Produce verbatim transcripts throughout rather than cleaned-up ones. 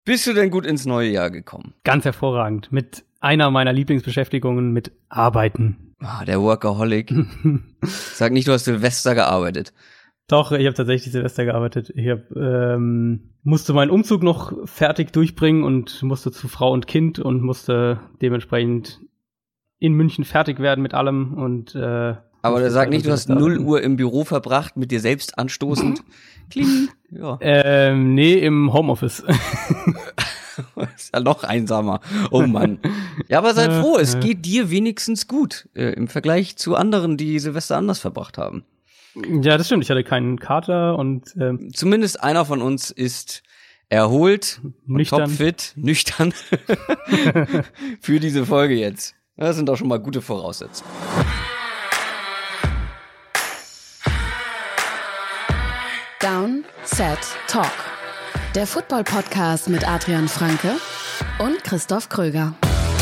Bist du denn gut ins neue Jahr gekommen? Ganz hervorragend. Mit einer meiner Lieblingsbeschäftigungen, mit Arbeiten. Ah, der Workaholic. Sag nicht, du hast Silvester gearbeitet. Doch, ich habe tatsächlich Silvester gearbeitet. Ich hab, ähm, musste meinen Umzug noch fertig durchbringen und musste zu Frau und Kind und musste dementsprechend in München fertig werden mit allem. Und äh, Aber der sagt nicht, du hast null Uhr im Büro verbracht, mit dir selbst anstoßend. Kling. Ja. Ähm, nee, im Homeoffice. Ist ja noch einsamer. Oh Mann. Ja, aber seid froh, es geht dir wenigstens gut äh, im Vergleich zu anderen, die Silvester anders verbracht haben. Ja, das stimmt. Ich hatte keinen Kater und ähm, zumindest einer von uns ist erholt, nüchtern. topfit, nüchtern für diese Folge jetzt. Das sind doch schon mal gute Voraussetzungen. Down, Set, Talk. Der Football-Podcast mit Adrian Franke und Christoph Kröger.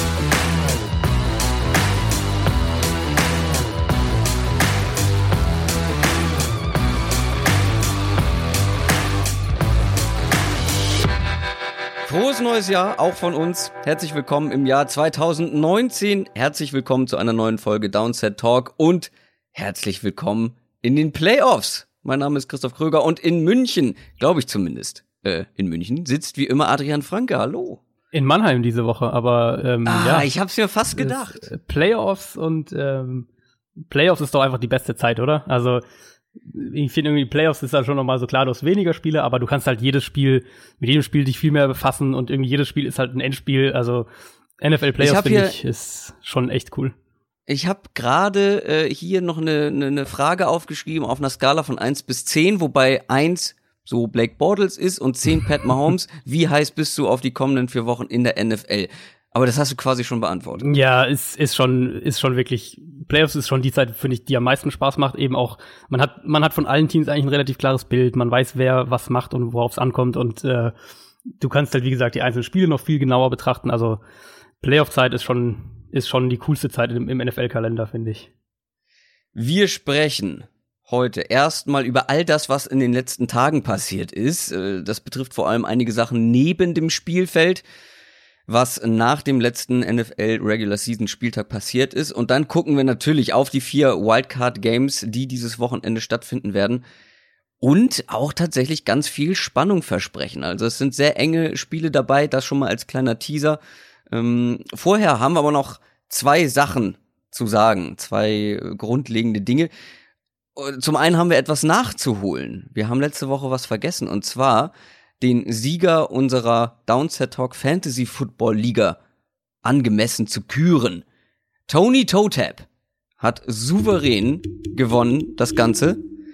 Frohes neues Jahr, auch von uns. Herzlich willkommen im Jahr zwanzig neunzehn. Herzlich willkommen zu einer neuen Folge Downset Talk und herzlich willkommen in den Playoffs. Mein Name ist Christoph Kröger und in München, glaube ich zumindest, äh, in München sitzt wie immer Adrian Franke. Hallo. In Mannheim diese Woche, aber ähm, ah, ja. ich hab's mir fast gedacht. Playoffs und ähm, Playoffs ist doch einfach die beste Zeit, oder? Also ich finde irgendwie, Playoffs ist dann schon nochmal so klar, du hast weniger Spiele, aber du kannst halt jedes Spiel, mit jedem Spiel dich viel mehr befassen und irgendwie jedes Spiel ist halt ein Endspiel, also N F L Playoffs finde ich, ist schon echt cool. Ich habe gerade äh, hier noch eine, eine, eine Frage aufgeschrieben auf einer Skala von eins bis zehn, wobei eins so Blake Bortles ist und zehn Pat Mahomes. Wie heiß bist du auf die kommenden vier Wochen in der N F L? Aber das hast du quasi schon beantwortet. Ja, ist ist schon ist schon wirklich, Playoffs ist schon die Zeit, finde ich, die am meisten Spaß macht. Eben auch, man hat man hat von allen Teams eigentlich ein relativ klares Bild. Man weiß, wer was macht und worauf es ankommt. Und äh, du kannst halt, wie gesagt, die einzelnen Spiele noch viel genauer betrachten. Also Playoff-Zeit ist schon ist schon die coolste Zeit im, im N F L-Kalender, finde ich. Wir sprechen heute erstmal über all das, was in den letzten Tagen passiert ist. Das betrifft vor allem einige Sachen neben dem Spielfeld, was nach dem letzten N F L Regular Season Spieltag passiert ist. Und dann gucken wir natürlich auf die vier Wildcard Games, die dieses Wochenende stattfinden werden. Und auch tatsächlich ganz viel Spannung versprechen. Also es sind sehr enge Spiele dabei, das schon mal als kleiner Teaser. Ähm, vorher haben wir aber noch zwei Sachen zu sagen, zwei grundlegende Dinge. Zum einen haben wir etwas nachzuholen. Wir haben letzte Woche was vergessen, und zwar den Sieger unserer Downset Talk Fantasy Football Liga angemessen zu küren. Tony Totap hat souverän gewonnen, das Ganze.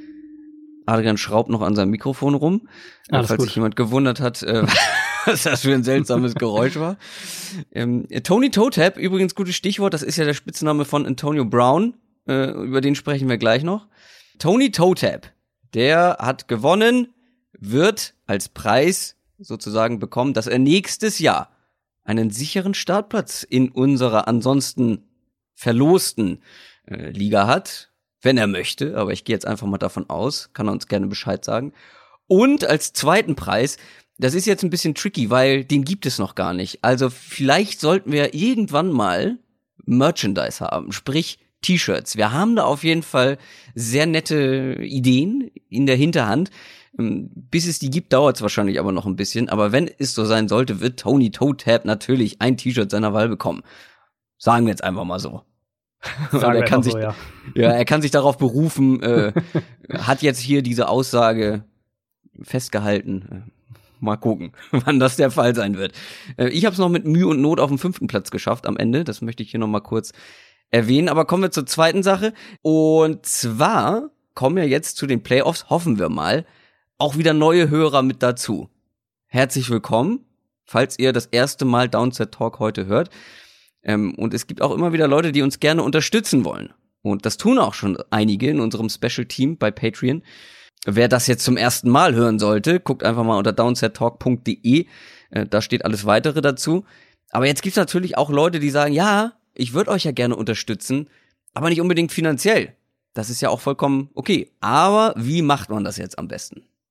Adrian schraubt noch an seinem Mikrofon rum, Alles falls gut. sich jemand gewundert hat, äh, was das für ein seltsames Geräusch war. Ähm, Tony Totap, übrigens gutes Stichwort, das ist ja der Spitzname von Antonio Brown, äh, über den sprechen wir gleich noch. Tony Totap, der hat gewonnen, wird als Preis sozusagen bekommen, dass er nächstes Jahr einen sicheren Startplatz in unserer ansonsten verlosten äh, Liga hat, wenn er möchte, aber ich gehe jetzt einfach mal davon aus, kann er uns gerne Bescheid sagen. Und als zweiten Preis, das ist jetzt ein bisschen tricky, weil den gibt es noch gar nicht. Also vielleicht sollten wir irgendwann mal Merchandise haben, sprich T-Shirts. Wir haben da auf jeden Fall sehr nette Ideen in der Hinterhand. Bis es die gibt, dauert es wahrscheinlich aber noch ein bisschen. Aber wenn es so sein sollte, wird Tony Totap natürlich ein T-Shirt seiner Wahl bekommen. Sagen wir jetzt einfach mal so. Sagen er kann wir sich, so, ja. ja, er kann sich darauf berufen, äh, hat jetzt hier diese Aussage festgehalten. Mal gucken, wann das der Fall sein wird. Äh, ich habe es noch mit Mühe und Not auf den fünften Platz geschafft am Ende. Das möchte ich hier noch mal kurz erwähnen. Aber kommen wir zur zweiten Sache. Und zwar kommen ja jetzt zu den Playoffs, hoffen wir mal, auch wieder neue Hörer mit dazu. Herzlich willkommen, falls ihr das erste Mal Downset Talk heute hört. Ähm, und es gibt auch immer wieder Leute, die uns gerne unterstützen wollen. Und das tun auch schon einige in unserem Special Team bei Patreon. Wer das jetzt zum ersten Mal hören sollte, guckt einfach mal unter downset talk punkt de. Äh, da steht alles weitere dazu. Aber jetzt gibt's natürlich auch Leute, die sagen, ja, ich würde euch ja gerne unterstützen, aber nicht unbedingt finanziell. Das ist ja auch vollkommen okay. Aber wie macht man das jetzt am besten?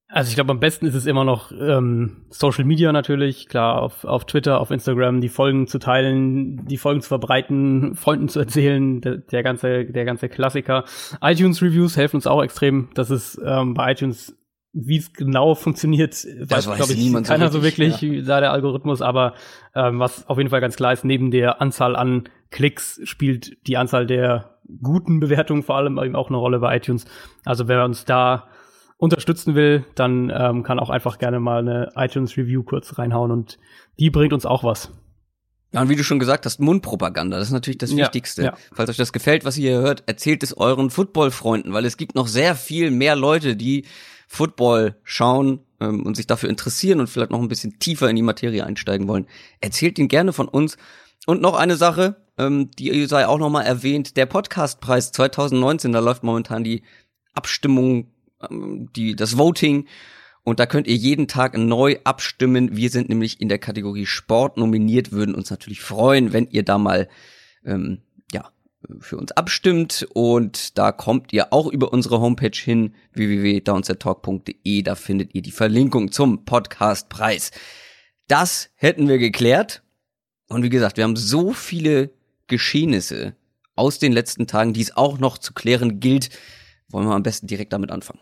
Also ich glaube, am besten ist es immer noch ähm, Social Media natürlich, klar, auf, auf Twitter, auf Instagram, die Folgen zu teilen, die Folgen zu verbreiten, Freunden zu erzählen, der, der ganze der ganze Klassiker. iTunes-Reviews helfen uns auch extrem. Das ist ähm, bei iTunes, wie es genau funktioniert, das weiß, glaube ich, niemand keiner so wirklich, so wirklich, ja. Da der Algorithmus, aber ähm, was auf jeden Fall ganz klar ist, neben der Anzahl an Klicks spielt die Anzahl der guten Bewertungen vor allem eben auch eine Rolle bei iTunes. Also wer uns da unterstützen will, dann ähm, kann auch einfach gerne mal eine iTunes-Review kurz reinhauen und die bringt uns auch was. Ja, und wie du schon gesagt hast, Mundpropaganda, das ist natürlich das ja, Wichtigste. Ja. Falls euch das gefällt, was ihr hier hört, erzählt es euren Football-Freunden, weil es gibt noch sehr viel mehr Leute, die Football schauen ähm, und sich dafür interessieren und vielleicht noch ein bisschen tiefer in die Materie einsteigen wollen. Erzählt ihnen gerne von uns. Und noch eine Sache, ähm, die sei auch noch mal erwähnt, der Podcastpreis zwanzig neunzehn, da läuft momentan die Abstimmung, die das Voting, und da könnt ihr jeden Tag neu abstimmen. Wir sind nämlich in der Kategorie Sport nominiert, würden uns natürlich freuen, wenn ihr da mal ähm, ja für uns abstimmt, und da kommt ihr auch über unsere Homepage hin, w w w punkt downset talk punkt d e, da findet ihr die Verlinkung zum Podcastpreis. Das hätten wir geklärt, und wie gesagt, wir haben so viele Geschehnisse aus den letzten Tagen, die es auch noch zu klären gilt. Wollen wir am besten direkt damit anfangen.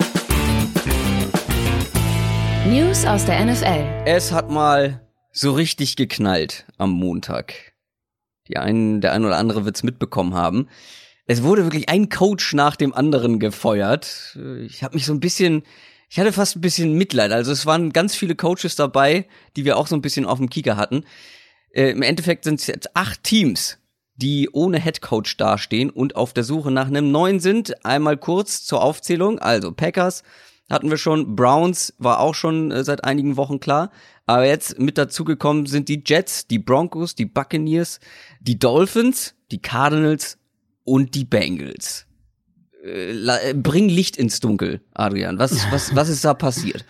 News aus der N F L. Es hat mal so richtig geknallt am Montag. Die einen, der ein oder andere wird's mitbekommen haben. Es wurde wirklich ein Coach nach dem anderen gefeuert. Ich habe mich so ein bisschen, ich hatte fast ein bisschen Mitleid. Also es waren ganz viele Coaches dabei, die wir auch so ein bisschen auf dem Kieker hatten. Äh, im Endeffekt sind es jetzt acht Teams, die ohne Headcoach dastehen und auf der Suche nach einem neuen sind. Einmal kurz zur Aufzählung. Also Packers hatten wir schon, Browns war auch schon äh, seit einigen Wochen klar. Aber jetzt mit dazugekommen sind die Jets, die Broncos, die Buccaneers, die Dolphins, die Cardinals und die Bengals. Äh, la- bring Licht ins Dunkel, Adrian. Was, was, was ist da passiert?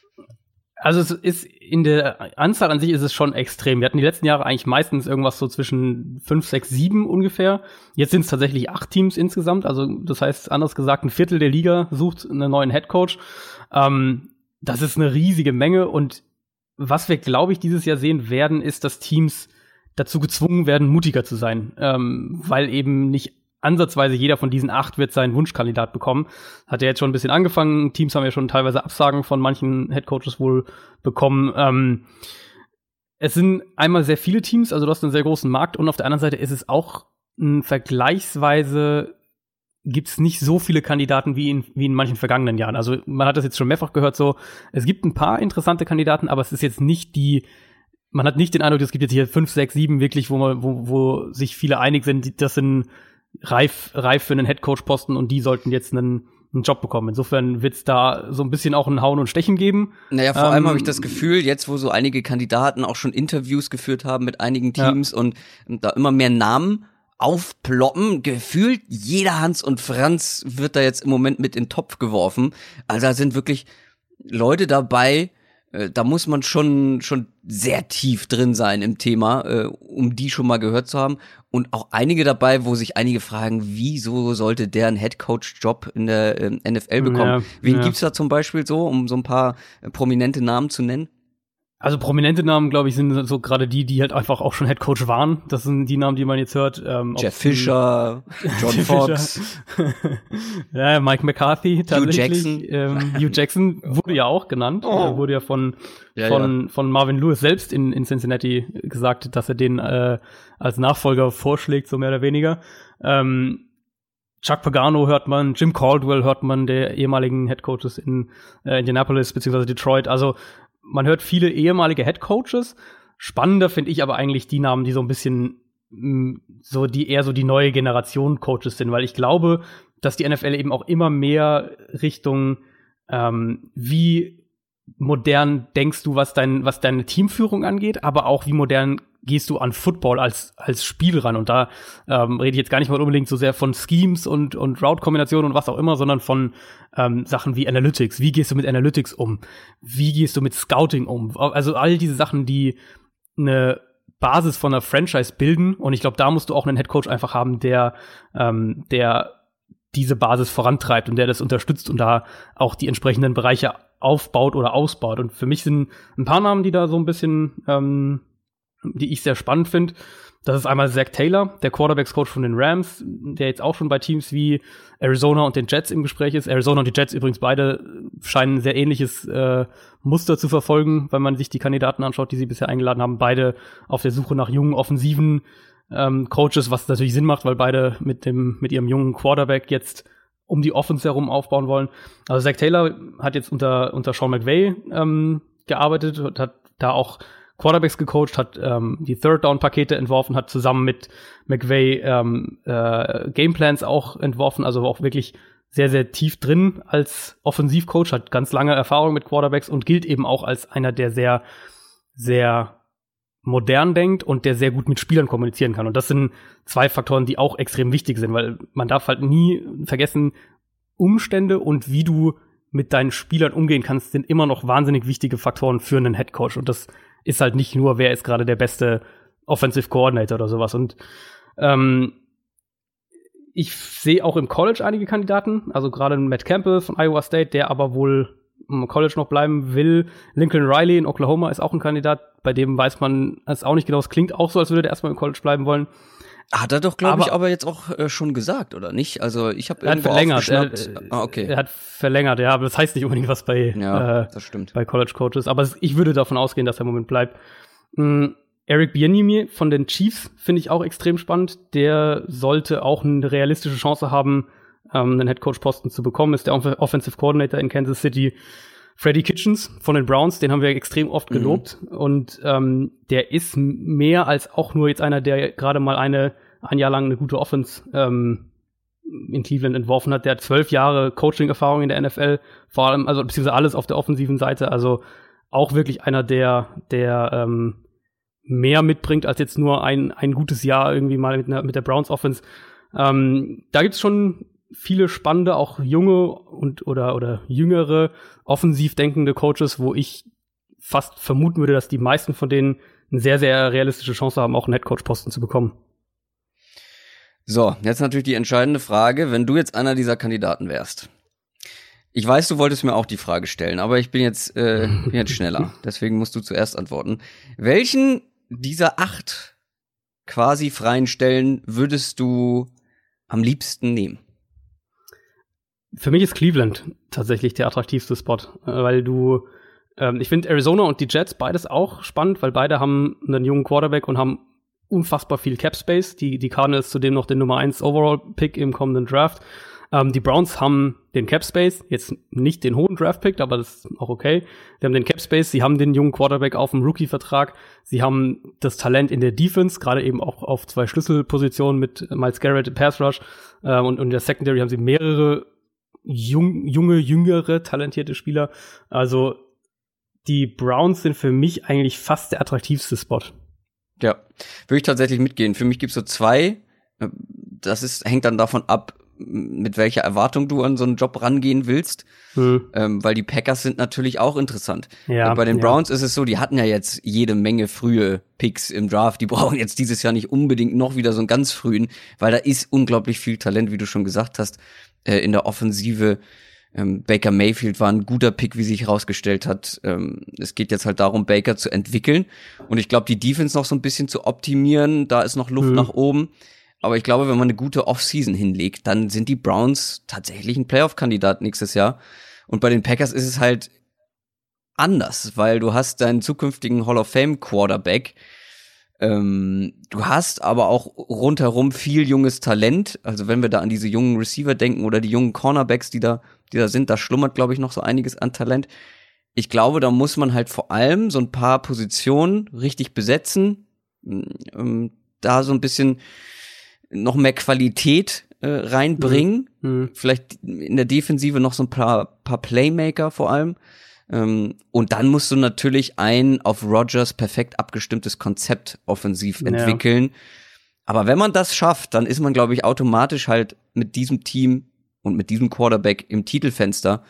Also es ist in der Anzahl an sich ist es schon extrem. Wir hatten die letzten Jahre eigentlich meistens irgendwas so zwischen fünf, sechs, sieben ungefähr. Jetzt sind es tatsächlich acht Teams insgesamt. Also das heißt, anders gesagt, ein Viertel der Liga sucht einen neuen Headcoach. Ähm, das ist eine riesige Menge. Und was wir, glaube ich, dieses Jahr sehen werden, ist, dass Teams dazu gezwungen werden, mutiger zu sein. Ähm, weil eben nicht ansatzweise jeder von diesen acht wird seinen Wunschkandidat bekommen. Hat ja jetzt schon ein bisschen angefangen. Teams haben ja schon teilweise Absagen von manchen Headcoaches wohl bekommen. Ähm, es sind einmal sehr viele Teams, also du hast einen sehr großen Markt, und auf der anderen Seite ist es auch ein vergleichsweise, gibt's nicht so viele Kandidaten wie in, wie in manchen vergangenen Jahren. Also man hat das jetzt schon mehrfach gehört, so, es gibt ein paar interessante Kandidaten, aber es ist jetzt nicht die, man hat nicht den Eindruck, es gibt jetzt hier fünf, sechs, sieben wirklich, wo man, wo, wo sich viele einig sind, das sind reif, reif für einen Headcoach-Posten, und die sollten jetzt einen, einen Job bekommen. Insofern wird's da so ein bisschen auch ein Hauen und Stechen geben. Naja, vor ähm, allem habe ich das Gefühl, jetzt wo so einige Kandidaten auch schon Interviews geführt haben mit einigen Teams, ja, und, und da immer mehr Namen aufploppen, gefühlt jeder Hans und Franz wird da jetzt im Moment mit in den Topf geworfen. Also da sind wirklich Leute dabei, äh, da muss man schon schon sehr tief drin sein im Thema, äh, um die schon mal gehört zu haben. Und auch einige dabei, wo sich einige fragen, wieso sollte der einen Headcoach-Job in der äh, N F L bekommen? Ja, Wen ja. gibt's da zum Beispiel so, um so ein paar äh, prominente Namen zu nennen? Also prominente Namen, glaube ich, sind so gerade die, die halt einfach auch schon Headcoach waren. Das sind die Namen, die man jetzt hört. Ähm, Jeff Fisher, John Fox. Ja, Mike McCarthy tatsächlich. Hugh Jackson. Ähm, Hugh Jackson wurde ja auch genannt. Oh. Er wurde ja von Ja, von ja. von Marvin Lewis selbst in in Cincinnati gesagt, dass er den äh, als Nachfolger vorschlägt, so mehr oder weniger. Ähm, Chuck Pagano hört man, Jim Caldwell hört man, der ehemaligen Headcoaches in äh, Indianapolis beziehungsweise Detroit. Also man hört viele ehemalige Headcoaches. Spannender finde ich aber eigentlich die Namen, die so ein bisschen mh, so die eher so die neue Generation Coaches sind, weil ich glaube, dass die N F L eben auch immer mehr Richtung ähm, wie modern denkst du, was dein was deine Teamführung angeht, aber auch wie modern gehst du an Football als als Spiel ran. Und da ähm, rede ich jetzt gar nicht mal unbedingt so sehr von Schemes und und Route-Kombinationen und was auch immer, sondern von ähm, Sachen wie Analytics. Wie gehst du mit Analytics um? Wie gehst du mit Scouting um? Also all diese Sachen, die eine Basis von einer Franchise bilden. Und ich glaube, da musst du auch einen Headcoach einfach haben, der ähm, der diese Basis vorantreibt und der das unterstützt und da auch die entsprechenden Bereiche aufbaut oder ausbaut. Und für mich sind ein paar Namen, die da so ein bisschen, ähm, die ich sehr spannend finde. Das ist einmal Zach Taylor, der Quarterbacks-Coach von den Rams, der jetzt auch schon bei Teams wie Arizona und den Jets im Gespräch ist. Arizona und die Jets übrigens beide scheinen ein sehr ähnliches äh, Muster zu verfolgen, wenn man sich die Kandidaten anschaut, die sie bisher eingeladen haben. Beide auf der Suche nach jungen, offensiven ähm, Coaches, was natürlich Sinn macht, weil beide mit dem mit ihrem jungen Quarterback jetzt um die Offense herum aufbauen wollen. Also Zach Taylor hat jetzt unter unter Sean McVay ähm, gearbeitet und hat da auch Quarterbacks gecoacht, hat ähm, die Third-Down-Pakete entworfen, hat zusammen mit McVay ähm, äh, Gameplans auch entworfen, also auch wirklich sehr, sehr tief drin als Offensivcoach, hat ganz lange Erfahrung mit Quarterbacks und gilt eben auch als einer, der sehr, sehr modern denkt und der sehr gut mit Spielern kommunizieren kann. Und das sind zwei Faktoren, die auch extrem wichtig sind, weil man darf halt nie vergessen, Umstände und wie du mit deinen Spielern umgehen kannst, sind immer noch wahnsinnig wichtige Faktoren für einen Headcoach. Und das ist halt nicht nur, wer ist gerade der beste Offensive Coordinator oder sowas. Und ähm, ich sehe auch im College einige Kandidaten, also gerade Matt Campbell von Iowa State, der aber wohl im College noch bleiben will. Lincoln Riley in Oklahoma ist auch ein Kandidat, bei dem weiß man es auch nicht genau. Es klingt auch so, als würde der erstmal im College bleiben wollen. Hat er doch, glaube ich, aber jetzt auch äh, schon gesagt, oder nicht? Also ich habe irgendwo verlängert. Er, ah, okay. er hat verlängert, ja, aber das heißt nicht unbedingt was bei, ja, äh, das stimmt. bei College Coaches. Aber ich würde davon ausgehen, dass er im Moment bleibt. Mhm. Eric Bieniemy von den Chiefs finde ich auch extrem spannend. Der sollte auch eine realistische Chance haben, ähm, einen Headcoach-Posten zu bekommen. Ist der Offensive Coordinator in Kansas City. Freddie Kitchens von den Browns, den haben wir extrem oft gelobt. Mhm. Und ähm, der ist mehr als auch nur jetzt einer, der gerade mal eine ein Jahr lang eine gute Offense ähm, in Cleveland entworfen hat. Der hat zwölf Jahre Coaching-Erfahrung in der N F L, vor allem, also beziehungsweise alles auf der offensiven Seite. Also auch wirklich einer, der, der ähm, mehr mitbringt als jetzt nur ein ein gutes Jahr irgendwie mal mit, einer, mit der Browns Offense. Ähm, da gibt's schon viele spannende, auch junge und oder oder jüngere, offensiv denkende Coaches, wo ich fast vermuten würde, dass die meisten von denen eine sehr, sehr realistische Chance haben, auch einen Headcoach-Posten zu bekommen. So, jetzt natürlich die entscheidende Frage, wenn du jetzt einer dieser Kandidaten wärst. Ich weiß, du wolltest mir auch die Frage stellen, aber ich bin jetzt, äh, bin jetzt schneller. Deswegen musst du zuerst antworten. Welchen dieser acht quasi freien Stellen würdest du am liebsten nehmen? Für mich ist Cleveland tatsächlich der attraktivste Spot, weil du, ähm, ich finde Arizona und die Jets beides auch spannend, weil beide haben einen jungen Quarterback und haben unfassbar viel Cap Space. Die, die Cardinals zudem noch den Nummer eins Overall Pick im kommenden Draft. Ähm, die Browns haben den Cap Space, jetzt nicht den hohen Draft Pick, aber das ist auch okay. Die haben den Cap Space, sie haben den jungen Quarterback auf dem Rookie-Vertrag, sie haben das Talent in der Defense, gerade eben auch auf zwei Schlüsselpositionen mit Myles Garrett im Pass Rush, äh, und, und in der Secondary haben sie mehrere jung, junge, jüngere, talentierte Spieler. Also die Browns sind für mich eigentlich fast der attraktivste Spot. Ja, würde ich tatsächlich mitgehen. Für mich gibt's so zwei. Das ist, hängt dann davon ab, mit welcher Erwartung du an so einen Job rangehen willst. Hm. Ähm, weil die Packers sind natürlich auch interessant. Ja, und bei den Browns ja. ist es so, die hatten ja jetzt jede Menge frühe Picks im Draft. Die brauchen jetzt dieses Jahr nicht unbedingt noch wieder so einen ganz frühen, weil da ist unglaublich viel Talent, wie du schon gesagt hast, äh, in der Offensive. Ähm, Baker Mayfield war ein guter Pick, wie sich herausgestellt hat. Ähm, es geht jetzt halt darum, Baker zu entwickeln. Und ich glaube, die Defense noch so ein bisschen zu optimieren. Da ist noch Luft mhm. nach oben. Aber ich glaube, wenn man eine gute Offseason hinlegt, dann sind die Browns tatsächlich ein Playoff-Kandidat nächstes Jahr. Und bei den Packers ist es halt anders, weil du hast deinen zukünftigen Hall-of-Fame-Quarterback. Ähm, du hast aber auch rundherum viel junges Talent. Also wenn wir da an diese jungen Receiver denken oder die jungen Cornerbacks, die da, die da sind, da schlummert, glaube ich, noch so einiges an Talent. Ich glaube, da muss man halt vor allem so ein paar Positionen richtig besetzen, ähm, da so ein bisschen noch mehr Qualität äh, reinbringen. Mhm. Vielleicht in der Defensive noch so ein paar, paar Playmaker vor allem. Ähm, und dann musst du natürlich ein auf Rodgers perfekt abgestimmtes Konzept offensiv entwickeln. Ja. Aber wenn man das schafft, dann ist man, glaube ich, automatisch halt mit diesem Team und mit diesem Quarterback im Titelfenster.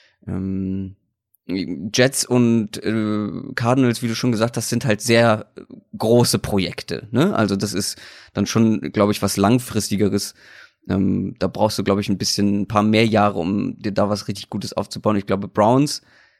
Ähm, Jets und äh, Cardinals, wie du schon gesagt hast, sind halt sehr große Projekte, ne? Also das ist dann schon, glaube ich, was Langfristigeres. Ähm, da brauchst du, glaube ich, ein bisschen, ein paar mehr Jahre, um dir da was richtig Gutes aufzubauen. Ich glaube, Browns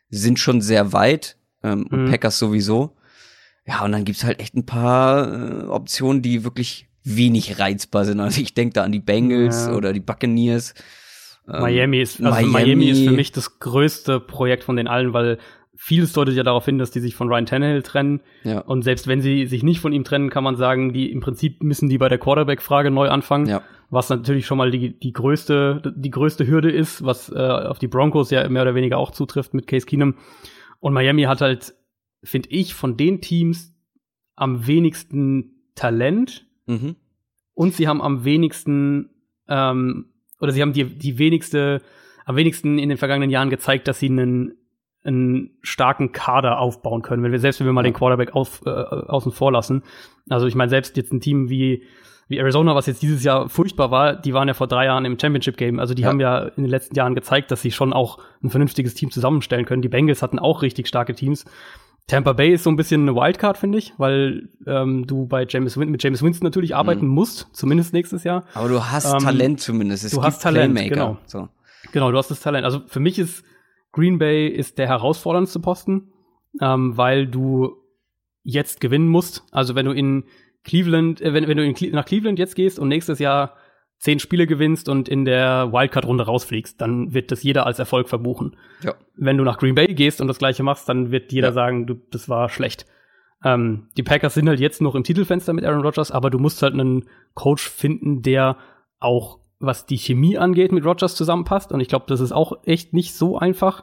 sind schon sehr weit ähm, und Mhm. Packers sowieso. Ja, und dann gibt's halt echt ein paar äh, Optionen, die wirklich wenig reizbar sind. Also ich denke da an die Bengals Ja. oder die Buccaneers. Ähm, Miami ist, also Miami. Miami ist für mich das größte Projekt von den allen, weil vieles deutet ja darauf hin, dass die sich von Ryan Tannehill trennen. Ja. Und selbst wenn sie sich nicht von ihm trennen, kann man sagen, die im Prinzip müssen die bei der Quarterback-Frage neu anfangen. Ja. Was natürlich schon mal die, die größte, die größte Hürde ist, was äh, auf die Broncos ja mehr oder weniger auch zutrifft mit Case Keenum. Und Miami hat halt, finde ich, von den Teams am wenigsten Talent Mhm. und sie haben am wenigsten ähm, oder sie haben die, die wenigste, am wenigsten in den vergangenen Jahren gezeigt, dass sie einen, einen starken Kader aufbauen können, wenn wir selbst wenn wir mal Ja. den Quarterback auf, äh, außen vor lassen. Also ich meine, selbst jetzt ein Team wie wie Arizona, was jetzt dieses Jahr furchtbar war, die waren ja vor drei Jahren im Championship-Game. Also die Ja. haben ja in den letzten Jahren gezeigt, dass sie schon auch ein vernünftiges Team zusammenstellen können. Die Bengals hatten auch richtig starke Teams. Tampa Bay ist so ein bisschen eine Wildcard, finde ich, weil ähm, du bei James Win- mit James Winston natürlich arbeiten Mhm. musst, zumindest nächstes Jahr. Aber du hast Ähm, Talent zumindest. Es du gibt hast Talent, Playmaker. genau. So. Genau, du hast das Talent. Also für mich ist Green Bay ist der herausforderndste Posten, ähm, weil du jetzt gewinnen musst. Also wenn du in Cleveland, äh, wenn, wenn du in Cle- nach Cleveland jetzt gehst und nächstes Jahr zehn Spiele gewinnst und in der Wildcard-Runde rausfliegst, dann wird das jeder als Erfolg verbuchen. Ja. Wenn du nach Green Bay gehst und das Gleiche machst, dann wird jeder Ja. sagen, du, das war schlecht. Ähm, die Packers sind halt jetzt noch im Titelfenster mit Aaron Rodgers, aber du musst halt einen Coach finden, der auch, was die Chemie angeht, mit Rodgers zusammenpasst. Und ich glaube, das ist auch echt nicht so einfach.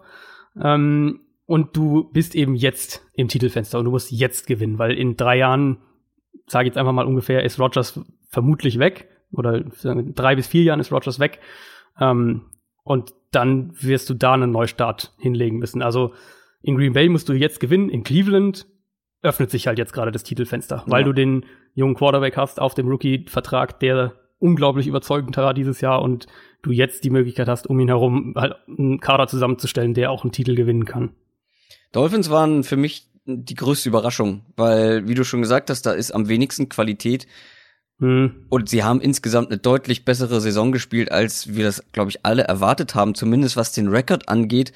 Ähm, und du bist eben jetzt im Titelfenster und du musst jetzt gewinnen, weil in drei Jahren, sage ich jetzt einfach mal ungefähr, ist Rodgers vermutlich weg. Oder in drei bis vier Jahren ist Rodgers weg. Ähm, und dann wirst du da einen Neustart hinlegen müssen. Also in Green Bay musst du jetzt gewinnen. In Cleveland öffnet sich halt jetzt gerade das Titelfenster, weil Ja. du den jungen Quarterback hast auf dem Rookie-Vertrag, der unglaublich überzeugend war dieses Jahr und du jetzt die Möglichkeit hast, um ihn herum halt einen Kader zusammenzustellen, der auch einen Titel gewinnen kann. Dolphins waren für mich die größte Überraschung, weil, wie du schon gesagt hast, da ist am wenigsten Qualität Hm. und sie haben insgesamt eine deutlich bessere Saison gespielt, als wir das, glaube ich, alle erwartet haben, zumindest was den Rekord angeht.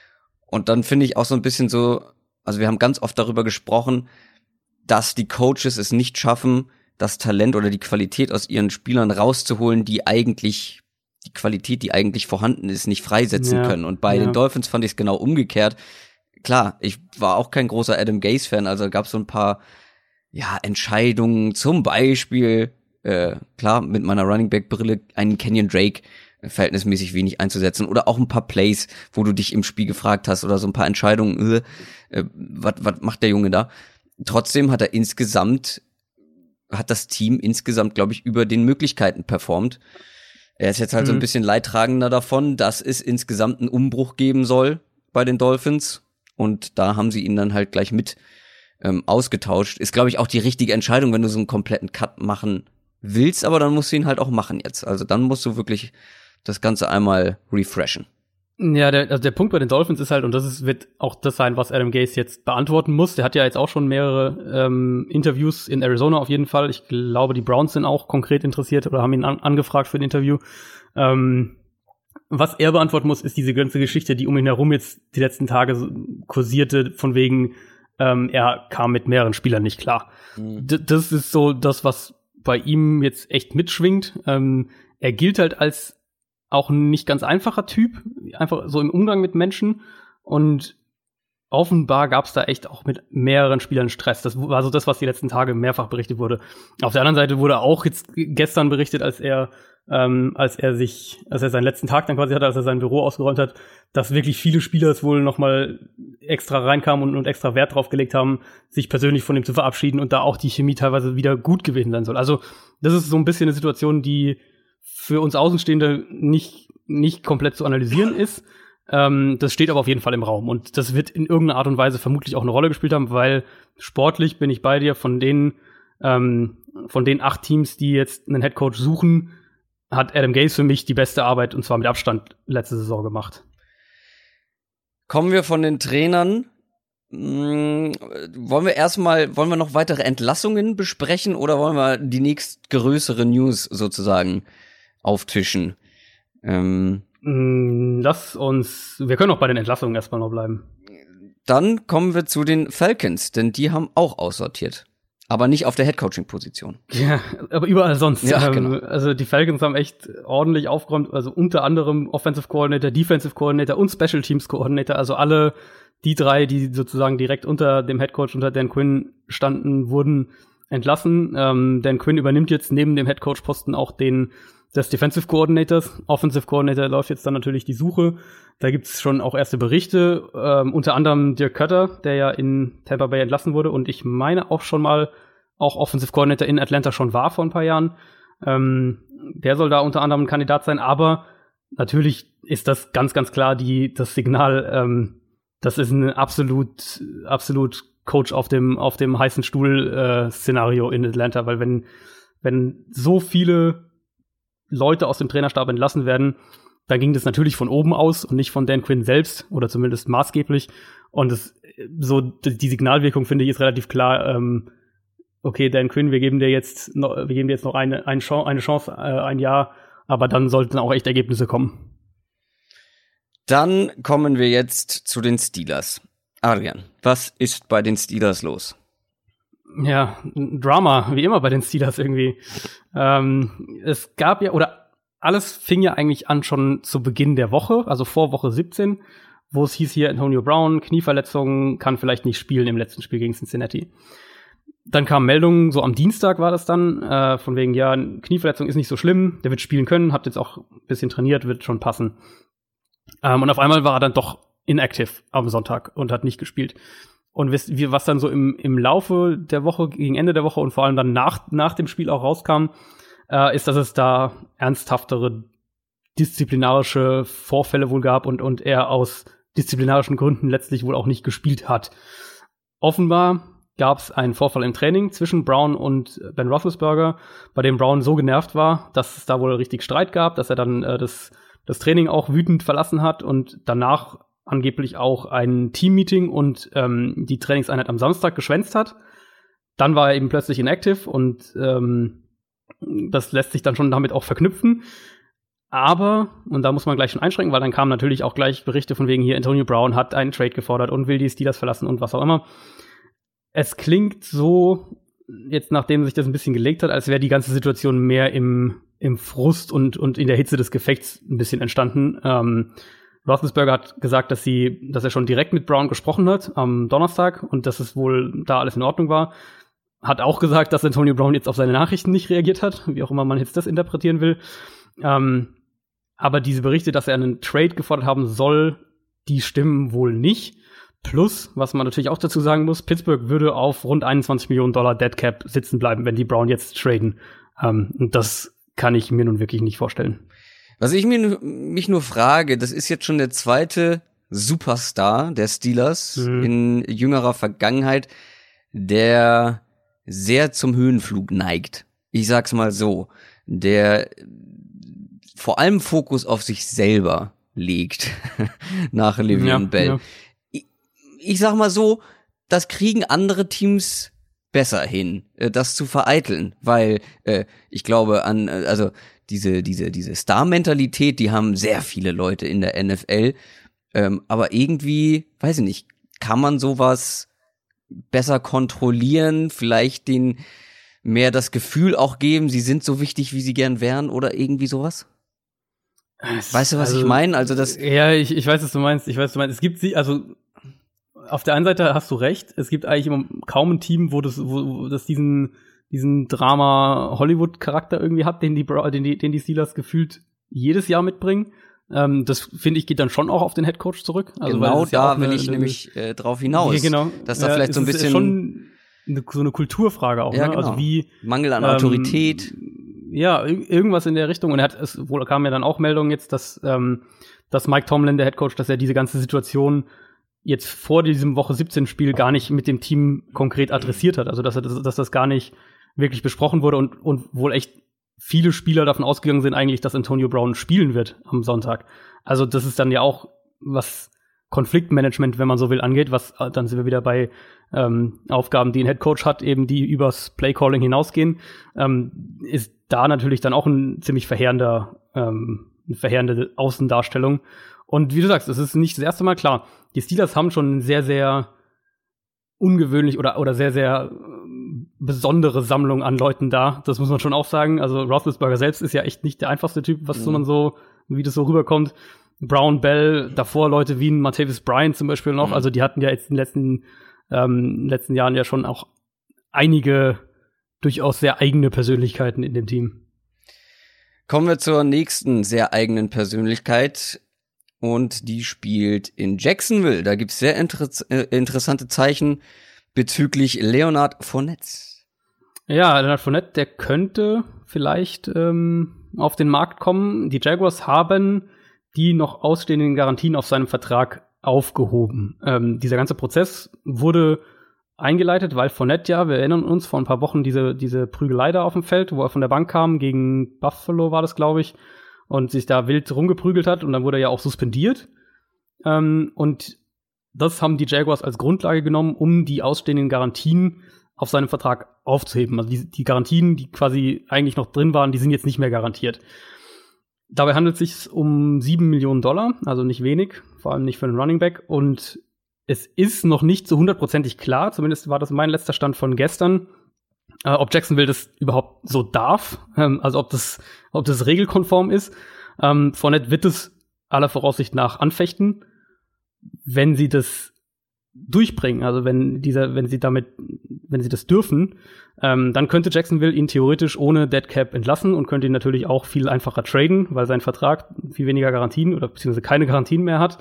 Und dann finde ich auch so ein bisschen so, also wir haben ganz oft darüber gesprochen, dass die Coaches es nicht schaffen, das Talent oder die Qualität aus ihren Spielern rauszuholen, die eigentlich, die Qualität, die eigentlich vorhanden ist, nicht freisetzen Ja, können. Und bei ja. den Dolphins fand ich es genau umgekehrt. Klar, ich war auch kein großer Adam Gase-Fan, also gab es so ein paar ja, Entscheidungen, zum Beispiel, äh, klar, mit meiner Running Back-Brille einen Kenyon Drake äh, verhältnismäßig wenig einzusetzen oder auch ein paar Plays, wo du dich im Spiel gefragt hast oder so ein paar Entscheidungen, äh, was was macht der Junge da? Trotzdem hat er insgesamt, hat das Team insgesamt, glaube ich, über den Möglichkeiten performt. Er ist jetzt halt so ein Mhm. bisschen leidtragender davon, dass es insgesamt einen Umbruch geben soll bei den Dolphins. Und da haben sie ihn dann halt gleich mit ähm, ausgetauscht. Ist, glaube ich, auch die richtige Entscheidung, wenn du so einen kompletten Cut machen willst, aber dann musst du ihn halt auch machen jetzt. Also dann musst du wirklich das Ganze einmal refreshen. Ja, der, also der Punkt bei den Dolphins ist halt, und das ist, wird auch das sein, was Adam Gase jetzt beantworten muss. Der hat ja jetzt auch schon mehrere ähm, Interviews in Arizona auf jeden Fall. Ich glaube, die Browns sind auch konkret interessiert oder haben ihn an, angefragt für ein Interview. Ähm, was er beantworten muss, ist diese ganze Geschichte, die um ihn herum jetzt die letzten Tage so kursierte, von wegen, ähm, er kam mit mehreren Spielern nicht klar. Mhm. D- das ist so das, was bei ihm jetzt echt mitschwingt. Ähm, er gilt halt als auch ein nicht ganz einfacher Typ, einfach so im Umgang mit Menschen. Und offenbar gab es da echt auch mit mehreren Spielern Stress. Das war so das, was die letzten Tage mehrfach berichtet wurde. Auf der anderen Seite wurde auch jetzt gestern berichtet, als er ähm, als er sich, als er seinen letzten Tag dann quasi hatte, als er sein Büro ausgeräumt hat, dass wirklich viele Spieler es wohl noch mal extra reinkamen und, und extra Wert drauf gelegt haben, sich persönlich von ihm zu verabschieden und da auch die Chemie teilweise wieder gut gewesen sein soll. Also das ist so ein bisschen eine Situation, die für uns Außenstehende nicht nicht komplett zu analysieren ist. Ähm, das steht aber auf jeden Fall im Raum und das wird in irgendeiner Art und Weise vermutlich auch eine Rolle gespielt haben, weil sportlich bin ich bei dir, von den ähm, von den acht Teams, die jetzt einen Headcoach suchen, hat Adam Gase für mich die beste Arbeit und zwar mit Abstand letzte Saison gemacht. Kommen wir von den Trainern. Hm, wollen wir erstmal, wollen wir noch weitere Entlassungen besprechen oder wollen wir die nächstgrößere News sozusagen auftischen? Ähm, Mm, Lass uns, wir können auch bei den Entlassungen erstmal noch bleiben. Dann kommen wir zu den Falcons, denn die haben auch aussortiert. Aber nicht auf der Headcoaching-Position. Ja, aber überall sonst. Ja, ähm, genau. Also die Falcons haben echt ordentlich aufgeräumt, also unter anderem Offensive Coordinator, Defensive Coordinator und Special Teams Coordinator, also alle die drei, die sozusagen direkt unter dem Headcoach, unter Dan Quinn standen, wurden entlassen. Ähm, Dan Quinn übernimmt jetzt neben dem Headcoach-Posten auch den des Defensive Coordinators. Offensive Coordinator läuft jetzt dann natürlich die Suche. Da gibt's schon auch erste Berichte, ähm, unter anderem Dirk Koetter, der ja in Tampa Bay entlassen wurde und ich meine auch schon mal auch Offensive Coordinator in Atlanta schon war vor ein paar Jahren. Ähm, der soll da unter anderem ein Kandidat sein, aber natürlich ist das ganz, ganz klar die, das Signal, ähm, das ist ein absolut, absolut Coach auf dem, auf dem heißen Stuhl äh, Szenario in Atlanta, weil wenn, wenn so viele Leute aus dem Trainerstab entlassen werden, dann ging das natürlich von oben aus und nicht von Dan Quinn selbst oder zumindest maßgeblich. Und das, so die Signalwirkung, finde ich, ist relativ klar. Ähm, okay, Dan Quinn, wir geben dir jetzt noch, wir geben dir jetzt noch eine, eine Chance, eine Chance äh, ein Jahr, aber dann sollten auch echt Ergebnisse kommen. Dann kommen wir jetzt zu den Steelers. Adrian, was ist bei den Steelers los? Ja, Drama, wie immer bei den Steelers irgendwie. Ähm, es gab ja, oder alles fing ja eigentlich an schon zu Beginn der Woche, also vor Woche siebzehn, wo es hieß hier, Antonio Brown, Knieverletzung, kann vielleicht nicht spielen im letzten Spiel gegen Cincinnati. Dann kamen Meldungen, so am Dienstag war das dann, äh, von wegen, ja, Knieverletzung ist nicht so schlimm, der wird spielen können, hat jetzt auch ein bisschen trainiert, wird schon passen. Ähm, und auf einmal war er dann doch inactive am Sonntag und hat nicht gespielt. Und was dann so im, im Laufe der Woche, gegen Ende der Woche und vor allem dann nach, nach dem Spiel auch rauskam, äh, ist, dass es da ernsthaftere disziplinarische Vorfälle wohl gab und, und er aus disziplinarischen Gründen letztlich wohl auch nicht gespielt hat. Offenbar gab es einen Vorfall im Training zwischen Brown und Ben Roethlisberger, bei dem Brown so genervt war, dass es da wohl richtig Streit gab, dass er dann äh, das, das Training auch wütend verlassen hat und danach angeblich auch ein Teammeeting und ähm, die Trainingseinheit am Samstag geschwänzt hat. Dann war er eben plötzlich inactive und ähm, das lässt sich dann schon damit auch verknüpfen. Aber, und da muss man gleich schon einschränken, weil dann kamen natürlich auch gleich Berichte von wegen hier, Antonio Brown hat einen Trade gefordert und will die Steelers verlassen und was auch immer. Es klingt so, jetzt nachdem sich das ein bisschen gelegt hat, als wäre die ganze Situation mehr im, im Frust und, und in der Hitze des Gefechts ein bisschen entstanden. Ähm, Roethlisberger hat gesagt, dass sie, dass er schon direkt mit Brown gesprochen hat am Donnerstag und dass es wohl da alles in Ordnung war. Hat auch gesagt, dass Antonio Brown jetzt auf seine Nachrichten nicht reagiert hat, wie auch immer man jetzt das interpretieren will. Ähm, aber diese Berichte, dass er einen Trade gefordert haben soll, die stimmen wohl nicht. Plus, was man natürlich auch dazu sagen muss, Pittsburgh würde auf rund einundzwanzig Millionen Dollar Dead Cap sitzen bleiben, wenn die Brown jetzt traden. Ähm, und das kann ich mir nun wirklich nicht vorstellen. Was ich mir, mich nur frage, das ist jetzt schon der zweite Superstar der Steelers mhm. in jüngerer Vergangenheit, der sehr zum Höhenflug neigt. Ich sag's mal so, der vor allem Fokus auf sich selber legt nach Le'Veon ja, Bell. Ja. Ich, ich sag mal so, das kriegen andere Teams besser hin, das zu vereiteln, weil äh, ich glaube an, also diese diese diese Star-Mentalität, die haben sehr viele Leute in der N F L, ähm, aber irgendwie, weiß ich nicht, kann man sowas besser kontrollieren, vielleicht den mehr das Gefühl auch geben, sie sind so wichtig, wie sie gern wären oder irgendwie sowas? Weißt du, was also, ich meine? Also das ja, ich, ich weiß, was du meinst. Ich weiß, was du meinst. Es gibt sie, also auf der einen Seite hast du recht. Es gibt eigentlich immer kaum ein Team, wo das, wo, wo das diesen diesen Drama-Hollywood-Charakter irgendwie hat, den die, den die, den die Steelers gefühlt jedes Jahr mitbringen. Ähm, das, finde ich, geht dann schon auch auf den Headcoach zurück. Also, genau, weil da ja will eine, ich eine, nämlich äh, drauf hinaus. Ja, genau. Dass da ja, vielleicht so ein es bisschen ist schon eine, so eine Kulturfrage auch, ja, ne? genau. Also wie Mangel an ähm, Autorität. Ja, irgendwas in der Richtung. Und er hat, es wohl kamen ja dann auch Meldungen jetzt, dass, ähm, dass Mike Tomlin, der Headcoach, dass er diese ganze Situation jetzt vor diesem Woche siebzehn Spiel gar nicht mit dem Team konkret adressiert hat. Also, dass er das, dass das gar nicht wirklich besprochen wurde und, und wohl echt viele Spieler davon ausgegangen sind eigentlich, dass Antonio Brown spielen wird am Sonntag. Also, das ist dann ja auch was Konfliktmanagement, wenn man so will, angeht, was, dann sind wir wieder bei ähm, Aufgaben, die ein Headcoach hat, eben die übers Playcalling hinausgehen, ähm, ist da natürlich dann auch ein ziemlich verheerender, ähm, eine verheerende Außendarstellung. Und wie du sagst, es ist nicht das erste Mal klar. Die Steelers haben schon eine sehr, sehr ungewöhnlich oder, oder sehr, sehr besondere Sammlung an Leuten da. Das muss man schon auch sagen. Also Roethlisberger selbst ist ja echt nicht der einfachste Typ, was mhm. man so, wie das so rüberkommt. Brown, Bell, davor Leute wie ein Martavis Bryant zum Beispiel noch. Mhm. Also die hatten ja jetzt in den letzten, ähm, in den letzten Jahren ja schon auch einige durchaus sehr eigene Persönlichkeiten in dem Team. Kommen wir zur nächsten sehr eigenen Persönlichkeit. Und die spielt in Jacksonville. Da gibt's sehr inter- äh, interessante Zeichen bezüglich Leonard Fournette. Ja, Leonard Fournette, der könnte vielleicht ähm, auf den Markt kommen. Die Jaguars haben die noch ausstehenden Garantien auf seinem Vertrag aufgehoben. Ähm, dieser ganze Prozess wurde eingeleitet, weil Fournette, ja, wir erinnern uns, vor ein paar Wochen diese, diese Prügelei da auf dem Feld, wo er von der Bank kam, gegen Buffalo war das, glaube ich, und sich da wild rumgeprügelt hat und dann wurde er ja auch suspendiert. Ähm, und das haben die Jaguars als Grundlage genommen, um die ausstehenden Garantien auf seinem Vertrag aufzuheben. Also die, die Garantien, die quasi eigentlich noch drin waren, die sind jetzt nicht mehr garantiert. Dabei handelt es sich um sieben Millionen Dollar, also nicht wenig, vor allem nicht für einen Running Back. Und es ist noch nicht so hundertprozentig klar, zumindest war das mein letzter Stand von gestern, äh, ob Jacksonville das überhaupt so darf, ähm, also ob das, ob das regelkonform ist. Ähm, Fournette wird es aller Voraussicht nach anfechten, wenn sie das durchbringen, also wenn dieser, wenn sie damit, wenn sie das dürfen, ähm, dann könnte Jacksonville ihn theoretisch ohne Dead Cap entlassen und könnte ihn natürlich auch viel einfacher traden, weil sein Vertrag viel weniger Garantien oder beziehungsweise keine Garantien mehr hat.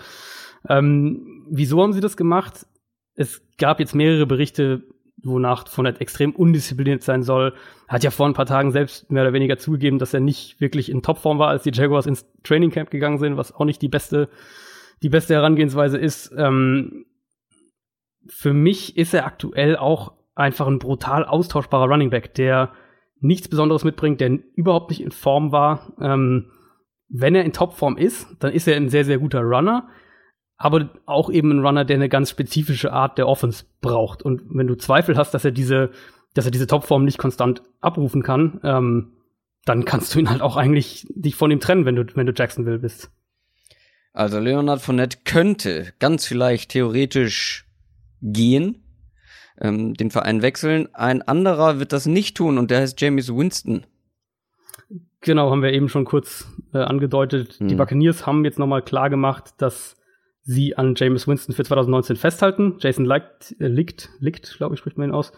Ähm, wieso haben sie das gemacht? Es gab jetzt mehrere Berichte, wonach Fournette extrem undiszipliniert sein soll. Hat ja vor ein paar Tagen selbst mehr oder weniger zugegeben, dass er nicht wirklich in Topform war, als die Jaguars ins Training Camp gegangen sind, was auch nicht die beste, die beste Herangehensweise ist. Ähm, für mich ist er aktuell auch einfach ein brutal austauschbarer Running Back, der nichts Besonderes mitbringt, der überhaupt nicht in Form war. Ähm, wenn er in Topform ist, dann ist er ein sehr, sehr guter Runner, aber auch eben ein Runner, der eine ganz spezifische Art der Offense braucht. Und wenn du Zweifel hast, dass er diese, dass er diese Topform nicht konstant abrufen kann, ähm, dann kannst du ihn halt auch eigentlich dich von ihm trennen, wenn du, wenn du Jacksonville bist. Also Leonard Fournette könnte ganz vielleicht theoretisch gehen, ähm, den Verein wechseln. Ein anderer wird das nicht tun und der heißt Jameis Winston. Genau, haben wir eben schon kurz äh, angedeutet. Hm. Die Buccaneers haben jetzt nochmal klar gemacht, dass sie an Jameis Winston für zwanzig neunzehn festhalten. Jason Licht, äh, Licht, Licht, glaube ich, spricht man ihn aus.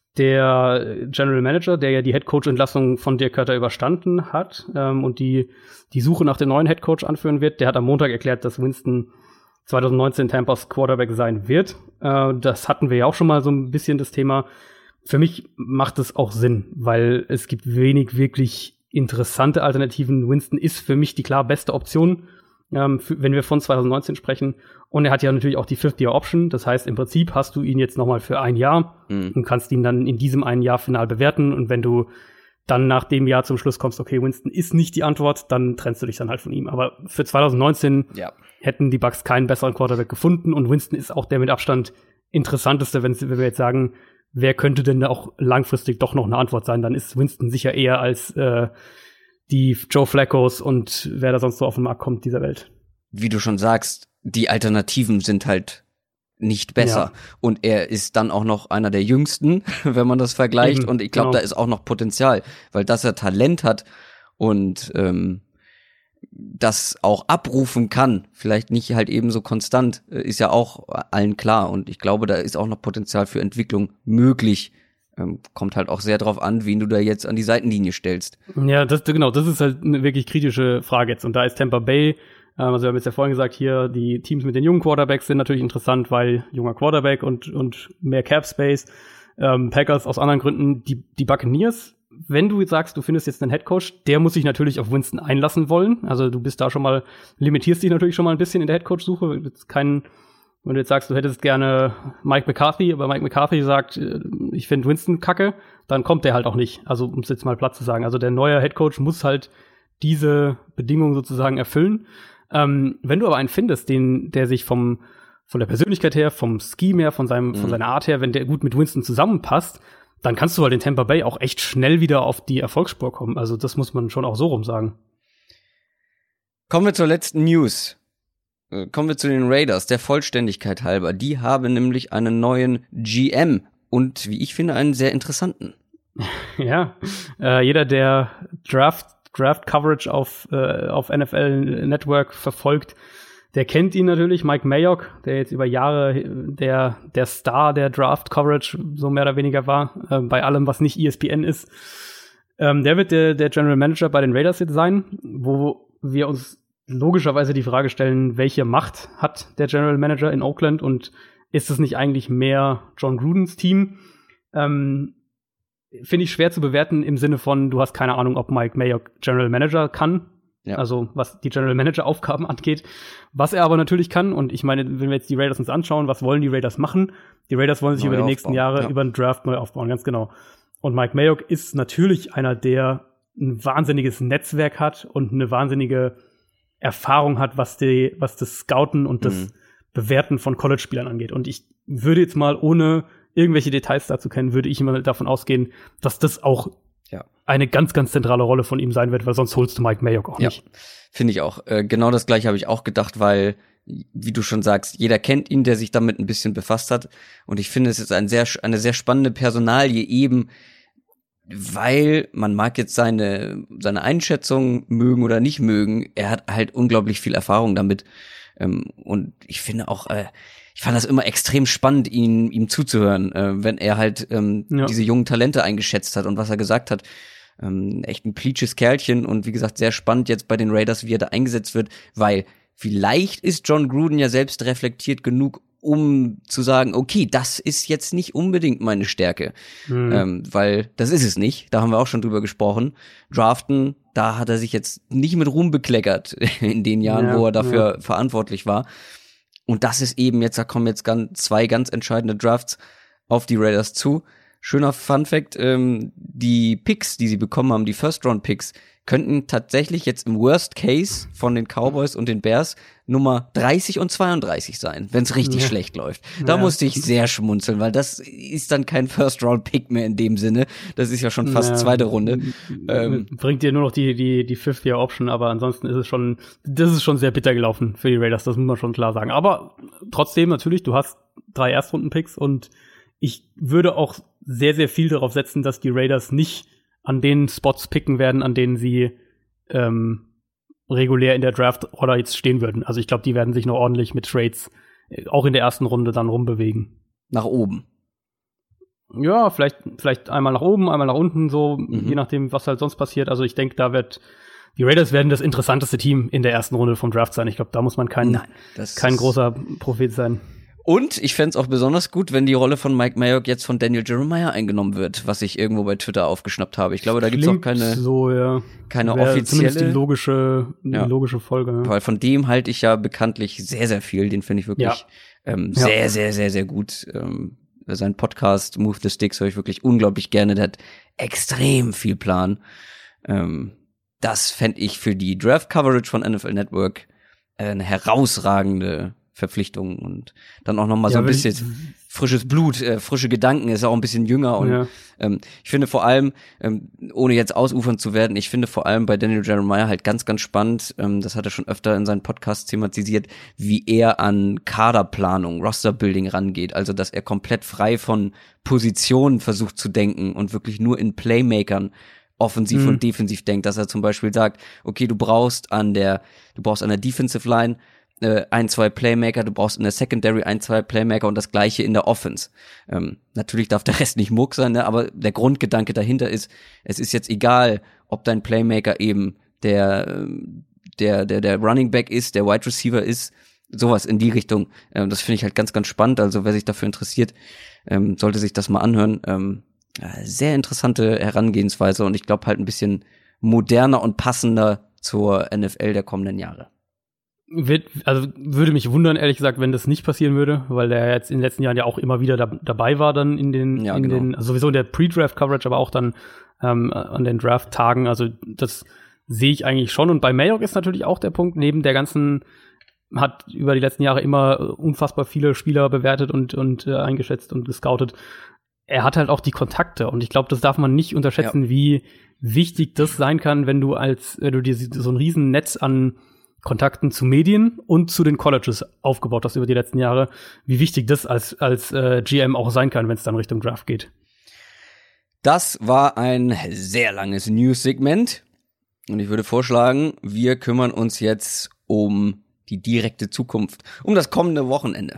Der General Manager, der ja die Headcoach-Entlassung von Dirk Koetter überstanden hat ähm, und die die Suche nach dem neuen Headcoach anführen wird, der hat am Montag erklärt, dass Winston zwanzig neunzehn Tampas Quarterback sein wird. Äh, das hatten wir ja auch schon mal so ein bisschen das Thema. Für mich macht es auch Sinn, weil es gibt wenig wirklich interessante Alternativen. Winston ist für mich die klar beste Option, ähm, für, wenn wir von zwanzig neunzehn sprechen. Und er hat ja natürlich auch die Fifth-Year-Option. Das heißt, im Prinzip hast du ihn jetzt noch mal für ein Jahr mhm. und kannst ihn dann in diesem einen Jahr final bewerten. Und wenn du dann nach dem Jahr zum Schluss kommst, okay, Winston ist nicht die Antwort, dann trennst du dich dann halt von ihm. Aber für zwanzig neunzehn ja. hätten die Bucks keinen besseren Quarterback gefunden. Und Winston ist auch der mit Abstand interessanteste, wenn, wenn wir jetzt sagen, wer könnte denn da auch langfristig doch noch eine Antwort sein, dann ist Winston sicher eher als äh, die Joe Flaccos und wer da sonst so auf den Markt kommt dieser Welt. Wie du schon sagst, die Alternativen sind halt nicht besser. Ja. Und er ist dann auch noch einer der Jüngsten, wenn man das vergleicht. Eben, und ich glaube, genau. Da ist auch noch Potenzial, weil dass er Talent hat und ähm, das auch abrufen kann, vielleicht nicht halt eben so konstant, ist ja auch allen klar. Und ich glaube, da ist auch noch Potenzial für Entwicklung möglich. Ähm, kommt halt auch sehr drauf an, wen du da jetzt an die Seitenlinie stellst. Ja, das genau, das ist halt eine wirklich kritische Frage jetzt. Und da ist Tampa Bay, ähm, also wir haben jetzt ja vorhin gesagt, hier die Teams mit den jungen Quarterbacks sind natürlich interessant, weil junger Quarterback und und mehr Cap Space. Ähm, Packers aus anderen Gründen, die die Buccaneers. Wenn du jetzt sagst, du findest jetzt einen Headcoach, der muss sich natürlich auf Winston einlassen wollen. Also du bist da schon mal, limitierst dich natürlich schon mal ein bisschen in der Headcoach-Suche. Jetzt kein, wenn du jetzt sagst, du hättest gerne Mike McCarthy, aber Mike McCarthy sagt, ich finde Winston kacke, dann kommt der halt auch nicht. Also um es jetzt mal platt zu sagen. Also der neue Headcoach muss halt diese Bedingungen sozusagen erfüllen. Ähm, wenn du aber einen findest, den, der sich vom von der Persönlichkeit her, vom Scheme her, von seinem, mhm. von seiner Art her, wenn der gut mit Winston zusammenpasst, dann kannst du halt in Tampa Bay auch echt schnell wieder auf die Erfolgsspur kommen. Also das muss man schon auch so rum sagen. Kommen wir zur letzten News. Äh, kommen wir zu den Raiders, der Vollständigkeit halber. Die haben nämlich einen neuen G M und, wie ich finde, einen sehr interessanten. Ja, äh, jeder, der Draft, Draft Coverage auf, äh, auf N F L Network verfolgt, der kennt ihn natürlich, Mike Mayock, der jetzt über Jahre der, der Star der Draft Coverage so mehr oder weniger war, äh, bei allem, was nicht E S P N ist. Ähm, der wird der, der General Manager bei den Raiders jetzt sein, wo wir uns logischerweise die Frage stellen, welche Macht hat der General Manager in Oakland und ist es nicht eigentlich mehr John Grudens Team? Ähm, Finde ich schwer zu bewerten im Sinne von, du hast keine Ahnung, ob Mike Mayock General Manager kann. Ja. Also was die General Manager Aufgaben angeht. Was er aber natürlich kann, und ich meine, wenn wir jetzt die Raiders uns anschauen, was wollen die Raiders machen? Die Raiders wollen sich neu über die aufbauen. nächsten Jahre ja. über den Draft neu aufbauen, ganz genau. Und Mike Mayock ist natürlich einer, der ein wahnsinniges Netzwerk hat und eine wahnsinnige Erfahrung hat, was die, was das Scouten und das mhm. Bewerten von College-Spielern angeht. Und ich würde jetzt mal, ohne irgendwelche Details dazu kennen, würde ich immer davon ausgehen, dass das auch ja. eine ganz, ganz zentrale Rolle von ihm sein wird, weil sonst holst du Mike Mayock auch nicht. Ja, finde ich auch. Äh, genau das Gleiche habe ich auch gedacht, weil, wie du schon sagst, jeder kennt ihn, der sich damit ein bisschen befasst hat. Und ich finde, es ist ein sehr, eine sehr spannende Personalie eben, weil man mag jetzt seine, seine Einschätzung mögen oder nicht mögen. Er hat halt unglaublich viel Erfahrung damit. Ähm, und ich finde auch, äh, ich fand das immer extrem spannend, ihn, ihm zuzuhören, äh, wenn er halt ähm, ja. diese jungen Talente eingeschätzt hat und was er gesagt hat. Ähm, echt ein pleatsches Kerlchen und wie gesagt, sehr spannend jetzt bei den Raiders, wie er da eingesetzt wird, weil vielleicht ist John Gruden ja selbst reflektiert genug, um zu sagen, okay, das ist jetzt nicht unbedingt meine Stärke. Mhm. Ähm, weil das ist es nicht, da haben wir auch schon drüber gesprochen. Draften, da hat er sich jetzt nicht mit Ruhm bekleckert in den Jahren, ja, wo er dafür ja. verantwortlich war. Und das ist eben jetzt, da kommen jetzt ganz, zwei ganz entscheidende Drafts auf die Raiders zu. Schöner Funfact, ähm, die Picks, die sie bekommen haben, die First-Round-Picks, könnten tatsächlich jetzt im Worst Case von den Cowboys und den Bears Nummer dreißig und zweiunddreißig sein, wenn es richtig ja. schlecht läuft. Da ja. musste ich sehr schmunzeln, weil das ist dann kein First-Round-Pick mehr in dem Sinne. Das ist ja schon fast ja. zweite Runde. Ähm, Bringt dir nur noch die die die Fifth-Year-Option, aber ansonsten ist es schon, das ist schon sehr bitter gelaufen für die Raiders, das muss man schon klar sagen. Aber trotzdem natürlich, du hast drei Erstrunden-Picks und ich würde auch sehr, sehr viel darauf setzen, dass die Raiders nicht an den Spots picken werden, an denen sie ähm, regulär in der Draft-Order jetzt stehen würden. Also ich glaube, die werden sich noch ordentlich mit Trades äh, auch in der ersten Runde dann rumbewegen. Nach oben? Ja, vielleicht vielleicht einmal nach oben, einmal nach unten, so mhm. je nachdem, was halt sonst passiert. Also ich denke, da wird die Raiders werden das interessanteste Team in der ersten Runde vom Draft sein. Ich glaube, da muss man kein, Nein, kein großer Prophet sein. Und ich fänd's auch besonders gut, wenn die Rolle von Mike Mayock jetzt von Daniel Jeremiah eingenommen wird, was ich irgendwo bei Twitter aufgeschnappt habe. Ich glaube, da gibt's auch keine, so, ja. keine offizielle. Zumindest die logische, die ja. logische Folge. Ja. Weil von dem halte ich ja bekanntlich sehr, sehr viel. Den finde ich wirklich ja. ähm, sehr, ja. sehr, sehr, sehr gut. Ähm, sein Podcast Move the Sticks höre ich wirklich unglaublich gerne. Der hat extrem viel Plan. Ähm, das fände ich für die Draft-Coverage von N F L Network eine herausragende Verpflichtungen und dann auch noch mal ja, so ein bisschen frisches Blut, äh, frische Gedanken, ist auch ein bisschen jünger und ja. ähm, ich finde vor allem, ähm, ohne jetzt ausufern zu werden, ich finde vor allem bei Daniel Jeremiah halt ganz, ganz spannend, ähm, das hat er schon öfter in seinen Podcasts thematisiert, wie er an Kaderplanung, Rosterbuilding rangeht, also dass er komplett frei von Positionen versucht zu denken und wirklich nur in Playmakern offensiv mhm. und defensiv denkt, dass er zum Beispiel sagt, okay, du brauchst an der, du brauchst an der Defensive Line äh, ein, zwei Playmaker, du brauchst in der Secondary ein, zwei Playmaker und das Gleiche in der Offense. Ähm, natürlich darf der Rest nicht Muck sein, ne? Aber der Grundgedanke dahinter ist, es ist jetzt egal, ob dein Playmaker eben der, der, der, der Running Back ist, der Wide Receiver ist, sowas in die Richtung. Ähm, das finde ich halt ganz, ganz spannend. Also wer sich dafür interessiert, ähm, sollte sich das mal anhören. Ähm, sehr interessante Herangehensweise und ich glaube halt ein bisschen moderner und passender zur N F L der kommenden Jahre. Wird, also würde mich wundern, ehrlich gesagt, wenn das nicht passieren würde, weil der jetzt in den letzten Jahren ja auch immer wieder da, dabei war dann in den, ja, in genau. den, also sowieso in der Pre-Draft-Coverage, aber auch dann ähm, an den Draft-Tagen. Also das sehe ich eigentlich schon. Und bei Mayock ist natürlich auch der Punkt, neben der ganzen, hat über die letzten Jahre immer unfassbar viele Spieler bewertet und, und äh, eingeschätzt und gescoutet. Er hat halt auch die Kontakte und ich glaube, das darf man nicht unterschätzen, ja. wie wichtig das sein kann, wenn du als, wenn du dir so ein riesen Netz an Kontakten zu Medien und zu den Colleges aufgebaut hast über die letzten Jahre, wie wichtig das als, als äh, G M auch sein kann, wenn es dann Richtung Draft geht. Das war ein sehr langes News-Segment und ich würde vorschlagen, wir kümmern uns jetzt um die direkte Zukunft, um das kommende Wochenende.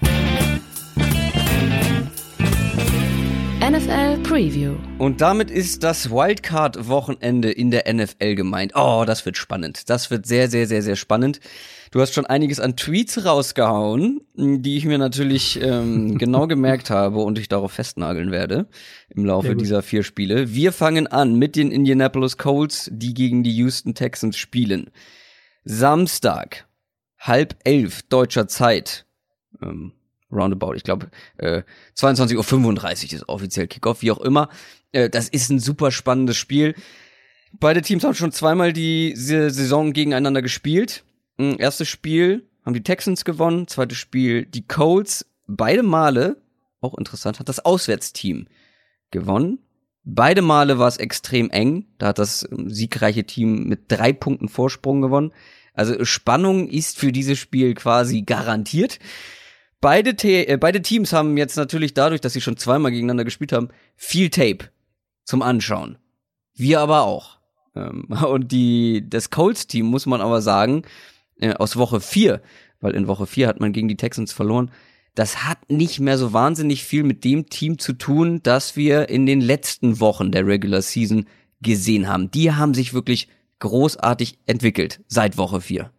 N F L Preview. Und damit ist das Wildcard-Wochenende in der N F L gemeint. Oh, das wird spannend. Das wird sehr, sehr, sehr, sehr spannend. Du hast schon einiges an Tweets rausgehauen, die ich mir natürlich ähm, genau gemerkt habe und ich darauf festnageln werde im Laufe dieser vier Spiele. Wir fangen an mit den Indianapolis Colts, die gegen die Houston Texans spielen. Samstag, halb elf deutscher Zeit. Ähm, roundabout, ich glaube, äh, zweiundzwanzig Uhr fünfunddreißig ist offiziell Kickoff, wie auch immer. Äh, das ist ein super spannendes Spiel. Beide Teams haben schon zweimal die Saison gegeneinander gespielt. Erstes Spiel haben die Texans gewonnen, zweites Spiel die Colts. Beide Male, auch interessant, hat das Auswärtsteam gewonnen. Beide Male war es extrem eng. Da hat das siegreiche Team mit drei Punkten Vorsprung gewonnen. Also Spannung ist für dieses Spiel quasi garantiert. Beide, Te- äh, beide Teams haben jetzt natürlich dadurch, dass sie schon zweimal gegeneinander gespielt haben, viel Tape zum Anschauen. Wir aber auch. Ähm, und die das Colts-Team, muss man aber sagen, äh, aus Woche vier, weil in Woche vier hat man gegen die Texans verloren, das hat nicht mehr so wahnsinnig viel mit dem Team zu tun, das wir in den letzten Wochen der Regular Season gesehen haben. Die haben sich wirklich großartig entwickelt seit Woche vier.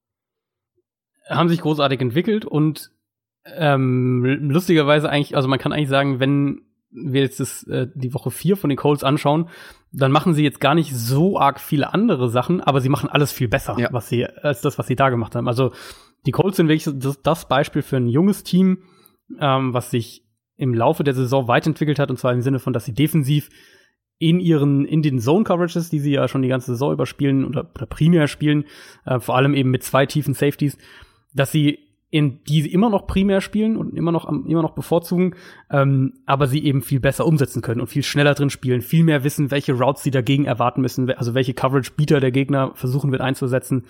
Haben sich großartig entwickelt und ähm, lustigerweise eigentlich, also man kann eigentlich sagen, wenn wir jetzt das, äh, die Woche vier von den Colts anschauen, dann machen sie jetzt gar nicht so arg viele andere Sachen, aber sie machen alles viel besser, ja. was sie als das, was sie da gemacht haben. Also die Colts sind wirklich das, das Beispiel für ein junges Team, ähm, was sich im Laufe der Saison weiterentwickelt hat, und zwar im Sinne von, dass sie defensiv in ihren, in den Zone-Coverages, die sie ja schon die ganze Saison über spielen oder, oder primär spielen, äh, vor allem eben mit zwei tiefen Safeties, dass sie in die sie immer noch primär spielen und immer noch immer noch bevorzugen, ähm, aber sie eben viel besser umsetzen können und viel schneller drin spielen, viel mehr wissen, welche Routes sie dagegen erwarten müssen, also welche Coverage-Bieter der Gegner versuchen wird einzusetzen.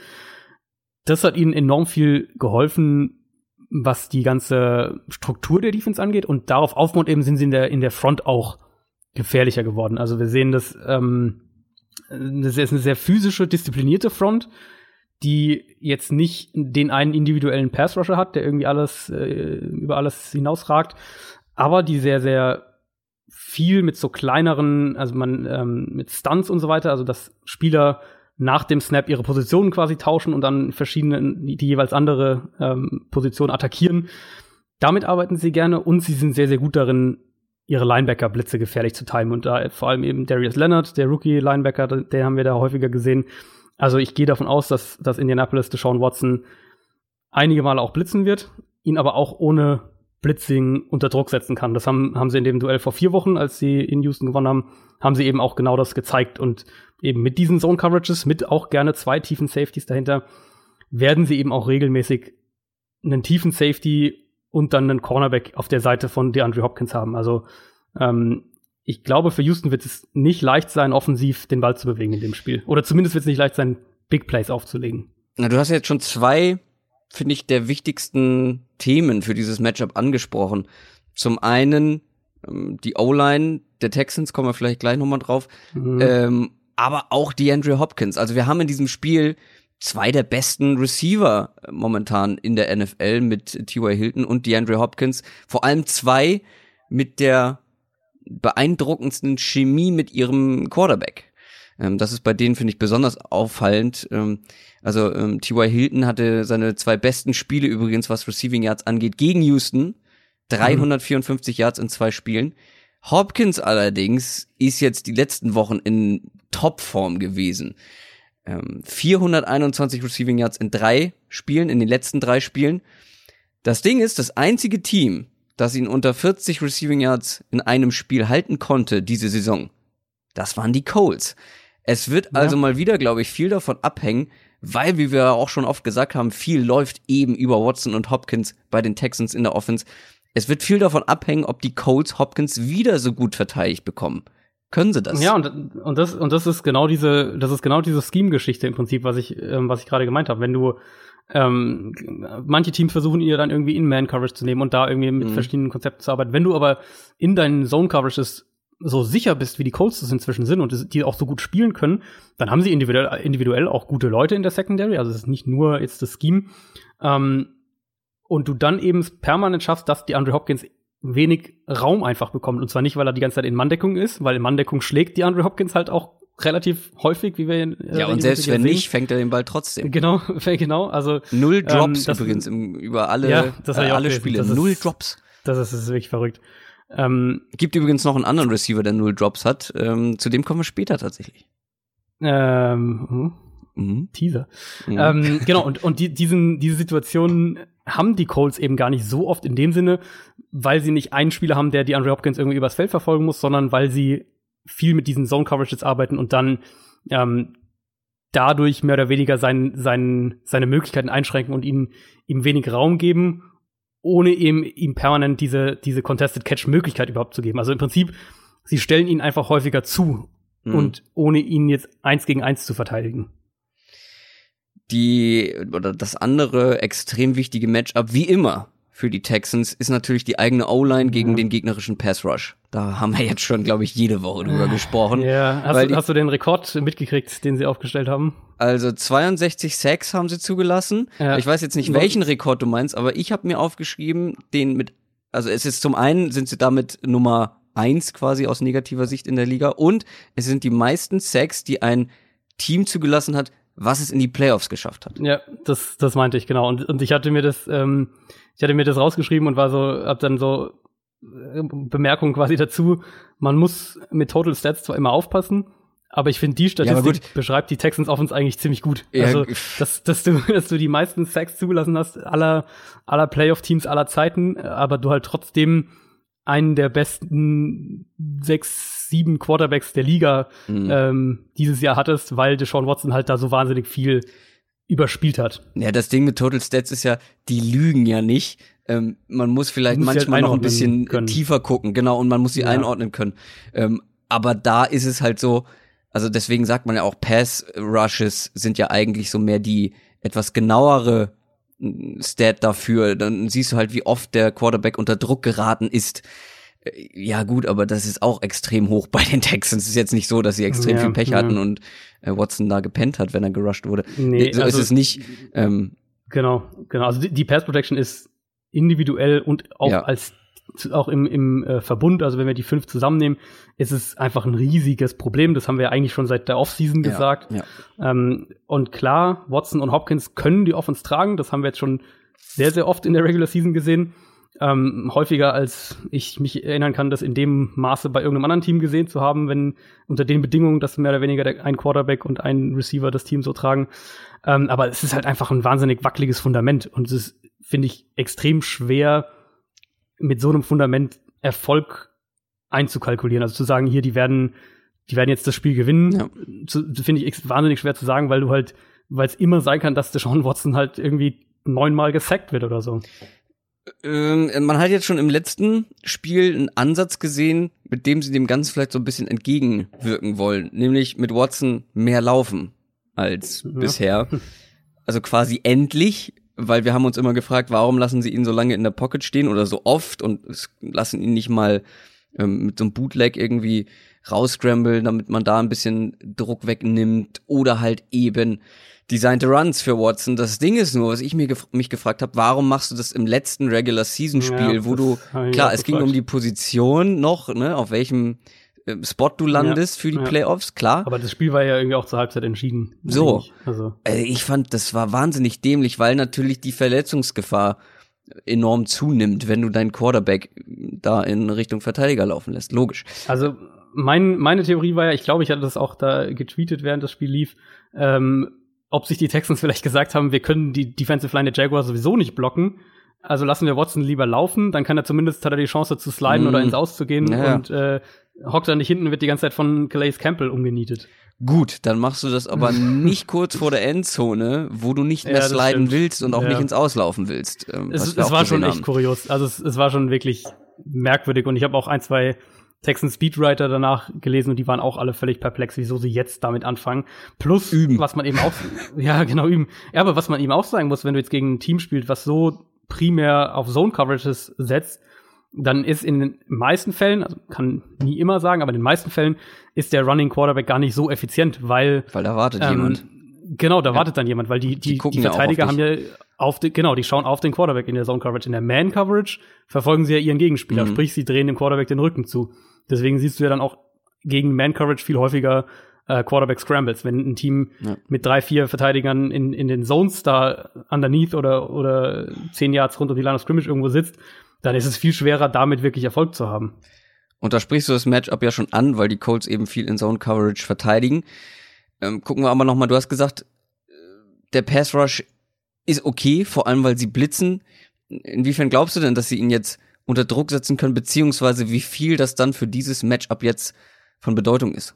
Das hat ihnen enorm viel geholfen, was die ganze Struktur der Defense angeht, und darauf aufbauend eben sind sie in der in der Front auch gefährlicher geworden. Also wir sehen, dass ähm, das ist eine sehr physische, disziplinierte Front, die jetzt nicht den einen individuellen Pass-Rusher hat, der irgendwie alles äh, über alles hinausragt, aber die sehr, sehr viel mit so kleineren, also man ähm, mit Stunts und so weiter, also dass Spieler nach dem Snap ihre Positionen quasi tauschen und dann verschiedene, die, die jeweils andere ähm, Positionen attackieren. Damit arbeiten sie gerne, und sie sind sehr, sehr gut darin, ihre Linebacker-Blitze gefährlich zu timen. Und da vor allem eben Darius Leonard, der Rookie-Linebacker, den haben wir da häufiger gesehen. Also ich gehe davon aus, dass, dass Indianapolis Deshaun Watson einige Male auch blitzen wird, ihn aber auch ohne Blitzing unter Druck setzen kann. Das haben, haben sie in dem Duell vor vier Wochen, als sie in Houston gewonnen haben, haben sie eben auch genau das gezeigt. Und eben mit diesen Zone-Coverages, mit auch gerne zwei tiefen Safeties dahinter, werden sie eben auch regelmäßig einen tiefen Safety und dann einen Cornerback auf der Seite von DeAndre Hopkins haben. Also ähm, ich glaube, für Houston wird es nicht leicht sein, offensiv den Ball zu bewegen in dem Spiel. Oder zumindest wird es nicht leicht sein, Big Plays aufzulegen. Na, du hast ja jetzt schon zwei, finde ich, der wichtigsten Themen für dieses Matchup angesprochen. Zum einen ähm, die O-Line der Texans, kommen wir vielleicht gleich nochmal drauf, mhm. ähm, aber auch DeAndre Hopkins. Also wir haben in diesem Spiel zwei der besten Receiver momentan in der N F L mit T Y. Hilton und DeAndre Hopkins. Vor allem zwei mit der beeindruckendsten Chemie mit ihrem Quarterback. Ähm, das ist bei denen, finde ich, besonders auffallend. Ähm, also ähm, T Y. Hilton hatte seine zwei besten Spiele übrigens, was Receiving Yards angeht, gegen Houston. dreihundertvierundfünfzig mhm. Yards in zwei Spielen. Hopkins allerdings ist jetzt die letzten Wochen in Topform gewesen. Ähm, vierhunderteinundzwanzig Receiving Yards in drei Spielen, in den letzten drei Spielen. Das Ding ist, das einzige Team, das ihn unter vierzig Receiving Yards in einem Spiel halten konnte diese Saison, das waren die Colts. Es wird ja. also mal wieder, glaube ich, viel davon abhängen, weil, wie wir auch schon oft gesagt haben, viel läuft eben über Watson und Hopkins bei den Texans in der Offense. Es wird viel davon abhängen, ob die Colts Hopkins wieder so gut verteidigt bekommen können sie das. Ja, und, und das, und das ist genau diese, das ist genau diese Scheme-Geschichte im Prinzip, was ich, ähm, was ich gerade gemeint habe. Wenn du, ähm, manche Teams versuchen, ihr dann irgendwie in Man-Coverage zu nehmen und da irgendwie mit mhm. verschiedenen Konzepten zu arbeiten. Wenn du aber in deinen Zone-Coverages so sicher bist, wie die Colts das inzwischen sind und die auch so gut spielen können, dann haben sie individuell, individuell auch gute Leute in der Secondary. Also es ist nicht nur jetzt das Scheme. Ähm, und du dann eben permanent schaffst, dass die Andre Hopkins wenig Raum einfach bekommt. Und zwar nicht, weil er die ganze Zeit in Manndeckung ist, weil in Manndeckung schlägt die Andre Hopkins halt auch relativ häufig, wie wir in äh, Ja, und selbst wenn sehen. nicht, fängt er den Ball trotzdem. Genau, genau. Also null Drops ähm, übrigens im, über alle, ja, das äh, alle Spiele. Das null ist, Drops. Das ist, das ist wirklich verrückt. Ähm, Gibt übrigens noch einen anderen Receiver, der null Drops hat. Ähm, zu dem kommen wir später tatsächlich. Ähm, mhm. Teaser. Mhm. Ähm, genau, und, und die, diesen, diese Situation haben die Colts eben gar nicht so oft in dem Sinne, weil sie nicht einen Spieler haben, der die Andre Hopkins irgendwie übers Feld verfolgen muss, sondern weil sie viel mit diesen Zone-Coverages arbeiten und dann ähm, dadurch mehr oder weniger sein, sein, seine Möglichkeiten einschränken und ihm, ihm wenig Raum geben, ohne ihm, ihm permanent diese, diese Contested-Catch-Möglichkeit überhaupt zu geben. Also im Prinzip, sie stellen ihn einfach häufiger zu mhm. und ohne ihn jetzt eins gegen eins zu verteidigen. Die, oder das andere extrem wichtige Matchup, wie immer, für die Texans ist natürlich die eigene O-Line mhm. gegen den gegnerischen Pass-Rush. Da haben wir jetzt schon, glaube ich, jede Woche drüber gesprochen. Ja, hast, du, hast du den Rekord mitgekriegt, den sie aufgestellt haben? Also zweiundsechzig Sacks haben sie zugelassen. Ja. Ich weiß jetzt nicht, welchen Rekord du meinst, aber ich habe mir aufgeschrieben, den mit, also es ist zum einen, sind sie damit Nummer eins quasi aus negativer Sicht in der Liga und es sind die meisten Sacks, die ein Team zugelassen hat, was es in die Playoffs geschafft hat. Ja, das, das meinte ich, genau. Und, und ich hatte mir das, ähm, ich hatte mir das rausgeschrieben und war so, hab dann so äh, Bemerkungen quasi dazu. Man muss mit Total Stats zwar immer aufpassen, aber ich finde, die Statistik ja, beschreibt die Texans Offense eigentlich ziemlich gut. Ja, also, dass, dass du, dass du die meisten Sacks zugelassen hast aller, aller Playoff-Teams aller Zeiten, aber du halt trotzdem einen der besten sechs, sieben Quarterbacks der Liga mhm. ähm, dieses Jahr hattest, weil Deshaun Watson halt da so wahnsinnig viel überspielt hat. Ja, das Ding mit Total Stats ist ja, die lügen ja nicht. Ähm, man muss vielleicht muss manchmal halt noch ein bisschen können. tiefer gucken, genau, und man muss sie ja. einordnen können. Ähm, aber da ist es halt so, also deswegen sagt man ja auch, Pass-Rushes sind ja eigentlich so mehr die etwas genauere Stat dafür. Dann siehst du halt, wie oft der Quarterback unter Druck geraten ist. Ja gut, aber das ist auch extrem hoch bei den Texans. Es ist jetzt nicht so, dass sie extrem ja, viel Pech ja. hatten und äh, Watson da gepennt hat, wenn er gerusht wurde. Nee, so also, ist es nicht. Ähm, genau, genau. Also die, die Pass Protection ist individuell und auch ja. als auch im, im äh, Verbund, also wenn wir die fünf zusammennehmen, ist es einfach ein riesiges Problem. Das haben wir eigentlich schon seit der Offseason gesagt. Ja, ja. Ähm, und klar, Watson und Hopkins können die Offense tragen. Das haben wir jetzt schon sehr, sehr oft in der Regular Season gesehen. Ähm, häufiger, als ich mich erinnern kann, das in dem Maße bei irgendeinem anderen Team gesehen zu haben, wenn unter den Bedingungen, dass mehr oder weniger der, ein Quarterback und ein Receiver das Team so tragen. Ähm, aber es ist halt einfach ein wahnsinnig wackeliges Fundament. Und es ist, finde ich, extrem schwer, mit so einem Fundament Erfolg einzukalkulieren. Also zu sagen, hier, die werden, die werden jetzt das Spiel gewinnen, ja. finde ich wahnsinnig schwer zu sagen, weil du halt, weil es immer sein kann, dass Deshaun Watson halt irgendwie neunmal gesackt wird oder so. Ähm, man hat jetzt schon im letzten Spiel einen Ansatz gesehen, mit dem sie dem Ganzen vielleicht so ein bisschen entgegenwirken wollen. Nämlich mit Watson mehr laufen als ja. bisher. Also quasi endlich, weil wir haben uns immer gefragt, warum lassen sie ihn so lange in der Pocket stehen oder so oft und lassen ihn nicht mal ähm, mit so einem Bootleg irgendwie rausscramblen, damit man da ein bisschen Druck wegnimmt oder halt eben designte Runs für Watson. Das Ding ist nur, was ich mir gef- mich gefragt habe, warum machst du das im letzten Regular-Season-Spiel, ja, wo du, klar, es ging um die Position noch, ne, auf welchem äh, Spot du landest ja, für die ja. Playoffs, klar. Aber das Spiel war ja irgendwie auch zur Halbzeit entschieden. So, also. äh, ich fand, das war wahnsinnig dämlich, weil natürlich die Verletzungsgefahr enorm zunimmt, wenn du deinen Quarterback da in Richtung Verteidiger laufen lässt, logisch. Also mein, meine Theorie war ja, ich glaube, ich hatte das auch da getweetet, während das Spiel lief, ähm, ob sich die Texans vielleicht gesagt haben, wir können die Defensive Line der Jaguars sowieso nicht blocken, also lassen wir Watson lieber laufen, dann kann er zumindest, hat er die Chance zu sliden mm. oder ins Aus zu gehen ja. und äh, hockt dann nicht hinten, wird die ganze Zeit von Calais Campbell umgenietet. Gut, dann machst du das aber nicht kurz vor der Endzone, wo du nicht mehr ja, sliden stimmt. willst und auch ja. nicht ins Auslaufen willst. Ähm, es es war schon haben. echt kurios, also es, es war schon wirklich merkwürdig und ich habe auch ein, zwei Texans Speedwriter danach gelesen und die waren auch alle völlig perplex, wieso sie jetzt damit anfangen. Plus, üben. was man eben auch, ja, genau, üben. Ja, aber was man eben auch sagen muss, wenn du jetzt gegen ein Team spielst, was so primär auf Zone-Coverages setzt, dann ist in den meisten Fällen, also kann nie immer sagen, aber in den meisten Fällen ist der Running Quarterback gar nicht so effizient, weil Weil da wartet ähm, jemand. Genau, da ja. wartet dann jemand, weil die, die, die, die Verteidiger ja haben ja auf die, genau, die schauen auf den Quarterback in der Zone-Coverage. In der Man-Coverage verfolgen sie ja ihren Gegenspieler, mhm. sprich, sie drehen dem Quarterback den Rücken zu. Deswegen siehst du ja dann auch gegen Man-Coverage viel häufiger äh, Quarterback-Scrambles. Wenn ein Team ja. mit drei, vier Verteidigern in, in den Zones da underneath oder, oder zehn Yards rund um die Line of Scrimmage irgendwo sitzt, dann ist es viel schwerer, damit wirklich Erfolg zu haben. Und da sprichst du das Matchup ja schon an, weil die Colts eben viel in Zone-Coverage verteidigen. Ähm, gucken wir aber noch mal, du hast gesagt, der Pass-Rush ist okay, vor allem, weil sie blitzen. Inwiefern glaubst du denn, dass sie ihn jetzt unter Druck setzen können, beziehungsweise wie viel das dann für dieses Matchup jetzt von Bedeutung ist?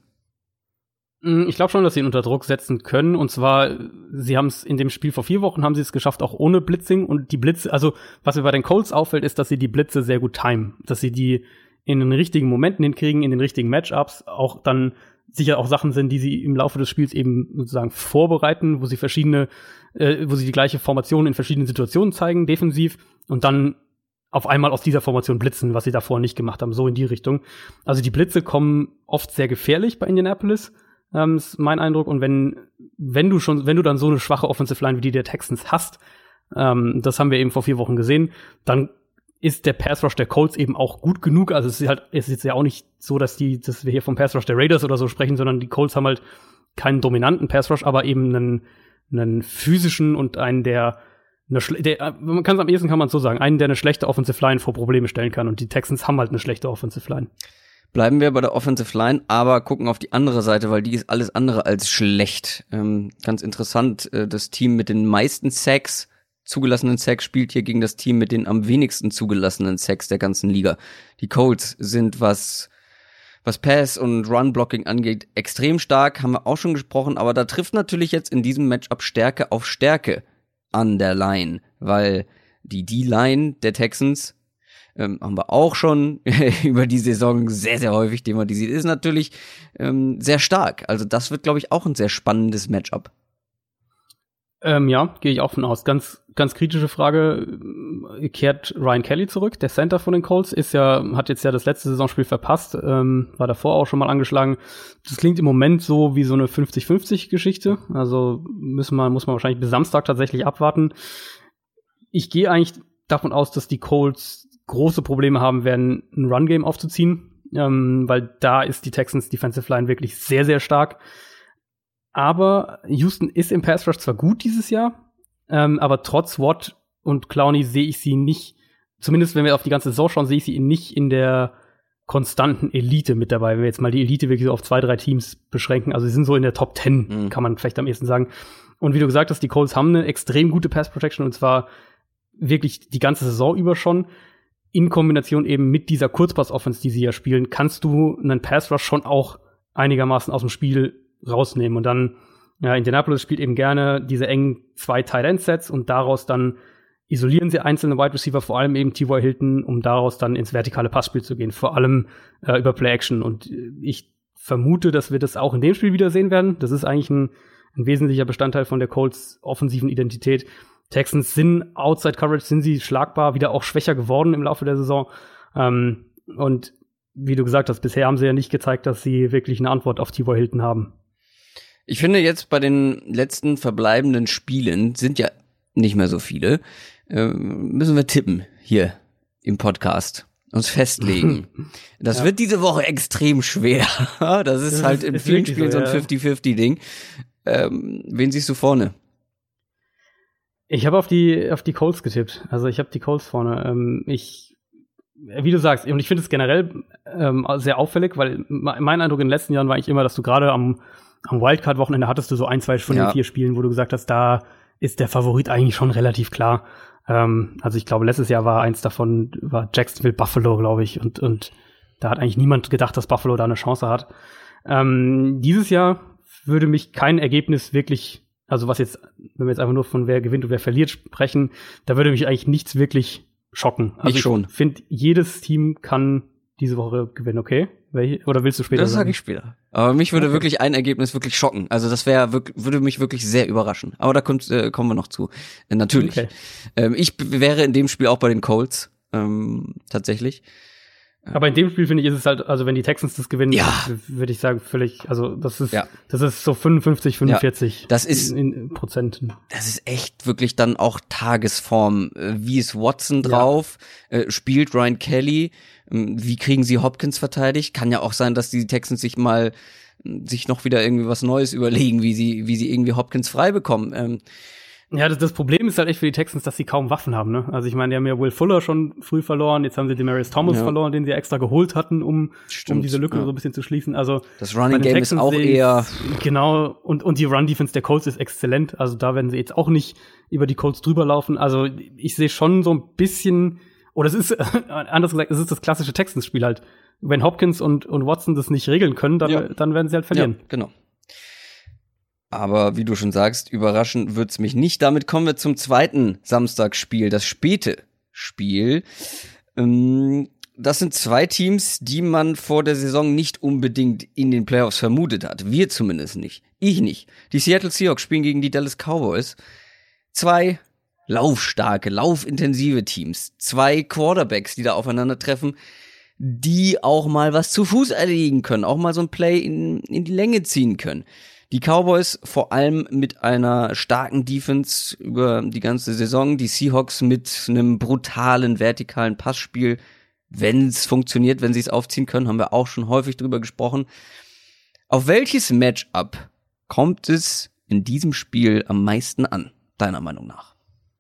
Ich glaube schon, dass sie ihn unter Druck setzen können. Und zwar, sie haben es in dem Spiel vor vier Wochen, haben sie es geschafft, auch ohne Blitzing. Und die Blitze, also was mir bei den Colts auffällt, ist, dass sie die Blitze sehr gut timen. Dass sie die in den richtigen Momenten hinkriegen, in den richtigen Matchups, auch dann sicher auch Sachen sind, die sie im Laufe des Spiels eben sozusagen vorbereiten, wo sie verschiedene, äh, wo sie die gleiche Formation in verschiedenen Situationen zeigen, defensiv, und dann auf einmal aus dieser Formation blitzen, was sie davor nicht gemacht haben, so in die Richtung. Also die Blitze kommen oft sehr gefährlich bei Indianapolis, ähm, ist mein Eindruck. Und wenn, wenn du schon, wenn du dann so eine schwache Offensive Line wie die der Texans hast, ähm, das haben wir eben vor vier Wochen gesehen, dann ist der Pass Rush der Colts eben auch gut genug. Also es ist halt, es ist jetzt ja auch nicht so, dass die, dass wir hier vom Pass Rush der Raiders oder so sprechen, sondern die Colts haben halt keinen dominanten Pass Rush, aber eben einen, einen physischen und einen, der, eine schle- der, man kann es am ehesten kann man es so sagen, einen, der eine schlechte Offensive Line vor Probleme stellen kann. Und die Texans haben halt eine schlechte Offensive Line. Bleiben wir bei der Offensive Line, aber gucken auf die andere Seite, weil die ist alles andere als schlecht. Ähm, ganz interessant, äh, das Team mit den meisten Sacks, zugelassenen Sacks, spielt hier gegen das Team mit den am wenigsten zugelassenen Sacks der ganzen Liga. Die Colts sind, was was Pass- und Run-Blocking angeht, extrem stark, haben wir auch schon gesprochen, aber da trifft natürlich jetzt in diesem Matchup Stärke auf Stärke an der Line, weil die D-Line der Texans, ähm, haben wir auch schon über die Saison sehr, sehr häufig thematisiert, ist natürlich ähm, sehr stark. Also das wird, glaube ich, auch ein sehr spannendes Matchup. Ähm, ja, gehe ich auch von aus. Ganz, ganz kritische Frage. Kehrt Ryan Kelly zurück? Der Center von den Colts ist ja, hat jetzt ja das letzte Saisonspiel verpasst, ähm, war davor auch schon mal angeschlagen. Das klingt im Moment so wie so eine fünfzig fünfzig Geschichte. Also müssen wir, muss man wahrscheinlich bis Samstag tatsächlich abwarten. Ich gehe eigentlich davon aus, dass die Colts große Probleme haben werden, ein Run-Game aufzuziehen, ähm, weil da ist die Texans Defensive Line wirklich sehr, sehr stark. Aber Houston ist im Pass Rush zwar gut dieses Jahr, ähm, aber trotz Watt und Clowney sehe ich sie nicht, zumindest wenn wir auf die ganze Saison schauen, sehe ich sie nicht in der konstanten Elite mit dabei, wenn wir jetzt mal die Elite wirklich so auf zwei, drei Teams beschränken. Also sie sind so in der Top Ten, mhm. kann man vielleicht am ehesten sagen. Und wie du gesagt hast, die Colts haben eine extrem gute Pass Protection, und zwar wirklich die ganze Saison über schon. In Kombination eben mit dieser Kurzpass-Offense, die sie ja spielen, kannst du einen Pass Rush schon auch einigermaßen aus dem Spiel rausnehmen. Und dann, ja, Indianapolis spielt eben gerne diese engen zwei Tight-End-Sets und daraus dann isolieren sie einzelne Wide Receiver, vor allem eben T Y. Hilton, um daraus dann ins vertikale Passspiel zu gehen, vor allem äh, über Play-Action. Und ich vermute, dass wir das auch in dem Spiel wieder sehen werden. Das ist eigentlich ein, ein wesentlicher Bestandteil von der Colts offensiven Identität. Texans sind Outside Coverage, sind sie schlagbar, wieder auch schwächer geworden im Laufe der Saison. Ähm, und wie du gesagt hast, bisher haben sie ja nicht gezeigt, dass sie wirklich eine Antwort auf T Y. Hilton haben. Ich finde jetzt bei den letzten verbleibenden Spielen, sind ja nicht mehr so viele, äh, müssen wir tippen hier im Podcast, uns festlegen. Das ja. wird diese Woche extrem schwer. Das ist das halt ist, in vielen Spielen so, ja. so ein fünfzig fünfzig Ding. Ähm, wen siehst du vorne? Ich habe auf die auf die Colts getippt. Also ich habe die Colts vorne. Ähm, ich, wie du sagst, und ich finde es generell ähm, sehr auffällig, weil mein Eindruck in den letzten Jahren war eigentlich immer, dass du gerade am Am Wildcard-Wochenende hattest du so ein, zwei von ja. den vier Spielen, wo du gesagt hast, da ist der Favorit eigentlich schon relativ klar. Ähm, also ich glaube, letztes Jahr war eins davon, war Jacksonville Buffalo, glaube ich. Und, und da hat eigentlich niemand gedacht, dass Buffalo da eine Chance hat. Ähm, dieses Jahr würde mich kein Ergebnis wirklich, also was jetzt, wenn wir jetzt einfach nur von wer gewinnt und wer verliert sprechen, da würde mich eigentlich nichts wirklich schocken. Also ich schon. Ich finde, jedes Team kann diese Woche gewinnen, okay? Welche? Oder willst du später Das sagen? sage ich später. Aber mich würde Okay. wirklich ein Ergebnis wirklich schocken. Also das wäre wirklich, würde mich wirklich sehr überraschen. Aber da kommt, äh, kommen wir noch zu. Äh, natürlich. Okay. Ähm, ich b- wäre in dem Spiel auch bei den Colts. Ähm, tatsächlich. Aber in dem Spiel, finde ich, ist es halt, also wenn die Texans das gewinnen, Ja. w- würde ich sagen, völlig, also das ist, Ja. das ist so fünfundfünfzig, fünfundvierzig Ja, das ist- in, in Prozenten. Das ist echt wirklich dann auch Tagesform. Äh, Wie ist Watson drauf? Äh, spielt Ryan Kelly? Ähm, Wie kriegen sie Hopkins verteidigt? Kann ja auch sein, dass die Texans sich mal äh, sich noch wieder irgendwie was Neues überlegen, wie sie wie sie irgendwie Hopkins frei bekommen. Ähm, Ja, das, das Problem ist halt echt für die Texans, dass sie kaum Waffen haben, ne? Also ich meine, die haben ja Will Fuller schon früh verloren, jetzt haben sie Demaryius Thomas Ja. verloren, den sie extra geholt hatten, um, Stimmt, um diese Lücke ja. so ein bisschen zu schließen. Also Das bei Running den Game ist Texans auch sehe ich- eher Genau, und, und die Run-Defense der Colts ist exzellent. Also da werden sie jetzt auch nicht über die Colts drüber laufen. Also ich sehe schon so ein bisschen, oder es ist, anders gesagt, es ist das klassische Texans-Spiel halt. Wenn Hopkins und, und Watson das nicht regeln können, dann, Ja. dann werden sie halt verlieren. Ja, genau. Aber wie du schon sagst, überraschend wird's mich nicht. Damit kommen wir zum zweiten Samstagsspiel, das späte Spiel. Ähm, das sind zwei Teams, die man vor der Saison nicht unbedingt in den Playoffs vermutet hat. Wir zumindest nicht. Ich nicht. Die Seattle Seahawks spielen gegen die Dallas Cowboys. Zwei laufstarke, laufintensive Teams. Zwei Quarterbacks, die da aufeinandertreffen, die auch mal was zu Fuß erlegen können, auch mal so ein Play in, in die Länge ziehen können. Die Cowboys vor allem mit einer starken Defense über die ganze Saison, die Seahawks mit einem brutalen vertikalen Passspiel, wenn es funktioniert, wenn sie es aufziehen können, haben wir auch schon häufig drüber gesprochen. Auf welches Matchup kommt es in diesem Spiel am meisten an, deiner Meinung nach?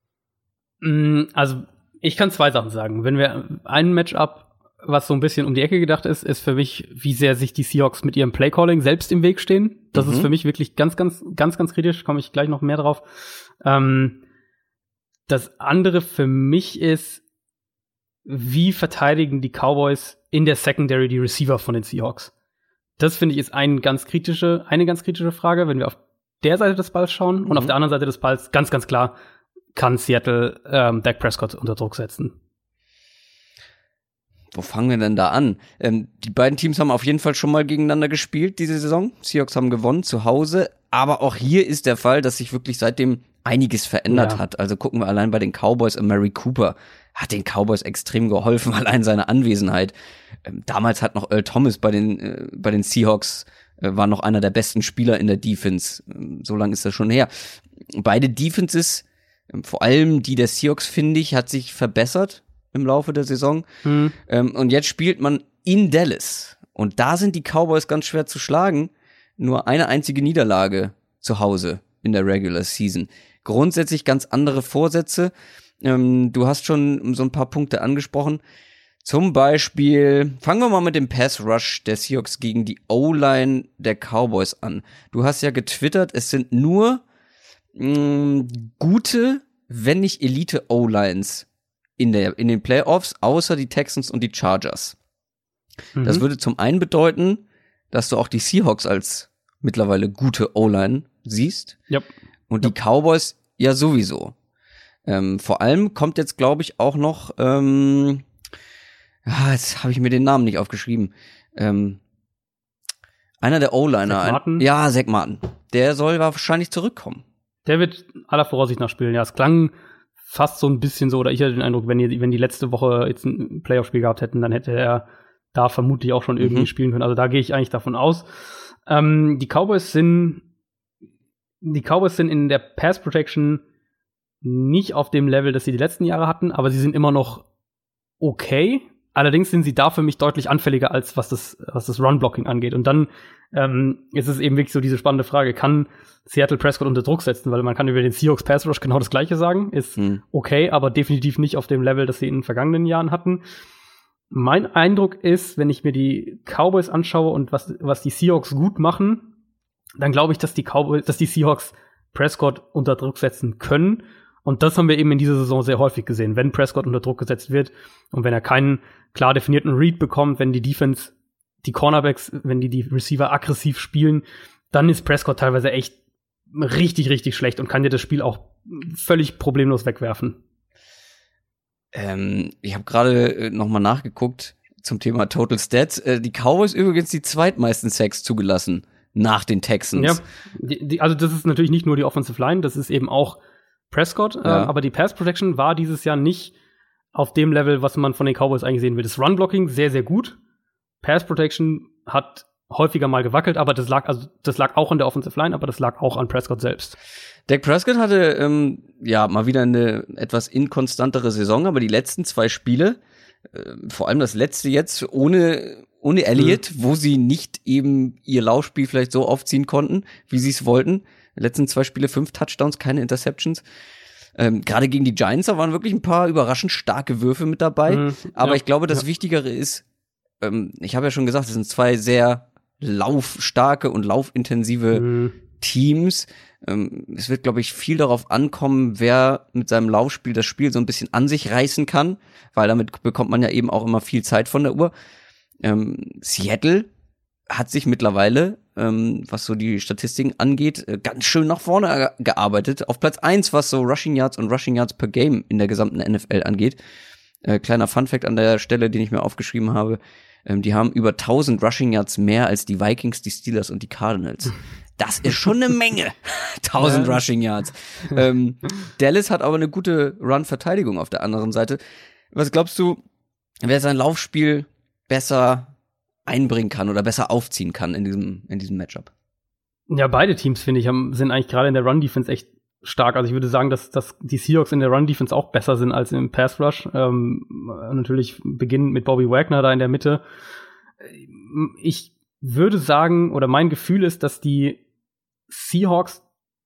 Mm, Also, ich kann zwei Sachen sagen. Wenn wir ein Matchup, was so ein bisschen um die Ecke gedacht ist, ist für mich, wie sehr sich die Seahawks mit ihrem Playcalling selbst im Weg stehen. Das Mhm. ist für mich wirklich ganz, ganz, ganz, ganz kritisch. Komme ich gleich noch mehr drauf. Ähm, das andere für mich ist, wie verteidigen die Cowboys in der Secondary die Receiver von den Seahawks? Das finde ich ist ein ganz kritische, eine ganz kritische Frage, wenn wir auf der Seite des Balls schauen. Und Mhm. auf der anderen Seite des Balls ganz, ganz klar kann Seattle ähm, Dak Prescott unter Druck setzen. Wo fangen wir denn da an? Ähm, die beiden Teams haben auf jeden Fall schon mal gegeneinander gespielt diese Saison. Seahawks haben gewonnen zu Hause. Aber auch hier ist der Fall, dass sich wirklich seitdem einiges verändert Ja. hat. Also gucken wir allein bei den Cowboys. Mary Cooper hat den Cowboys extrem geholfen, allein seine Anwesenheit. Ähm, damals hat noch Earl Thomas bei den, äh, bei den Seahawks äh, war noch einer der besten Spieler in der Defense. Ähm, so lange ist das schon her. Beide Defenses, ähm, vor allem die der Seahawks, finde ich, hat sich verbessert im Laufe der Saison. Hm. Ähm, und jetzt spielt man in Dallas. Und da sind die Cowboys ganz schwer zu schlagen. Nur eine einzige Niederlage zu Hause in der Regular Season. Grundsätzlich ganz andere Vorsätze. Ähm, du hast schon so ein paar Punkte angesprochen. Zum Beispiel, fangen wir mal mit dem Pass Rush der Seahawks gegen die O-Line der Cowboys an. Du hast ja getwittert, es sind nur mh, gute, wenn nicht Elite O-Lines in der, in den Playoffs, außer die Texans und die Chargers. Mhm. Das würde zum einen bedeuten, dass du auch die Seahawks als mittlerweile gute O-Line siehst. Yep. Und die Cowboys ja sowieso. Ähm, vor allem kommt jetzt, glaube ich, auch noch, ähm, ah, jetzt habe ich mir den Namen nicht aufgeschrieben. Ähm, einer der O-Liner. Zach Martin? Ein, ja, Zach Martin. Der soll wahrscheinlich zurückkommen. Der wird aller Voraussicht nach spielen. Ja, es klang fast so ein bisschen so, oder ich hatte den Eindruck, wenn die, wenn die letzte Woche jetzt ein Playoff-Spiel gehabt hätten, dann hätte er da vermutlich auch schon irgendwie Mhm. spielen können. Also da gehe ich eigentlich davon aus. Ähm, die Cowboys sind die Cowboys sind in der Pass Protection nicht auf dem Level, das sie die letzten Jahre hatten, aber sie sind immer noch okay. Allerdings sind sie da für mich deutlich anfälliger, als was das, was das Run-Blocking angeht. Und dann ähm, ist es eben wirklich so diese spannende Frage, kann Seattle Prescott unter Druck setzen? Weil man kann über den Seahawks Pass Rush genau das Gleiche sagen. Ist Hm. okay, aber definitiv nicht auf dem Level, das sie in den vergangenen Jahren hatten. Mein Eindruck ist, wenn ich mir die Cowboys anschaue und was, was die Seahawks gut machen, dann glaube ich, dass die Cowboys, dass die Seahawks Prescott unter Druck setzen können. Und das haben wir eben in dieser Saison sehr häufig gesehen. Wenn Prescott unter Druck gesetzt wird und wenn er keinen klar definierten Read bekommt, wenn die Defense, die Cornerbacks, wenn die die Receiver aggressiv spielen, dann ist Prescott teilweise echt richtig, richtig schlecht und kann dir das Spiel auch völlig problemlos wegwerfen. Ähm, ich habe gerade äh, noch mal nachgeguckt. zum Thema Total Stats. Äh, die Cowboys übrigens die zweitmeisten Sacks zugelassen nach den Texans. Ja, die, die, also das ist natürlich nicht nur die Offensive Line, das ist eben auch Prescott, ja. äh, aber die Pass Protection war dieses Jahr nicht auf dem Level, was man von den Cowboys eigentlich sehen will. Das Run Blocking sehr, sehr gut. Pass Protection hat häufiger mal gewackelt, aber das lag also das lag auch an der Offensive Line, aber das lag auch an Prescott selbst. Dak Prescott hatte ähm, ja mal wieder eine etwas inkonstantere Saison, aber die letzten zwei Spiele, äh, vor allem das letzte jetzt ohne ohne Elliott, mhm. wo sie nicht eben ihr Laufspiel vielleicht so aufziehen konnten, wie sie es wollten. Die letzten zwei Spiele fünf Touchdowns, keine Interceptions. Ähm, Gerade gegen die Giants, da waren wirklich ein paar überraschend starke Würfe mit dabei. Mhm. Aber ja. ich glaube, das ja. Wichtigere ist, ähm, ich habe ja schon gesagt, es sind zwei sehr laufstarke und laufintensive mhm. Teams. Ähm, es wird, glaube ich, viel darauf ankommen, wer mit seinem Laufspiel das Spiel so ein bisschen an sich reißen kann, weil damit bekommt man ja eben auch immer viel Zeit von der Uhr. Ähm, Seattle hat sich mittlerweile, ähm, was so die Statistiken angeht, äh, ganz schön nach vorne ge- gearbeitet. Auf Platz eins, was so Rushing Yards und Rushing Yards per Game in der gesamten N F L angeht. Äh, kleiner Funfact an der Stelle, den ich mir aufgeschrieben habe. Ähm, die haben über tausend Rushing Yards mehr als die Vikings, die Steelers und die Cardinals. Das ist schon eine Menge. tausend ja. Rushing Yards. Ähm, Dallas hat aber eine gute Run-Verteidigung auf der anderen Seite. Was glaubst du, wer sein Laufspiel besser einbringen kann oder besser aufziehen kann in diesem in diesem Matchup? Ja, beide Teams, finde ich, haben, sind eigentlich gerade in der Run-Defense echt stark. Also ich würde sagen, dass, dass die Seahawks in der Run-Defense auch besser sind als im Pass-Rush. Ähm, natürlich beginnend mit Bobby Wagner da in der Mitte. Ich würde sagen, oder mein Gefühl ist, dass die Seahawks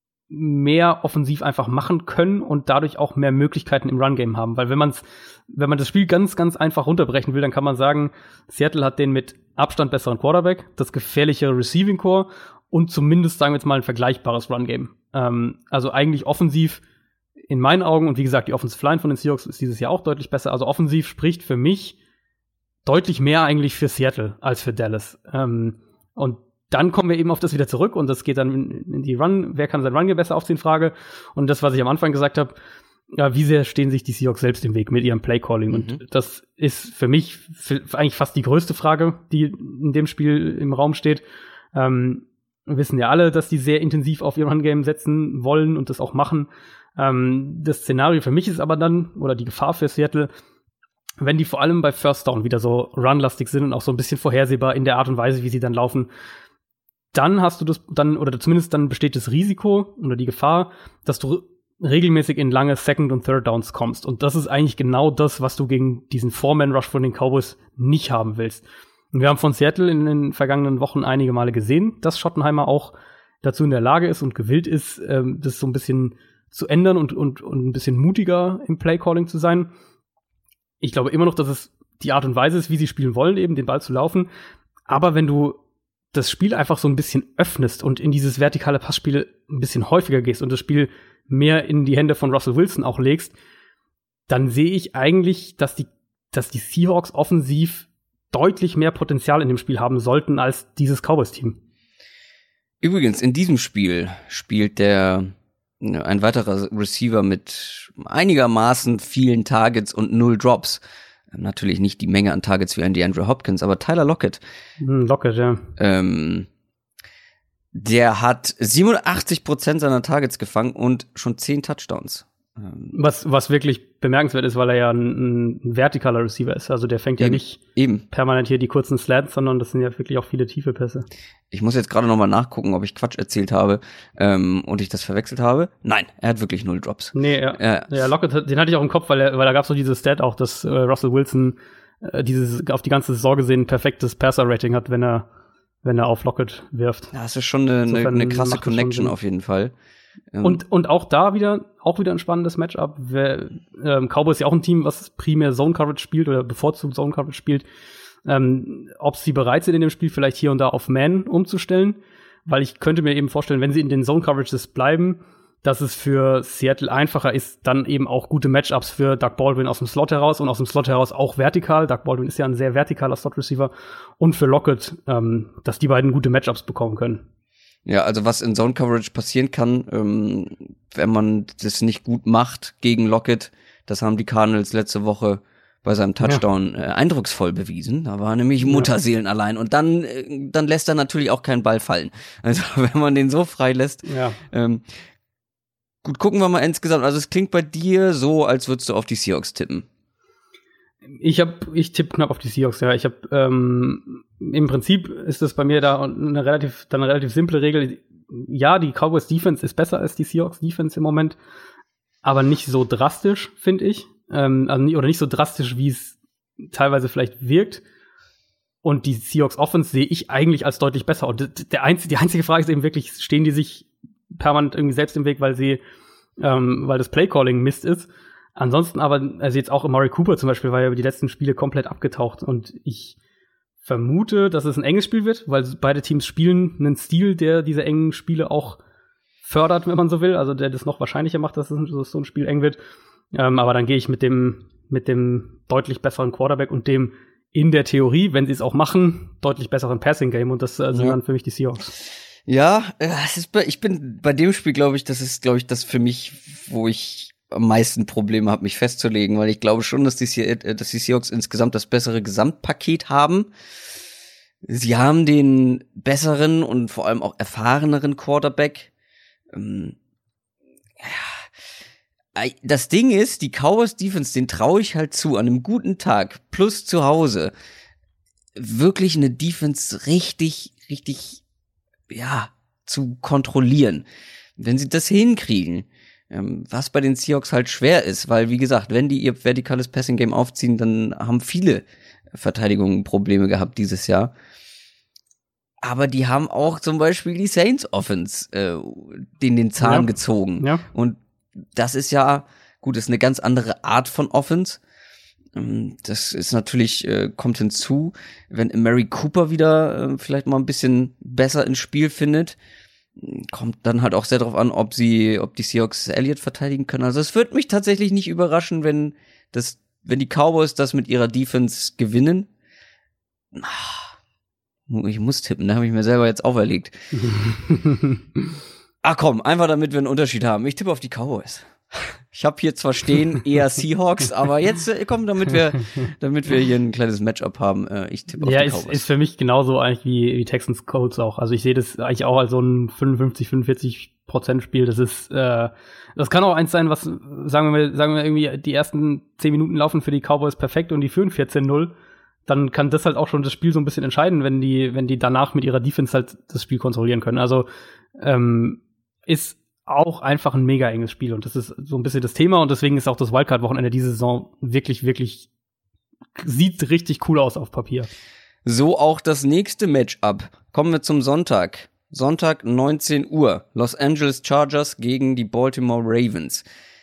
mehr offensiv einfach machen können und dadurch auch mehr Möglichkeiten im Run-Game haben. Weil wenn man's, wenn man das Spiel ganz, ganz einfach runterbrechen will, dann kann man sagen, Seattle hat den mit Abstand besseren Quarterback, das gefährlichere Receiving Core und zumindest, sagen wir jetzt mal, ein vergleichbares Run-Game. Ähm, also eigentlich offensiv in meinen Augen, und wie gesagt, die Offensive Line von den Seahawks ist dieses Jahr auch deutlich besser. Also offensiv spricht für mich deutlich mehr eigentlich für Seattle als für Dallas. Ähm, und dann kommen wir eben auf das wieder zurück und das geht dann in die Run, wer kann sein Run besser aufziehen, Frage. Und das, was ich am Anfang gesagt habe, ja, wie sehr stehen sich die Seahawks selbst im Weg mit ihrem Play-Calling? Mhm. Und das ist für mich für eigentlich fast die größte Frage, die in dem Spiel im Raum steht. Ähm, wir wissen ja alle, dass die sehr intensiv auf ihr Run-Game setzen wollen und das auch machen. Ähm, das Szenario für mich ist aber dann, oder die Gefahr für Seattle, wenn die vor allem bei First Down wieder so runlastig sind und auch so ein bisschen vorhersehbar in der Art und Weise, wie sie dann laufen, dann hast du das dann, oder zumindest dann besteht das Risiko oder die Gefahr, dass du regelmäßig in lange Second- und Third-Downs kommst. Und das ist eigentlich genau das, was du gegen diesen Four-Man-Rush von den Cowboys nicht haben willst. Und wir haben von Seattle in den vergangenen Wochen einige Male gesehen, dass Schottenheimer auch dazu in der Lage ist und gewillt ist, ähm, das so ein bisschen zu ändern und, und, und ein bisschen mutiger im Play-Calling zu sein. Ich glaube immer noch, dass es die Art und Weise ist, wie sie spielen wollen, eben den Ball zu laufen. Aber wenn du das Spiel einfach so ein bisschen öffnest und in dieses vertikale Passspiel ein bisschen häufiger gehst und das Spiel mehr in die Hände von Russell Wilson auch legst, dann sehe ich eigentlich, dass die, dass die Seahawks offensiv deutlich mehr Potenzial in dem Spiel haben sollten als dieses Cowboys-Team. Übrigens, in diesem Spiel spielt der ein weiterer Receiver mit einigermaßen vielen Targets und null Drops. Natürlich nicht die Menge an Targets wie ein DeAndre Hopkins, aber Tyler Lockett. Lockett, ja. Ähm, der hat siebenundachtzig Prozent seiner Targets gefangen und schon zehn Touchdowns. Ähm, was, was wirklich bemerkenswert ist, weil er ja ein, ein vertikaler Receiver ist. Also der fängt eben, ja nicht eben. permanent hier die kurzen Slants, sondern das sind ja wirklich auch viele tiefe Pässe. Ich muss jetzt gerade noch mal nachgucken, ob ich Quatsch erzählt habe ähm, und ich das verwechselt habe. Nein, er hat wirklich null Drops. Nee, ja, äh, ja Lockett, den hatte ich auch im Kopf, weil, er, weil da gab es so diese Stat auch, dass äh, Russell Wilson äh, dieses auf die ganze Saison gesehen perfektes Passer-Rating hat, wenn er wenn er auf Lockett wirft. Das ist schon eine, eine, eine krasse Connection auf jeden Fall. Ähm, und und auch da wieder auch wieder ein spannendes Matchup. Wer, ähm, Cowboys ist ja auch ein Team, was primär Zone Coverage spielt oder bevorzugt Zone Coverage spielt. Ähm, ob sie bereit sind in dem Spiel vielleicht hier und da auf Man umzustellen, weil ich könnte mir eben vorstellen, wenn sie in den Zone Coverages bleiben, dass es für Seattle einfacher ist, dann eben auch gute Matchups für Doug Baldwin aus dem Slot heraus und aus dem Slot heraus auch vertikal. Doug Baldwin ist ja ein sehr vertikaler Slot-Receiver und für Lockett, ähm, dass die beiden gute Matchups bekommen können. Ja, also was in Zone Coverage passieren kann, ähm, wenn man das nicht gut macht gegen Lockett, das haben die Cardinals letzte Woche bei seinem Touchdown ja. äh, eindrucksvoll bewiesen. Da war nämlich Mutterseelen ja. allein. Und dann, äh, dann lässt er natürlich auch keinen Ball fallen. Also wenn man den so frei lässt. Ja. Ähm, gut, gucken wir mal insgesamt. Also es klingt bei dir so, als würdest du auf die Seahawks tippen. Ich hab, ich tippe knapp auf die Seahawks, ja. Ich habe ähm, im Prinzip ist das bei mir da eine relativ, dann eine relativ simple Regel. Ja, die Cowboys Defense ist besser als die Seahawks Defense im Moment, aber nicht so drastisch, finde ich. Ähm, also nicht, oder nicht so drastisch, wie es teilweise vielleicht wirkt. Und die Seahawks Offense sehe ich eigentlich als deutlich besser. Und der einzige, die einzige Frage ist eben wirklich, stehen die sich permanent irgendwie selbst im Weg, weil sie, ähm, weil das Playcalling Mist ist. Ansonsten aber, also jetzt auch Amari Cooper zum Beispiel, war ja über die letzten Spiele komplett abgetaucht. Und ich vermute, dass es ein enges Spiel wird, weil beide Teams spielen einen Stil, der diese engen Spiele auch fördert, wenn man so will. Also der das noch wahrscheinlicher macht, dass, es, dass so ein Spiel eng wird. Ähm, aber dann gehe ich mit dem, mit dem deutlich besseren Quarterback und dem in der Theorie, wenn sie es auch machen, deutlich besseren Passing-Game. Und das äh, sind ja. dann für mich die Seahawks. Ja, es ist bei, ich bin bei dem Spiel, glaube ich, das ist, glaube ich, das für mich, wo ich am meisten Probleme habe, mich festzulegen, weil ich glaube schon, dass die, Se- dass die Seahawks insgesamt das bessere Gesamtpaket haben. Sie haben den besseren und vor allem auch erfahreneren Quarterback. Ähm, ja. Das Ding ist, die Cowboys Defense, den traue ich halt zu, an einem guten Tag, plus zu Hause, wirklich eine Defense richtig, richtig, ja, zu kontrollieren. Wenn sie das hinkriegen, ähm, was bei den Seahawks halt schwer ist, weil, wie gesagt, wenn die ihr vertikales Passing-Game aufziehen, dann haben viele Verteidigungen Probleme gehabt dieses Jahr. Aber die haben auch zum Beispiel die Saints Offense äh, den den Zahn ja. gezogen. Ja. Und das ist ja, gut, ist eine ganz andere Art von Offense. Ähm, das ist natürlich, äh, kommt hinzu, wenn Amari Cooper wieder äh, vielleicht mal ein bisschen besser ins Spiel findet, kommt dann halt auch sehr darauf an, ob sie, ob die Seahawks Elliott verteidigen können. Also es würde mich tatsächlich nicht überraschen, wenn das, wenn die Cowboys das mit ihrer Defense gewinnen. Ich muss tippen, da habe ich mir selber jetzt auferlegt. Ach komm, einfach damit wir einen Unterschied haben. Ich tippe auf die Cowboys. Ich habe hier zwar stehen eher Seahawks, aber jetzt äh, komm, damit wir, damit wir hier ein kleines Matchup haben. Äh, ich tippe auf ja, die ist, Cowboys. ist für mich genauso eigentlich wie, wie Texans Colts auch. Also ich sehe das eigentlich auch als so ein fünfundfünfzig, fünfundvierzig Prozent Spiel. Das ist, äh, das kann auch eins sein, was sagen wir, sagen wir irgendwie die ersten zehn Minuten laufen für die Cowboys perfekt und die führen vierzehn null. Dann kann das halt auch schon das Spiel so ein bisschen entscheiden, wenn die, wenn die danach mit ihrer Defense halt das Spiel kontrollieren können. Also ähm, ist auch einfach ein mega enges Spiel und das ist so ein bisschen das Thema und deswegen ist auch das Wildcard-Wochenende diese Saison wirklich, wirklich sieht richtig cool aus auf Papier. So auch das nächste Matchup. Kommen wir zum Sonntag. Sonntag neunzehn Uhr. Los Angeles Chargers gegen die Baltimore Ravens.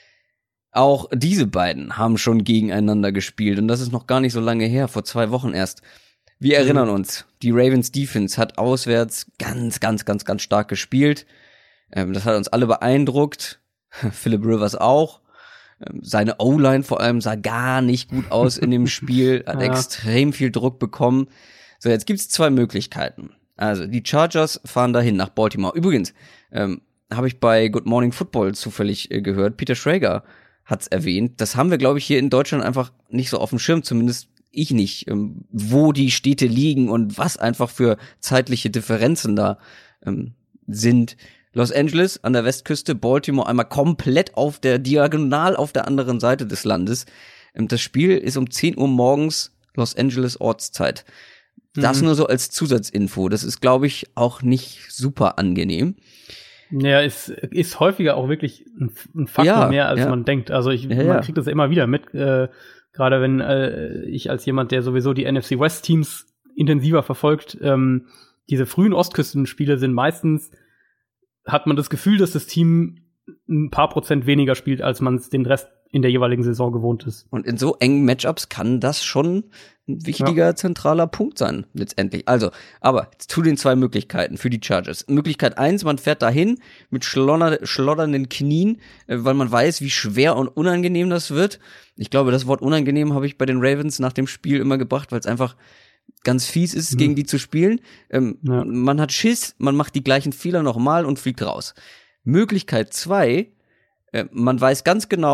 Auch diese beiden haben schon gegeneinander gespielt und das ist noch gar nicht so lange her, vor zwei Wochen erst. Wir erinnern uns, die Ravens Defense hat auswärts ganz, ganz, ganz, ganz stark gespielt. Ähm, das hat uns alle beeindruckt. Philip Rivers auch. Ähm, seine O-Line vor allem sah gar nicht gut aus in dem Spiel, hat ja. extrem viel Druck bekommen. So, jetzt gibt's zwei Möglichkeiten. Also, die Chargers fahren dahin nach Baltimore. Übrigens, ähm, habe ich bei Good Morning Football zufällig äh, gehört, Peter Schrager hat's erwähnt. Das haben wir, glaube ich, hier in Deutschland einfach nicht so auf dem Schirm, zumindest ich nicht, ähm, wo die Städte liegen und was einfach für zeitliche Differenzen da ähm, sind. Los Angeles an der Westküste, Baltimore einmal komplett auf der diagonal auf der anderen Seite des Landes. Ähm, das Spiel ist um zehn Uhr morgens Los Angeles Ortszeit. Das mhm. nur so als Zusatzinfo. Das ist, glaube ich, auch nicht super angenehm. Ja, ist, ist häufiger auch wirklich ein, ein Faktor ja, mehr, als ja. man denkt. Also ich, ja, man ja. kriegt das ja immer wieder mit, äh, gerade wenn äh, ich als jemand, der sowieso die N F C West Teams intensiver verfolgt, ähm, diese frühen Ostküstenspiele sind meistens, hat man das Gefühl, dass das Team ein paar Prozent weniger spielt, als man es den Rest in der jeweiligen Saison gewohnt ist. Und in so engen Matchups kann das schon ein wichtiger, ja. zentraler Punkt sein, letztendlich. Also, aber zu den zwei Möglichkeiten für die Chargers. Möglichkeit eins, man fährt dahin mit schlodder, schloddernden Knien, weil man weiß, wie schwer und unangenehm das wird. Ich glaube, das Wort unangenehm habe ich bei den Ravens nach dem Spiel immer gebracht, weil es einfach ganz fies ist, mhm. gegen die zu spielen. Ähm, ja. Man hat Schiss, man macht die gleichen Fehler nochmal und fliegt raus. Möglichkeit zwei, äh, man weiß ganz genau,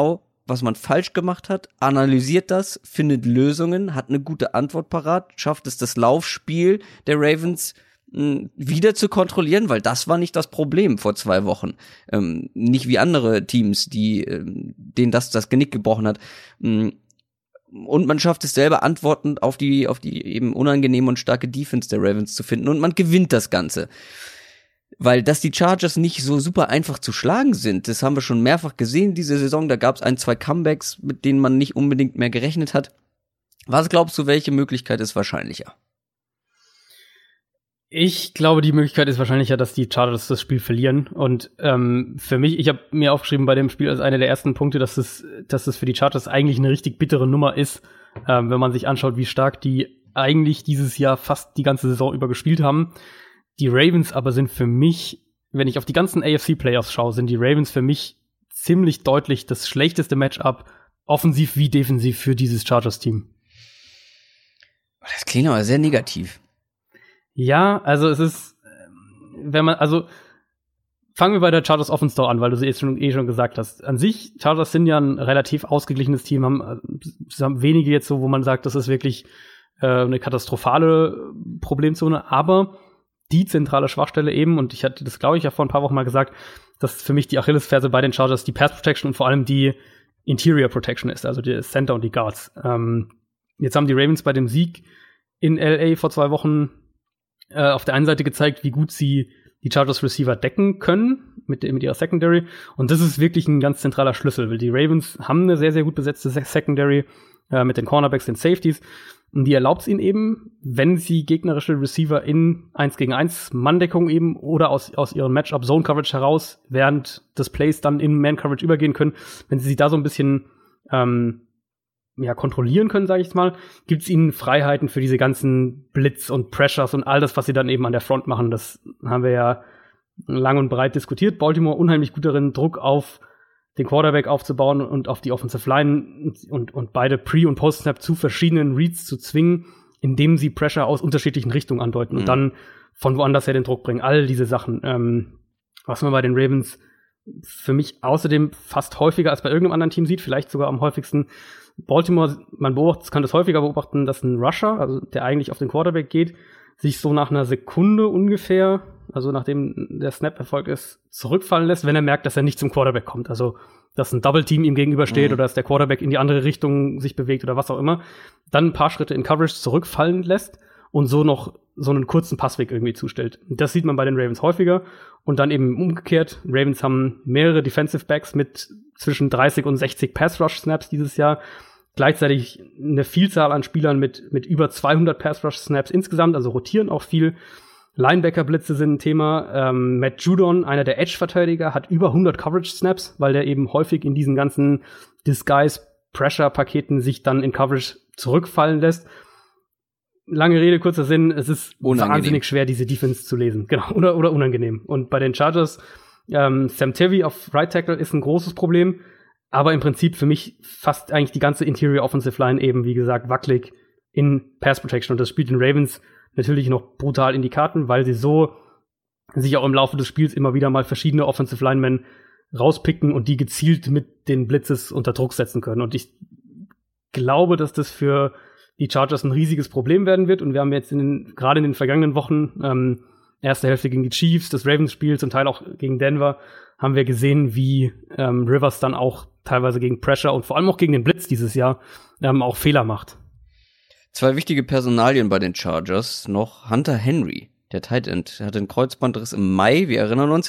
was man falsch gemacht hat, analysiert das, findet Lösungen, hat eine gute Antwort parat, schafft es, das Laufspiel der Ravens mh, wieder zu kontrollieren, weil das war nicht das Problem vor zwei Wochen. Ähm, nicht wie andere Teams, die ähm, denen das das Genick gebrochen hat. Ähm, und man schafft es selber, Antworten auf die auf die eben unangenehme und starke Defense der Ravens zu finden und man gewinnt das Ganze. Weil, dass die Chargers nicht so super einfach zu schlagen sind, das haben wir schon mehrfach gesehen diese Saison. Da gab es ein, zwei Comebacks, mit denen man nicht unbedingt mehr gerechnet hat. Was glaubst du, welche Möglichkeit ist wahrscheinlicher? Ich glaube, die Möglichkeit ist wahrscheinlicher, dass die Chargers das Spiel verlieren. Und ähm, für mich, ich habe mir aufgeschrieben bei dem Spiel als einer der ersten Punkte, dass es, dass es für die Chargers eigentlich eine richtig bittere Nummer ist, ähm, wenn man sich anschaut, wie stark die eigentlich dieses Jahr fast die ganze Saison über gespielt haben. Die Ravens aber sind für mich, wenn ich auf die ganzen A F C-Playoffs schaue, sind die Ravens für mich ziemlich deutlich das schlechteste Matchup, offensiv wie defensiv, für dieses Chargers-Team. Das klingt aber sehr negativ. Ja, also es ist, wenn man, also fangen wir bei der Chargers Offense doch an, weil du sie jetzt schon, eh schon gesagt hast. An sich, Chargers sind ja ein relativ ausgeglichenes Team, haben, haben wenige jetzt so, wo man sagt, das ist wirklich äh, eine katastrophale Problemzone, aber die zentrale Schwachstelle eben, und ich hatte das, glaube ich, ja vor ein paar Wochen mal gesagt, dass für mich die Achillesferse bei den Chargers die Pass Protection und vor allem die Interior Protection ist, also die Center und die Guards. Ähm, jetzt haben die Ravens bei dem Sieg in L A vor zwei Wochen äh, auf der einen Seite gezeigt, wie gut sie die Chargers Receiver decken können mit, mit ihrer Secondary, und das ist wirklich ein ganz zentraler Schlüssel, weil die Ravens haben eine sehr, sehr gut besetzte Secondary äh, mit den Cornerbacks, den Safeties. Und die erlaubt es ihnen eben, wenn sie gegnerische Receiver in eins gegen eins Manndeckung eben oder aus, aus ihrem Matchup Zone Coverage heraus während des Plays dann in Man Coverage übergehen können, wenn sie sich da so ein bisschen ähm, ja, kontrollieren können, sage ich jetzt mal, gibt es ihnen Freiheiten für diese ganzen Blitz und Pressures und all das, was sie dann eben an der Front machen. Das haben wir ja lang und breit diskutiert. Baltimore unheimlich gut darin, Druck auf den Quarterback aufzubauen und auf die Offensive Line und, und beide Pre- und Post-Snap zu verschiedenen Reads zu zwingen, indem sie Pressure aus unterschiedlichen Richtungen andeuten mhm. und dann von woanders her den Druck bringen. All diese Sachen. Ähm, was man bei den Ravens für mich außerdem fast häufiger als bei irgendeinem anderen Team sieht, vielleicht sogar am häufigsten. Baltimore, man beobachtet, kann das häufiger beobachten, dass ein Rusher, also der eigentlich auf den Quarterback geht, sich so nach einer Sekunde ungefähr, also nachdem der Snap erfolgt ist, zurückfallen lässt, wenn er merkt, dass er nicht zum Quarterback kommt. Also, dass ein Double-Team ihm gegenübersteht mhm. oder dass der Quarterback in die andere Richtung sich bewegt oder was auch immer. Dann ein paar Schritte in Coverage zurückfallen lässt und so noch so einen kurzen Passweg irgendwie zustellt. Das sieht man bei den Ravens häufiger. Und dann eben umgekehrt. Ravens haben mehrere Defensive Backs mit zwischen dreißig und sechzig Pass-Rush-Snaps dieses Jahr. Gleichzeitig eine Vielzahl an Spielern mit, mit über zweihundert Pass-Rush-Snaps insgesamt, also rotieren auch viel. Linebacker-Blitze sind ein Thema. Ähm, Matt Judon, einer der Edge-Verteidiger, hat über hundert Coverage-Snaps, weil der eben häufig in diesen ganzen Disguise-Pressure-Paketen sich dann in Coverage zurückfallen lässt. Lange Rede, kurzer Sinn, es ist unangenehm. Wahnsinnig schwer, diese Defense zu lesen. Genau, oder, oder unangenehm. Und bei den Chargers, ähm, Sam Tevy auf Right Tackle ist ein großes Problem, aber im Prinzip für mich fast eigentlich die ganze Interior Offensive Line eben, wie gesagt, wackelig in Pass Protection. Und das spielt den Ravens natürlich noch brutal in die Karten, weil sie so sich auch im Laufe des Spiels immer wieder mal verschiedene Offensive Linemen rauspicken und die gezielt mit den Blitzes unter Druck setzen können. Und ich glaube, dass das für die Chargers ein riesiges Problem werden wird. Und wir haben jetzt in den, gerade in den vergangenen Wochen, ähm, erste Hälfte gegen die Chiefs, das Ravens-Spiel, zum Teil auch gegen Denver, haben wir gesehen, wie ähm, Rivers dann auch teilweise gegen Pressure und vor allem auch gegen den Blitz dieses Jahr ähm, auch Fehler macht. Zwei wichtige Personalien bei den Chargers noch. Hunter Henry, der Tight End, hatte einen Kreuzbandriss im Mai, wir erinnern uns.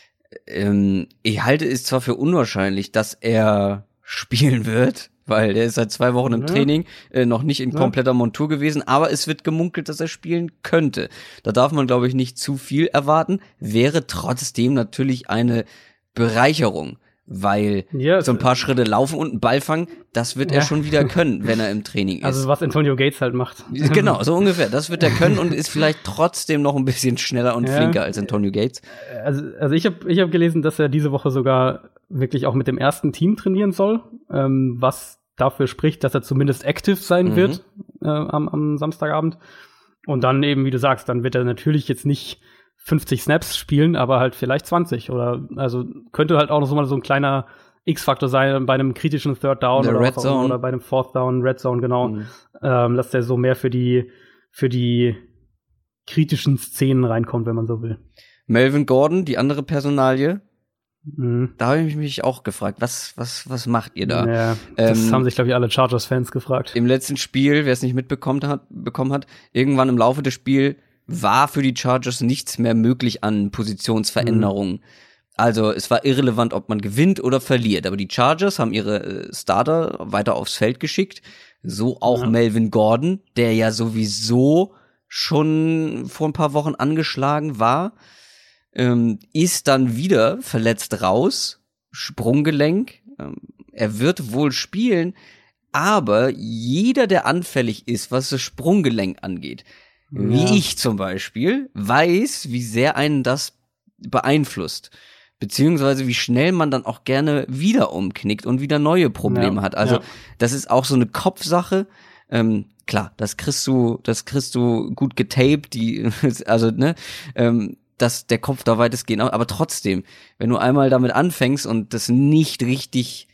Ähm, ich halte es zwar für unwahrscheinlich, dass er spielen wird, weil der ist seit zwei Wochen im ja. Training, äh, noch nicht in ja. kompletter Montur gewesen, aber es wird gemunkelt, dass er spielen könnte. Da darf man, glaube ich, nicht zu viel erwarten, wäre trotzdem natürlich eine Bereicherung, weil ja, so ein paar Schritte laufen und einen Ball fangen, das wird ja. er schon wieder können, wenn er im Training ist. Also was Antonio Gates halt macht. Genau, so ungefähr. Das wird er können und ist vielleicht trotzdem noch ein bisschen schneller und ja. flinker als Antonio Gates. Also, also ich habe ich hab gelesen, dass er diese Woche sogar wirklich auch mit dem ersten Team trainieren soll, ähm, was dafür spricht, dass er zumindest active sein mhm. wird äh, am, am Samstagabend. Und dann eben, wie du sagst, dann wird er natürlich jetzt nicht fünfzig Snaps spielen, aber halt vielleicht zwanzig oder also könnte halt auch noch so mal so ein kleiner X-Faktor sein bei einem kritischen Third Down oder, Red Zone. oder bei einem Fourth Down, Red Zone, genau. Mhm. Ähm, dass der so mehr für die, für die kritischen Szenen reinkommt, wenn man so will. Melvin Gordon, die andere Personalie, Mhm. da habe ich mich auch gefragt, was, was, was macht ihr da? Ja, das Ähm, haben sich, glaube ich, alle Chargers-Fans gefragt. Im letzten Spiel, wer es nicht mitbekommen hat, bekommen hat, irgendwann im Laufe des Spiels war für die Chargers nichts mehr möglich an Positionsveränderungen. Mhm. Also es war irrelevant, ob man gewinnt oder verliert. Aber die Chargers haben ihre Starter weiter aufs Feld geschickt. So auch ja. Melvin Gordon, der ja sowieso schon vor ein paar Wochen angeschlagen war. Ähm, ist dann wieder verletzt raus, Sprunggelenk. Ähm, er wird wohl spielen, aber jeder, der anfällig ist, was das Sprunggelenk angeht, ja. wie ich zum Beispiel, weiß, wie sehr einen das beeinflusst. Beziehungsweise wie schnell man dann auch gerne wieder umknickt und wieder neue Probleme ja. hat. Also ja. das ist auch so eine Kopfsache. Ähm, klar, das kriegst du, das kriegst du gut getaped, die, also ne, ähm, dass der Kopf da weitestgehend, aber trotzdem, wenn du einmal damit anfängst und das nicht richtig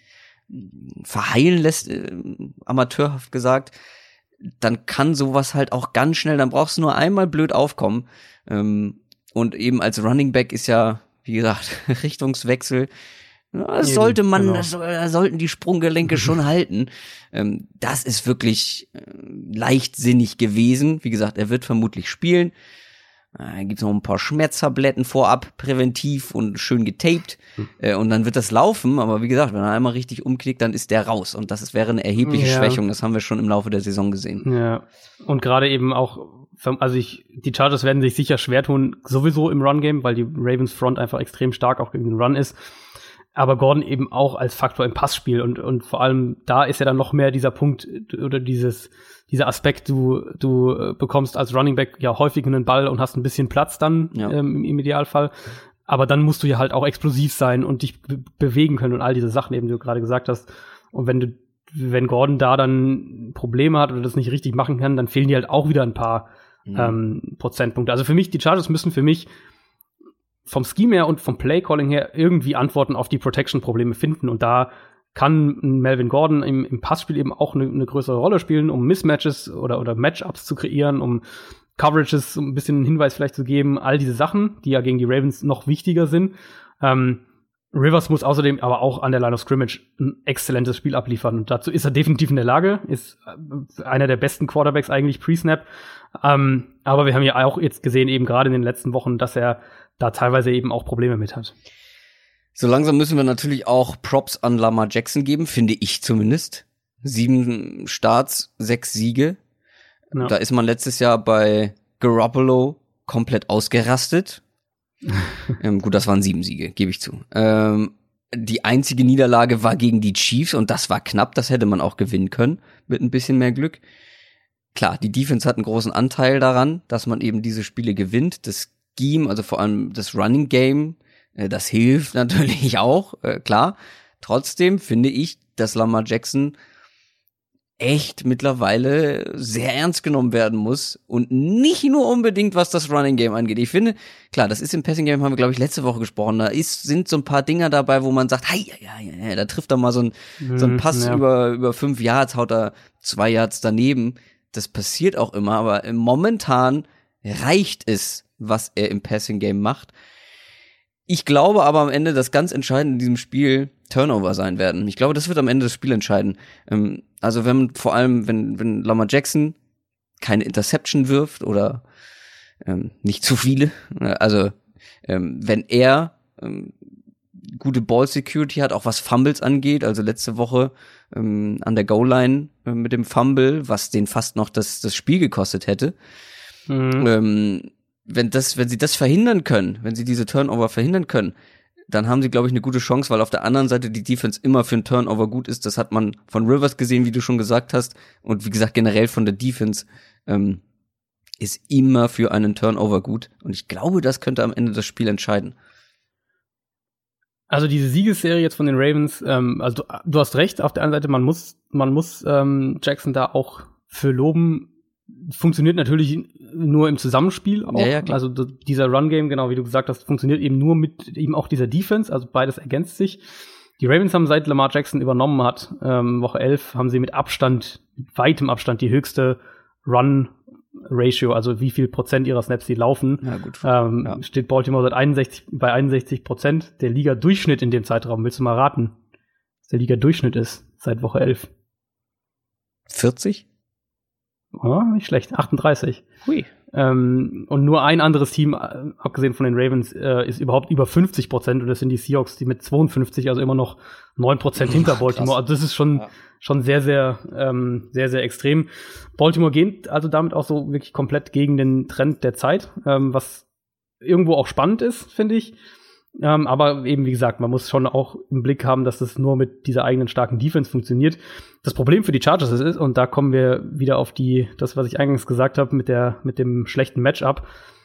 verheilen lässt, äh, amateurhaft gesagt, dann kann sowas halt auch ganz schnell, dann brauchst du nur einmal blöd aufkommen. Ähm, und eben als Running Back ist ja, wie gesagt, Richtungswechsel, ja, das sollte man, genau. das, da sollten die Sprunggelenke schon halten. Ähm, das ist wirklich äh, leichtsinnig gewesen. Wie gesagt, er wird vermutlich spielen. Dann gibt's noch ein paar Schmerztabletten vorab, präventiv und schön getaped. Mhm. Äh, und dann wird das laufen. Aber wie gesagt, wenn er einmal richtig umknickt, dann ist der raus. Und das ist, wäre eine erhebliche ja. Schwächung. Das haben wir schon im Laufe der Saison gesehen. Ja. Und gerade eben auch, also ich, die Chargers werden sich sicher schwer tun, sowieso im Run-Game, weil die Ravens Front einfach extrem stark auch gegen den Run ist. Aber Gordon eben auch als Faktor im Passspiel. Und, und vor allem da ist ja dann noch mehr dieser Punkt oder dieses, dieser Aspekt, du, du bekommst als Running Back ja häufig einen Ball und hast ein bisschen Platz dann ja. ähm, im Idealfall. Aber dann musst du ja halt auch explosiv sein und dich be- bewegen können und all diese Sachen eben, die du gerade gesagt hast. Und wenn du, wenn Gordon da dann Probleme hat oder das nicht richtig machen kann, dann fehlen dir halt auch wieder ein paar mhm. ähm, Prozentpunkte. Also für mich, die Chargers müssen für mich vom Scheme her und vom Play-Calling her irgendwie Antworten auf die Protection-Probleme finden. Und da kann Melvin Gordon im, im Passspiel eben auch eine, eine größere Rolle spielen, um Mismatches oder, oder Matchups zu kreieren, um Coverages, um ein bisschen einen Hinweis vielleicht zu geben. All diese Sachen, die ja gegen die Ravens noch wichtiger sind. Ähm, Rivers muss außerdem aber auch an der Line of Scrimmage ein exzellentes Spiel abliefern. Und dazu ist er definitiv in der Lage, ist einer der besten Quarterbacks eigentlich pre-Snap. Ähm, aber wir haben ja auch jetzt gesehen, eben gerade in den letzten Wochen, dass er da teilweise eben auch Probleme mit hat. So langsam müssen wir natürlich auch Props an Lamar Jackson geben, finde ich zumindest. Sieben Starts, sechs Siege. Ja. Da ist man letztes Jahr bei Garoppolo komplett ausgerastet. ähm, gut, das waren sieben Siege, gebe ich zu. Ähm, die einzige Niederlage war gegen die Chiefs und das war knapp, das hätte man auch gewinnen können, mit ein bisschen mehr Glück. Klar, die Defense hat einen großen Anteil daran, dass man eben diese Spiele gewinnt. Das Scheme, also vor allem das Running Game, äh, das hilft natürlich auch, äh, klar. Trotzdem finde ich, dass Lamar Jackson echt mittlerweile sehr ernst genommen werden muss und nicht nur unbedingt, was das Running Game angeht. Ich finde, klar, das ist im Passing Game, haben wir, glaube ich, letzte Woche gesprochen, da ist, sind so ein paar Dinger dabei, wo man sagt, hey, ja, ja, ja, da trifft er mal so ein, mhm, so ein Pass ja. über, über fünf Yards, haut er zwei Yards daneben. Das passiert auch immer, aber momentan reicht es, was er im Passing Game macht. Ich glaube aber am Ende, dass ganz entscheidend in diesem Spiel Turnover sein werden. Ich glaube, das wird am Ende das Spiel entscheiden. Ähm, also wenn vor allem, wenn, wenn Lamar Jackson keine Interception wirft oder ähm, nicht zu viele, also ähm, wenn er ähm, gute Ball Security hat, auch was Fumbles angeht, also letzte Woche ähm, an der Goal-Line äh, mit dem Fumble, was den fast noch das, das Spiel gekostet hätte. Mhm. Ähm, wenn das, wenn sie das verhindern können, wenn sie diese Turnover verhindern können, dann haben sie, glaube ich, eine gute Chance, weil auf der anderen Seite die Defense immer für einen Turnover gut ist. Das hat man von Rivers gesehen, wie du schon gesagt hast. Und wie gesagt, generell von der Defense ähm, ist immer für einen Turnover gut. Und ich glaube, das könnte am Ende das Spiel entscheiden. Also diese Siegesserie jetzt von den Ravens, ähm, also du, du hast recht, auf der einen Seite, man muss, man muss ähm, Jackson da auch für loben. Funktioniert natürlich nur im Zusammenspiel auch. Ja, ja, also dieser Run-Game, genau wie du gesagt hast, funktioniert eben nur mit eben auch dieser Defense, also beides ergänzt sich. Die Ravens haben, seit Lamar Jackson übernommen hat, ähm, Woche elf, haben sie mit Abstand, mit weitem Abstand die höchste Run-Ratio, also wie viel Prozent ihrer Snaps sie laufen. Ja, gut. Ähm, ja. Steht Baltimore seit einundsechzig, bei einundsechzig Prozent. Der Liga-Durchschnitt in dem Zeitraum, willst du mal raten, was der Liga-Durchschnitt ist seit Woche elf? vierzig? Oh, nicht schlecht, achtunddreißig. Hui. Ähm, und nur ein anderes Team, äh, abgesehen von den Ravens, äh, ist überhaupt über fünfzig Prozent und das sind die Seahawks, die mit zweiundfünfzig, also immer noch neun Prozent hinter Baltimore. Also das ist schon, ja. schon sehr, sehr, ähm, sehr, sehr extrem. Baltimore geht also damit auch so wirklich komplett gegen den Trend der Zeit, ähm, was irgendwo auch spannend ist, finde ich. Ähm, aber eben, wie gesagt, man muss schon auch im Blick haben, dass das nur mit dieser eigenen starken Defense funktioniert. Das Problem für die Chargers ist, und da kommen wir wieder auf die, das, was ich eingangs gesagt habe, mit der, mit dem schlechten Matchup,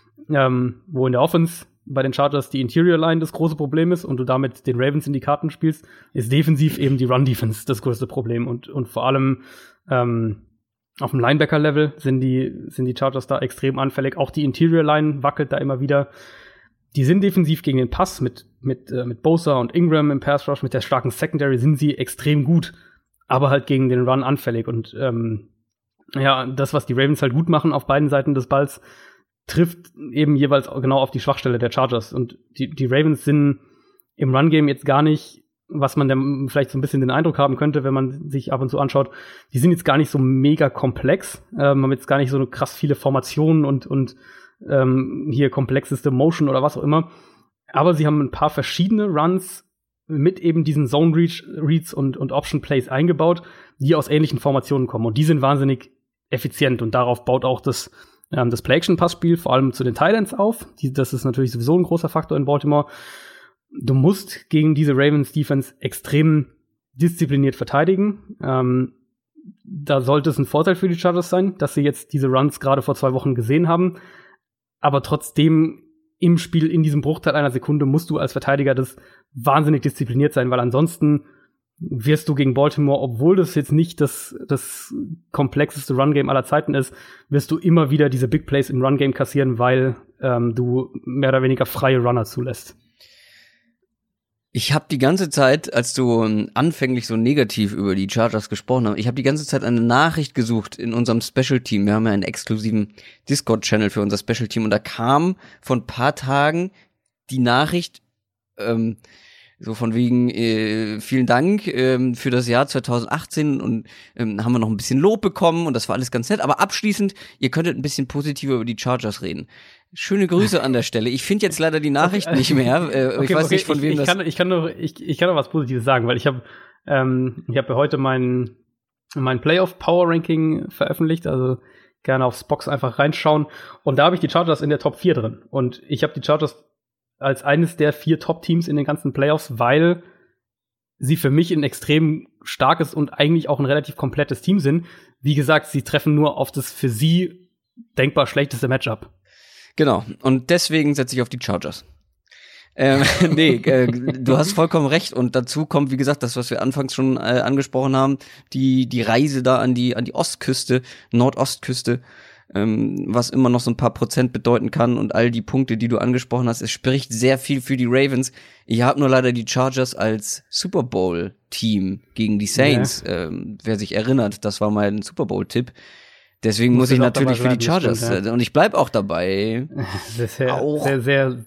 ähm, wo in der Offense bei den Chargers die Interior Line das große Problem ist und du damit den Ravens in die Karten spielst, ist defensiv eben die Run-Defense das größte Problem. Und, und vor allem, ähm, auf dem Linebacker-Level sind die, sind die Chargers da extrem anfällig. Auch die Interior Line wackelt da immer wieder. Die sind defensiv gegen den Pass mit, mit, äh, mit Bosa und Ingram im Pass Rush, mit der starken Secondary sind sie extrem gut, aber halt gegen den Run anfällig. Und ähm, ja, das, was die Ravens halt gut machen auf beiden Seiten des Balls, trifft eben jeweils genau auf die Schwachstelle der Chargers. Und die, die Ravens sind im Run-Game jetzt gar nicht, was man dann vielleicht so ein bisschen den Eindruck haben könnte, wenn man sich ab und zu anschaut, die sind jetzt gar nicht so mega komplex, ähm, haben jetzt gar nicht so krass viele Formationen und, und Ähm, hier komplexeste Motion oder was auch immer. Aber sie haben ein paar verschiedene Runs mit eben diesen Zone Reads und, und Option Plays eingebaut, die aus ähnlichen Formationen kommen. Und die sind wahnsinnig effizient. Und darauf baut auch das, ähm, das Play-Action-Pass-Spiel vor allem zu den Titans auf. Die, das ist natürlich sowieso ein großer Faktor in Baltimore. Du musst gegen diese Ravens-Defense extrem diszipliniert verteidigen. Ähm, da sollte es ein Vorteil für die Chargers sein, dass sie jetzt diese Runs gerade vor zwei Wochen gesehen haben. Aber trotzdem im Spiel, in diesem Bruchteil einer Sekunde, musst du als Verteidiger das wahnsinnig diszipliniert sein, weil ansonsten wirst du gegen Baltimore, obwohl das jetzt nicht das, das komplexeste Run-Game aller Zeiten ist, wirst du immer wieder diese Big Plays im Run-Game kassieren, weil ähm, du mehr oder weniger freie Runner zulässt. Ich habe die ganze Zeit, als du anfänglich so negativ über die Chargers gesprochen hast, ich habe die ganze Zeit eine Nachricht gesucht in unserem Special-Team. Wir haben ja einen exklusiven Discord-Channel für unser Special-Team und da kam vor ein paar Tagen die Nachricht, ähm, so von wegen, äh, vielen Dank ähm, für das Jahr zwanzig achtzehn und ähm, haben wir noch ein bisschen Lob bekommen und das war alles ganz nett, aber abschließend, ihr könntet ein bisschen positiver über die Chargers reden. Schöne Grüße an der Stelle. Ich finde jetzt leider die Nachricht nicht mehr. Äh, okay, ich weiß okay, nicht, von wem ich, ich das... Kann, ich, kann noch, ich, ich kann noch was Positives sagen, weil ich habe ähm, ich habe ja heute mein, mein Playoff-Power-Ranking veröffentlicht, also gerne auf Spox einfach reinschauen. Und da habe ich die Chargers in der Top vier drin. Und ich habe die Chargers als eines der vier Top-Teams in den ganzen Playoffs, weil sie für mich ein extrem starkes und eigentlich auch ein relativ komplettes Team sind. Wie gesagt, sie treffen nur auf das für sie denkbar schlechteste Matchup. Genau, und deswegen setze ich auf die Chargers. Ähm, nee, äh, du hast vollkommen recht. Und dazu kommt, wie gesagt, das, was wir anfangs schon äh, angesprochen haben, die die Reise da an die an die Ostküste, Nordostküste, ähm, was immer noch so ein paar Prozent bedeuten kann und all die Punkte, die du angesprochen hast. Es spricht sehr viel für die Ravens. Ich habe nur leider die Chargers als Super Bowl-Team gegen die Saints. Ja. Ähm, wer sich erinnert, das war mein Super Bowl-Tipp. Deswegen muss, muss ich natürlich für die Chargers, stimmt, ja. Und ich bleib auch dabei. Sehr, auch. sehr, sehr,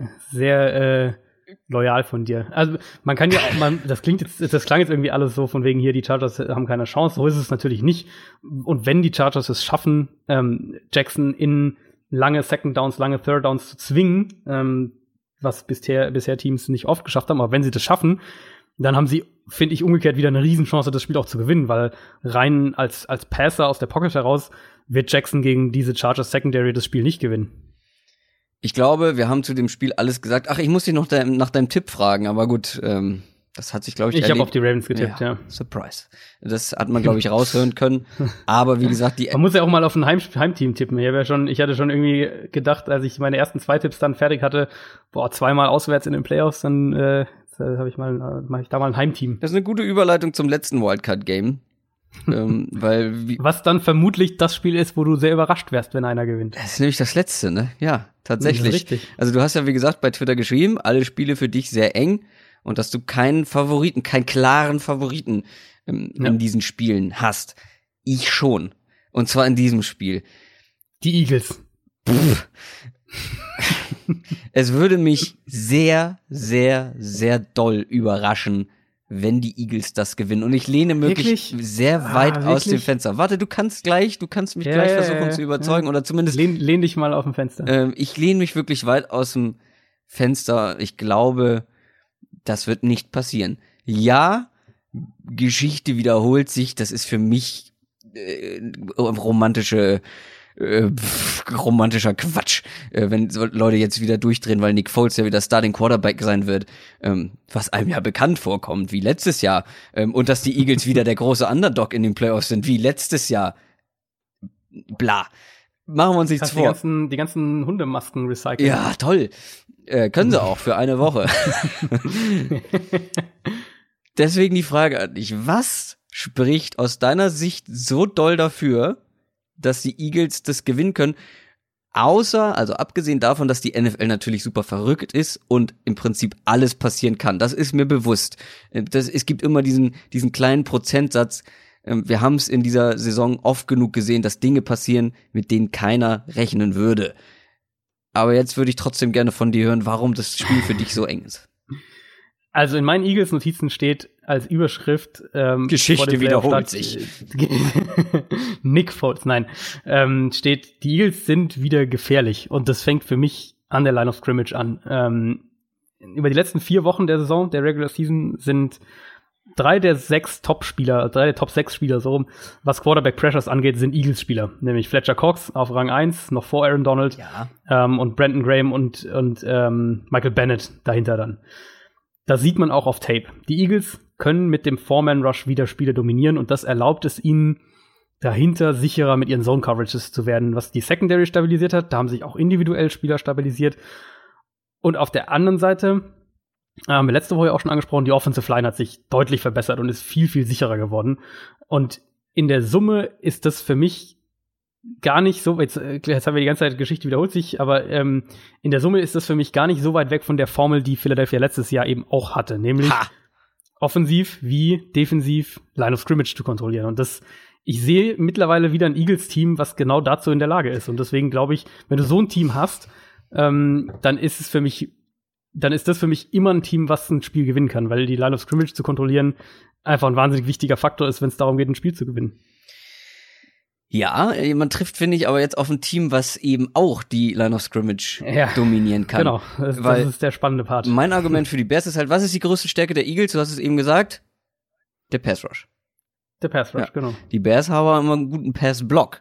sehr äh, loyal von dir. Also man kann ja auch, man, das klingt jetzt, das klang jetzt irgendwie alles so von wegen hier, die Chargers haben keine Chance. So ist es natürlich nicht. Und wenn die Chargers es schaffen, ähm, Jackson in lange Second Downs, lange Third Downs zu zwingen, ähm, was bisher, bisher Teams nicht oft geschafft haben, aber wenn sie das schaffen, dann haben sie, finde ich, umgekehrt wieder eine Riesenchance, das Spiel auch zu gewinnen, weil rein als, als Passer aus der Pocket heraus wird Jackson gegen diese Chargers Secondary das Spiel nicht gewinnen. Ich glaube, wir haben zu dem Spiel alles gesagt. Ach, ich muss dich noch dein, nach deinem Tipp fragen, aber gut, ähm, das hat sich, glaube ich, Ich habe auf die Ravens getippt, ja. ja. Surprise. Das hat man, glaube ich, raushören können. Aber wie gesagt, die... Man muss ja auch mal auf ein Heim- Heimteam tippen. Ich, hab ja schon, ich hatte schon irgendwie gedacht, als ich meine ersten zwei Tipps dann fertig hatte, boah, zweimal auswärts in den Playoffs, dann äh, habe ich mal, mache ich da mal ein Heimteam. Das ist eine gute Überleitung zum letzten Wildcard-Game. ähm, weil wie, Was dann vermutlich das Spiel ist, wo du sehr überrascht wärst, wenn einer gewinnt. Das ist nämlich das letzte, ne? Ja, tatsächlich. Das ist richtig. Also du hast ja, wie gesagt, bei Twitter geschrieben, alle Spiele für dich sehr eng. und dass du keinen Favoriten, keinen klaren Favoriten ähm, Ja. in diesen Spielen hast. Ich schon. Und zwar in diesem Spiel. Die Eagles. Pff. Es würde mich sehr, sehr, sehr doll überraschen, wenn die Eagles das gewinnen. Und ich lehne wirklich Wirklich? sehr weit Ah, aus dem wirklich? Fenster. Warte, du kannst gleich, du kannst mich Ja, gleich ja, versuchen ja, zu überzeugen ja. oder zumindest Lehn, lehn dich mal auf dem Fenster. ähm, ich lehne mich wirklich weit aus dem Fenster. Ich glaube, das wird nicht passieren. Ja, Geschichte wiederholt sich. Das ist für mich äh, romantische äh, pff, romantischer Quatsch, äh, wenn so Leute jetzt wieder durchdrehen, weil Nick Foles ja wieder Starting Quarterback sein wird, ähm, was einem ja bekannt vorkommt, wie letztes Jahr. Ähm, und dass die Eagles wieder der große Underdog in den Playoffs sind, wie letztes Jahr. Bla. Machen wir uns nichts Kannst die vor. ganzen, die ganzen Hundemasken recyceln. Ja, toll. Äh, können sie auch für eine Woche. Deswegen die Frage an dich. Was spricht aus deiner Sicht so doll dafür, dass die Eagles das gewinnen können? Außer, also abgesehen davon, dass die N F L natürlich super verrückt ist und im Prinzip alles passieren kann. Das ist mir bewusst. Das, es gibt immer diesen, diesen kleinen Prozentsatz. Wir haben es in dieser Saison oft genug gesehen, dass Dinge passieren, mit denen keiner rechnen würde. Aber jetzt würde ich trotzdem gerne von dir hören, warum das Spiel für dich so eng ist. Also in meinen Eagles-Notizen steht als Überschrift ähm, Geschichte vor dem wiederholt Playoff-Start, Nick Foles, nein, ähm, steht, die Eagles sind wieder gefährlich und das fängt für mich an der Line of Scrimmage an. Ähm, über die letzten vier Wochen der Saison, der Regular Season, sind drei der sechs Top-Spieler, drei der Top sechs Spieler, so rum, was Quarterback-Pressures angeht, sind Eagles-Spieler. Nämlich Fletcher Cox auf Rang eins, noch vor Aaron Donald, Ja. ähm, und Brandon Graham und, und ähm, Michael Bennett dahinter dann. Das sieht man auch auf Tape. Die Eagles können mit dem Four-Man-Rush wieder Spiele dominieren und das erlaubt es ihnen, dahinter sicherer mit ihren Zone-Coverages zu werden, was die Secondary stabilisiert hat. Da haben sich auch individuell Spieler stabilisiert. Und auf der anderen Seite, äh, haben wir letzte Woche auch schon angesprochen, die Offensive Line hat sich deutlich verbessert und ist viel, viel sicherer geworden. Und in der Summe ist das für mich gar nicht so, jetzt, jetzt haben wir die ganze Zeit, Geschichte wiederholt sich, aber ähm, in der Summe ist das für mich gar nicht so weit weg von der Formel, die Philadelphia letztes Jahr eben auch hatte, nämlich Ha. offensiv wie defensiv Line of Scrimmage zu kontrollieren. Und das, ich sehe mittlerweile wieder ein Eagles-Team, was genau dazu in der Lage ist. Und deswegen glaube ich, wenn du so ein Team hast, ähm, dann ist es für mich, dann ist das für mich immer ein Team, was ein Spiel gewinnen kann, weil die Line of Scrimmage zu kontrollieren einfach ein wahnsinnig wichtiger Faktor ist, wenn es darum geht, ein Spiel zu gewinnen. Ja, man trifft, finde ich, aber jetzt auf ein Team, was eben auch die Line of Scrimmage Ja, dominieren kann. Genau, das, Weil das ist der spannende Part. Mein Argument für die Bears ist halt, was ist die größte Stärke der Eagles? Du hast es eben gesagt, der Pass Rush. Der Pass Rush, Ja. genau. Die Bears haben immer einen guten Pass-Block.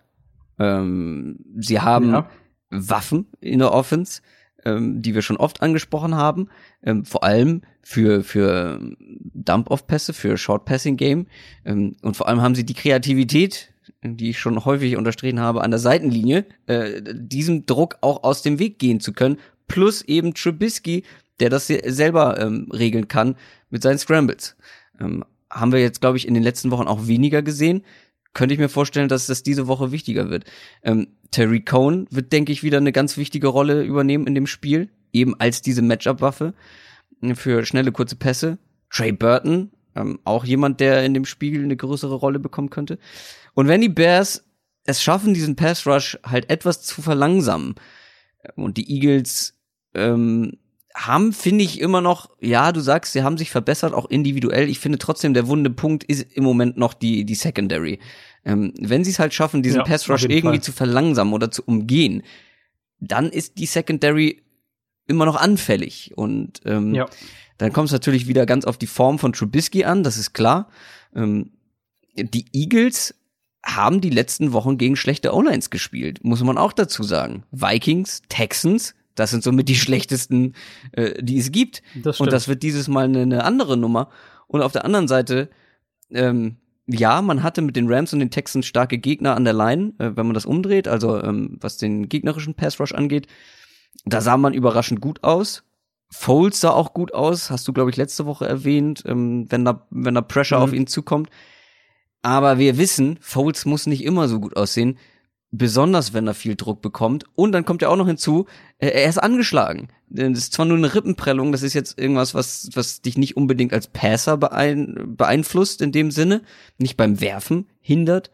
Ähm, sie haben Ja. Waffen in der Offense, ähm, die wir schon oft angesprochen haben, ähm, vor allem für für Dump-Off-Pässe, für Short-Passing-Game, ähm, und vor allem haben sie die Kreativität, die ich schon häufig unterstrichen habe, an der Seitenlinie, äh, diesem Druck auch aus dem Weg gehen zu können, plus eben Trubisky, der das se- selber ähm, regeln kann mit seinen Scrambles. Ähm, haben wir jetzt, glaube ich, in den letzten Wochen auch weniger gesehen. Könnte ich mir vorstellen, dass das diese Woche wichtiger wird. Ähm, Terry Cohen wird, denke ich, wieder eine ganz wichtige Rolle übernehmen in dem Spiel, eben als diese Matchup-Waffe für schnelle, kurze Pässe. Trey Burton, ähm, auch jemand, der in dem Spiel eine größere Rolle bekommen könnte. Und wenn die Bears es schaffen, diesen Pass-Rush halt etwas zu verlangsamen, und die Eagles ähm, haben, finde ich, immer noch, ja, du sagst, sie haben sich verbessert, auch individuell. Ich finde trotzdem, der wunde Punkt ist im Moment noch die die Secondary. Ähm, wenn sie es halt schaffen, diesen Ja, Pass-Rush auf jeden irgendwie Fall. zu verlangsamen oder zu umgehen, dann ist die Secondary immer noch anfällig. Und ähm, Ja. dann kommt es natürlich wieder ganz auf die Form von Trubisky an, das ist klar. Ähm, die Eagles haben die letzten Wochen gegen schlechte O-Lines gespielt, muss man auch dazu sagen. Vikings, Texans, das sind somit die schlechtesten, äh, die es gibt. Das Und stimmt. das wird dieses Mal eine, eine andere Nummer. Und auf der anderen Seite, ähm, ja, man hatte mit den Rams und den Texans starke Gegner an der Line, äh, wenn man das umdreht, also ähm, was den gegnerischen Pass-Rush angeht. Da sah man überraschend gut aus. Foles sah auch gut aus, hast du, glaube ich, letzte Woche erwähnt, ähm, wenn da wenn da Pressure Mhm. auf ihn zukommt. Aber wir wissen, Foles muss nicht immer so gut aussehen. besonders wenn er viel Druck bekommt. Und dann kommt ja auch noch hinzu, äh, er ist angeschlagen. Das ist zwar nur eine Rippenprellung, das ist jetzt irgendwas, was was dich nicht unbedingt als Passer beein- beeinflusst in dem Sinne, nicht beim Werfen hindert.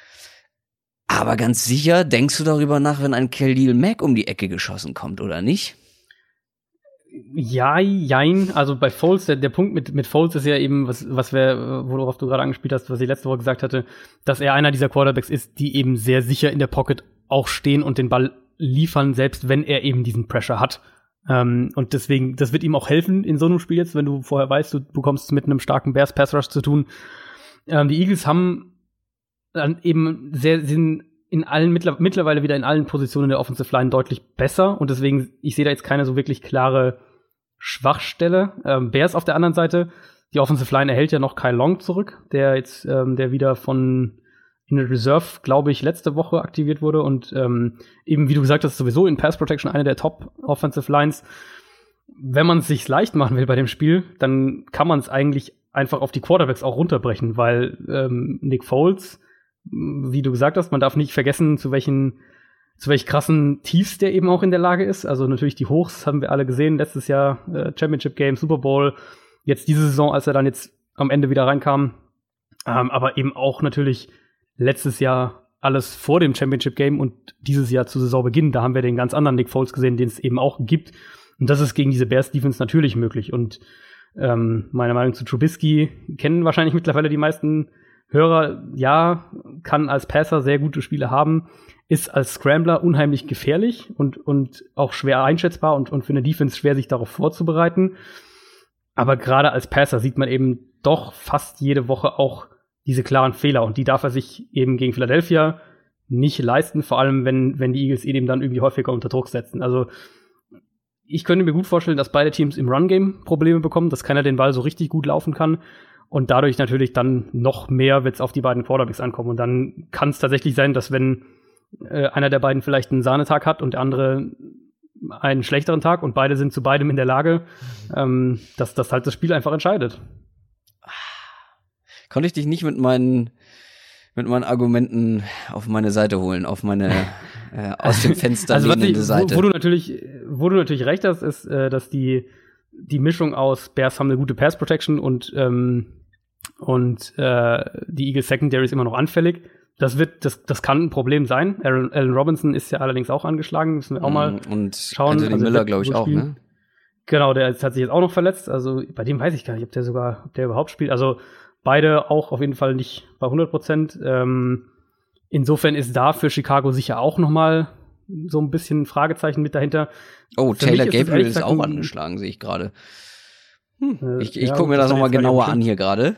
Aber ganz sicher denkst du darüber nach, wenn ein Khalil Mack um die Ecke geschossen kommt, oder nicht? Ja, jein. Also bei Foles, der, der Punkt mit, mit Foles ist ja eben, was, was wir, worauf du gerade angespielt hast, was ich letzte Woche gesagt hatte, dass er einer dieser Quarterbacks ist, die eben sehr sicher in der Pocket auch stehen und den Ball liefern, selbst wenn er eben diesen Pressure hat. Ähm, und deswegen, das wird ihm auch helfen in so einem Spiel jetzt, wenn du vorher weißt, du bekommst es mit einem starken Bears Pass Rush zu tun. Ähm, die Eagles haben dann eben sehr, sind in allen, mittler- mittlerweile wieder in allen Positionen der Offensive Line deutlich besser und deswegen, ich sehe da jetzt keine so wirklich klare Schwachstelle. Ähm, Bears auf der anderen Seite, die Offensive Line erhält ja noch Kyle Long zurück, der jetzt, ähm, der wieder von in der Reserve, glaube ich, letzte Woche aktiviert wurde und ähm, eben, wie du gesagt hast, sowieso in Pass Protection eine der Top Offensive Lines. Wenn man es sich leicht machen will bei dem Spiel, dann kann man es eigentlich einfach auf die Quarterbacks auch runterbrechen, weil ähm, Nick Foles, wie du gesagt hast, man darf nicht vergessen, zu welchen zu welch krassen Tiefs der eben auch in der Lage ist. Also natürlich die Hochs haben wir alle gesehen, letztes Jahr äh, Championship Game, Super Bowl, jetzt diese Saison, als er dann jetzt am Ende wieder reinkam. Ähm, aber eben auch natürlich letztes Jahr alles vor dem Championship Game und dieses Jahr zu Saisonbeginn, da haben wir den ganz anderen Nick Foles gesehen, den es eben auch gibt. Und das ist gegen diese Bears Defense natürlich möglich. Und ähm, meine Meinung zu Trubisky kennen wahrscheinlich mittlerweile die meisten Hörer. Ja, kann als Passer sehr gute Spiele haben, ist als Scrambler unheimlich gefährlich und, und auch schwer einschätzbar und, und für eine Defense schwer, sich darauf vorzubereiten. Aber gerade als Passer sieht man eben doch fast jede Woche auch diese klaren Fehler und die darf er sich eben gegen Philadelphia nicht leisten, vor allem wenn, wenn die Eagles ihn eben dann irgendwie häufiger unter Druck setzen. Also ich könnte mir gut vorstellen, dass beide Teams im Run-Game Probleme bekommen, dass keiner den Ball so richtig gut laufen kann. Und dadurch natürlich dann noch mehr wird es auf die beiden Quarterbacks ankommen. Und dann kann es tatsächlich sein, dass wenn äh, einer der beiden vielleicht einen Sahnetag hat und der andere einen schlechteren Tag und beide sind zu beidem in der Lage, ähm, dass das halt das Spiel einfach entscheidet. Konnte ich dich nicht mit meinen mit meinen Argumenten auf meine Seite holen, auf meine äh, aus dem Fenster also, lehnende ich, Seite. Wo, wo du natürlich, wo du natürlich recht hast, ist, äh, dass die die Mischung aus Bears haben eine gute Pass Protection und ähm, und äh, die Eagles Secondary ist immer noch anfällig. Das wird, das, das kann ein Problem sein. Aaron, Allen Robinson ist ja allerdings auch angeschlagen, müssen wir auch mal und schauen. Anthony also Miller, glaube ich, auch, ne? Genau, der hat sich jetzt auch noch verletzt. Also bei dem weiß ich gar nicht, ob der sogar, ob der überhaupt spielt. Also beide auch auf jeden Fall nicht bei hundert Prozent. Ähm, insofern ist da für Chicago sicher auch noch mal so ein bisschen ein Fragezeichen mit dahinter. Oh, für Taylor ist Gabriel ist gesagt, auch angeschlagen, sehe ich gerade. Hm, äh, ich ich ja, gucke mir das das nochmal jetzt genauer gar an nicht hier gerade.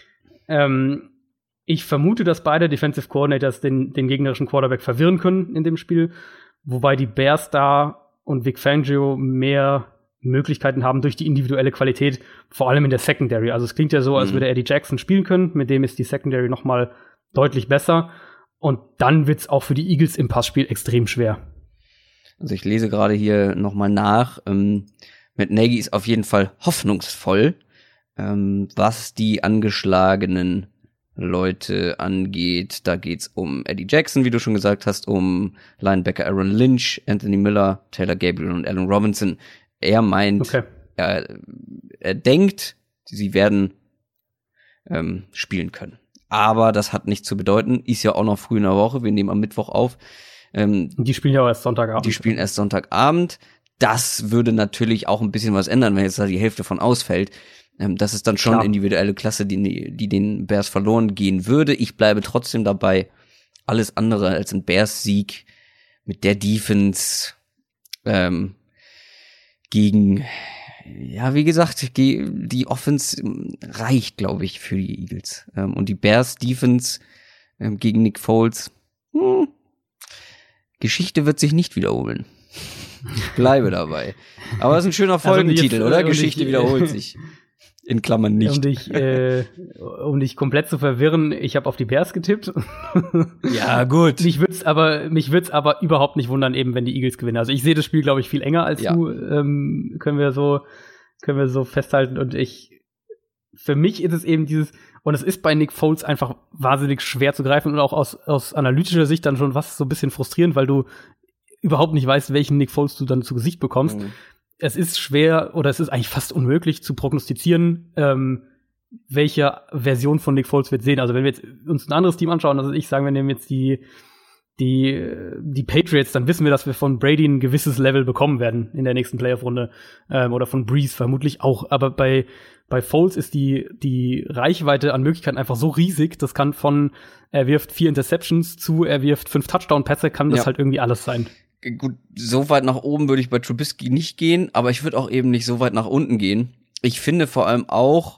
Ähm, ich vermute, dass beide Defensive Coordinators den, den gegnerischen Quarterback verwirren können in dem Spiel, wobei die Bears da und Vic Fangio mehr Möglichkeiten haben durch die individuelle Qualität, vor allem in der Secondary. Also es klingt ja so, als Mhm. würde Eddie Jackson spielen können, mit dem ist die Secondary noch mal deutlich besser und dann wird's auch für die Eagles im Passspiel extrem schwer. Also ich lese gerade hier nochmal nach. Ähm, mit Nagy ist auf jeden Fall hoffnungsvoll, ähm, was die angeschlagenen Leute angeht. Da geht's um Eddie Jackson, wie du schon gesagt hast, um Linebacker Aaron Lynch, Anthony Miller, Taylor Gabriel und Allen Robinson. Er meint, Okay. er, er denkt, sie werden ähm, spielen können. Aber das hat nichts zu bedeuten. Ist ja auch noch früh in der Woche. Wir nehmen am Mittwoch auf. Ähm, Die spielen ja auch erst Sonntagabend. Die spielen erst Sonntagabend. Das würde natürlich auch ein bisschen was ändern, wenn jetzt da die Hälfte von ausfällt. Ähm, das ist dann schon Klar. individuelle Klasse, die, die den Bears verloren gehen würde. Ich bleibe trotzdem dabei. Alles andere als ein Bears-Sieg mit der Defense ähm, gegen, ja, wie gesagt, die Offense reicht, glaube ich, für die Eagles. Ähm, und die Bears-Defense ähm, gegen Nick Foles, hm, Geschichte wird sich nicht wiederholen. Ich bleibe dabei. Aber es ist ein schöner Folgentitel, also jetzt, oder? äh, Geschichte ich, wiederholt sich. In Klammern nicht. Um dich, äh, um dich komplett zu verwirren, ich habe auf die Bears getippt. Ja, gut. Mich würd's aber, mich würd's aber überhaupt nicht wundern, eben wenn die Eagles gewinnen. Also ich sehe das Spiel, glaube ich, viel enger als Ja. du. Ähm, können wir so, können wir so festhalten. Und ich für mich ist es eben dieses, und es ist bei Nick Foles einfach wahnsinnig schwer zu greifen und auch aus, aus analytischer Sicht dann schon was so ein bisschen frustrierend, weil du überhaupt nicht weißt, welchen Nick Foles du dann zu Gesicht bekommst. Mhm. Es ist schwer oder es ist eigentlich fast unmöglich zu prognostizieren, ähm, welche Version von Nick Foles wir sehen. Also wenn wir jetzt uns ein anderes Team anschauen, also ich sage, wir nehmen jetzt die die die Patriots, dann wissen wir, dass wir von Brady ein gewisses Level bekommen werden in der nächsten Playoff-Runde ähm, oder von Breeze vermutlich auch. Aber bei bei Foles ist die die Reichweite an Möglichkeiten einfach so riesig. Das kann von er wirft vier Interceptions zu er wirft fünf Touchdown-Pässe, kann das ja halt irgendwie alles sein. Gut, so weit nach oben würde ich bei Trubisky nicht gehen, aber ich würde auch eben nicht so weit nach unten gehen. Ich finde vor allem auch,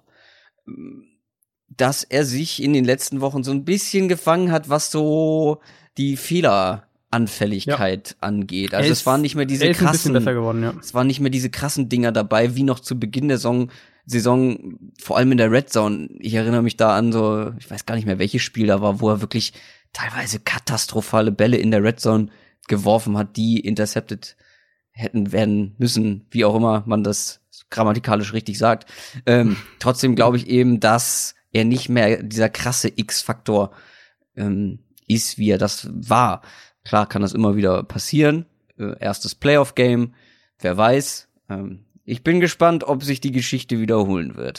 dass er sich in den letzten Wochen so ein bisschen gefangen hat, was so die Fehleranfälligkeit ja. angeht. Also es waren nicht mehr diese krassen, besser geworden, ja. es waren nicht mehr diese krassen Dinger dabei, wie noch zu Beginn der Saison, Saison, vor allem in der Red Zone. Ich erinnere mich da an so, ich weiß gar nicht mehr, welches Spiel da war, wo er wirklich teilweise katastrophale Bälle in der Red Zone geworfen hat, die intercepted hätten werden müssen, wie auch immer man das grammatikalisch richtig sagt. Ähm, trotzdem glaube ich eben, dass er nicht mehr dieser krasse X-Faktor ähm, ist, wie er das war. Klar kann das immer wieder passieren. Äh, erstes Playoff-Game, wer weiß. Ähm, ich bin gespannt, ob sich die Geschichte wiederholen wird.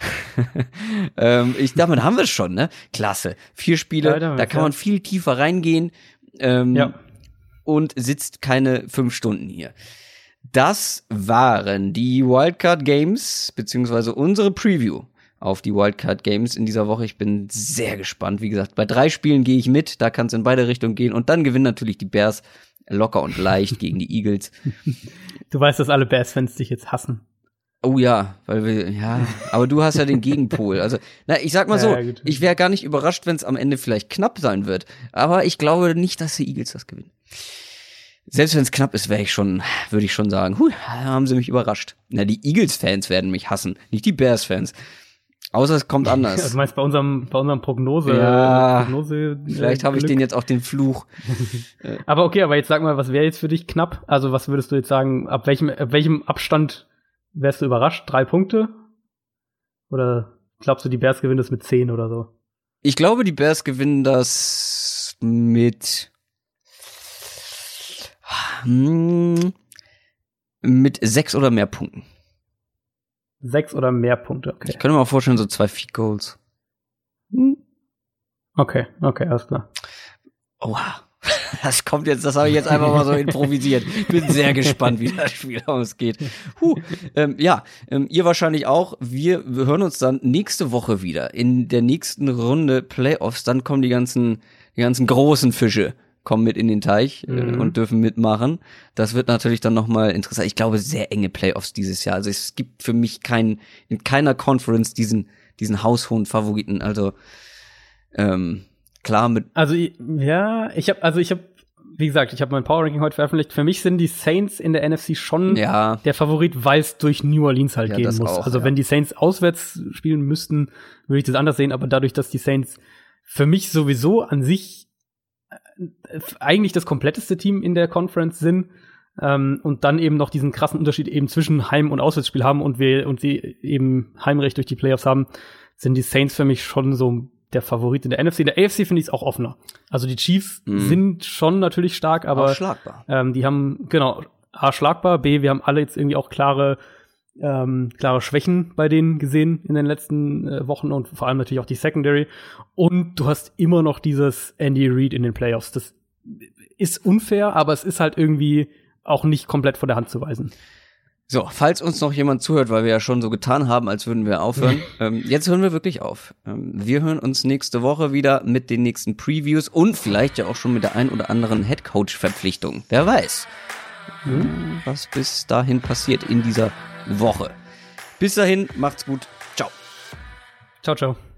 ähm, ich, damit haben wir es schon, ne? Klasse. Vier Spiele, ja, da kann ja. man viel tiefer reingehen. Ähm, ja. Und sitzt keine fünf Stunden hier. Das waren die Wildcard Games, beziehungsweise unsere Preview auf die Wildcard Games in dieser Woche. Ich bin sehr gespannt. Wie gesagt, bei drei Spielen gehe ich mit, da kann es in beide Richtungen gehen. Und dann gewinnen natürlich die Bears locker und leicht gegen die Eagles. Du weißt, dass alle Bears-Fans dich jetzt hassen. Oh ja, weil wir, ja, aber du hast ja den Gegenpol. Also, na, ich sag mal so, ja, ja, ich wäre gar nicht überrascht, wenn es am Ende vielleicht knapp sein wird. Aber ich glaube nicht, dass die Eagles das gewinnen. Selbst wenn es knapp ist, wäre ich schon, würde ich schon sagen, hu, haben sie mich überrascht. Na, die Eagles-Fans werden mich hassen, nicht die Bears-Fans. Außer es kommt anders. Ja, du meinst bei unserem, bei unserem Prognose, ja, Prognose vielleicht äh, habe ich den jetzt auch den Fluch. Aber okay, aber jetzt sag mal, was wäre jetzt für dich knapp? Also was würdest du jetzt sagen, ab welchem, ab welchem Abstand wärst du überrascht? Drei Punkte? Oder glaubst du, die Bears gewinnen das mit zehn oder so? Ich glaube, die Bears gewinnen das mit hm, mit sechs oder mehr Punkten. Sechs oder mehr Punkte, okay. Ich könnte mir mal vorstellen, so zwei Field Goals. Hm. Okay, okay, alles klar. Oha. Das kommt jetzt, das habe ich jetzt einfach mal so improvisiert. Bin sehr gespannt, wie das Spiel ausgeht. Huh. Ähm, ja, ähm, ihr wahrscheinlich auch. Wir, wir hören uns dann nächste Woche wieder in der nächsten Runde Playoffs. Dann kommen die ganzen, die ganzen großen Fische kommen mit in den Teich äh, mhm. und dürfen mitmachen. Das wird natürlich dann nochmal interessant. Ich glaube, sehr enge Playoffs dieses Jahr. Also es gibt für mich keinen, in keiner Conference diesen, diesen haushohen Favoriten. Also, ähm, klar mit. Also ja, ich habe, also ich habe, wie gesagt, ich habe mein Power Ranking heute veröffentlicht. Für mich sind die Saints in der N F C schon ja. der Favorit, weil es durch New Orleans halt ja, gehen muss. Auch, also ja. wenn die Saints auswärts spielen müssten, würde ich das anders sehen. Aber dadurch, dass die Saints für mich sowieso an sich eigentlich das kompletteste Team in der Conference sind ähm, und dann eben noch diesen krassen Unterschied eben zwischen Heim- und Auswärtsspiel haben und wir und sie eben Heimrecht durch die Playoffs haben, sind die Saints für mich schon so der Favorit in der N F C. In der A F C finde ich es auch offener. Also die Chiefs mhm. sind schon natürlich stark, aber auch schlagbar. Ähm, die haben, genau, A, schlagbar, B, wir haben alle jetzt irgendwie auch klare ähm, klare Schwächen bei denen gesehen in den letzten äh, Wochen und vor allem natürlich auch die Secondary. Und du hast immer noch dieses Andy Reid in den Playoffs. Das ist unfair, aber es ist halt irgendwie auch nicht komplett von der Hand zu weisen. So, falls uns noch jemand zuhört, weil wir ja schon so getan haben, als würden wir aufhören, ähm, jetzt hören wir wirklich auf. Ähm, wir hören uns nächste Woche wieder mit den nächsten Previews und vielleicht ja auch schon mit der ein oder anderen Headcoach-Verpflichtung. Wer weiß, mhm. was bis dahin passiert in dieser Woche. Bis dahin, macht's gut. Ciao. Ciao, ciao.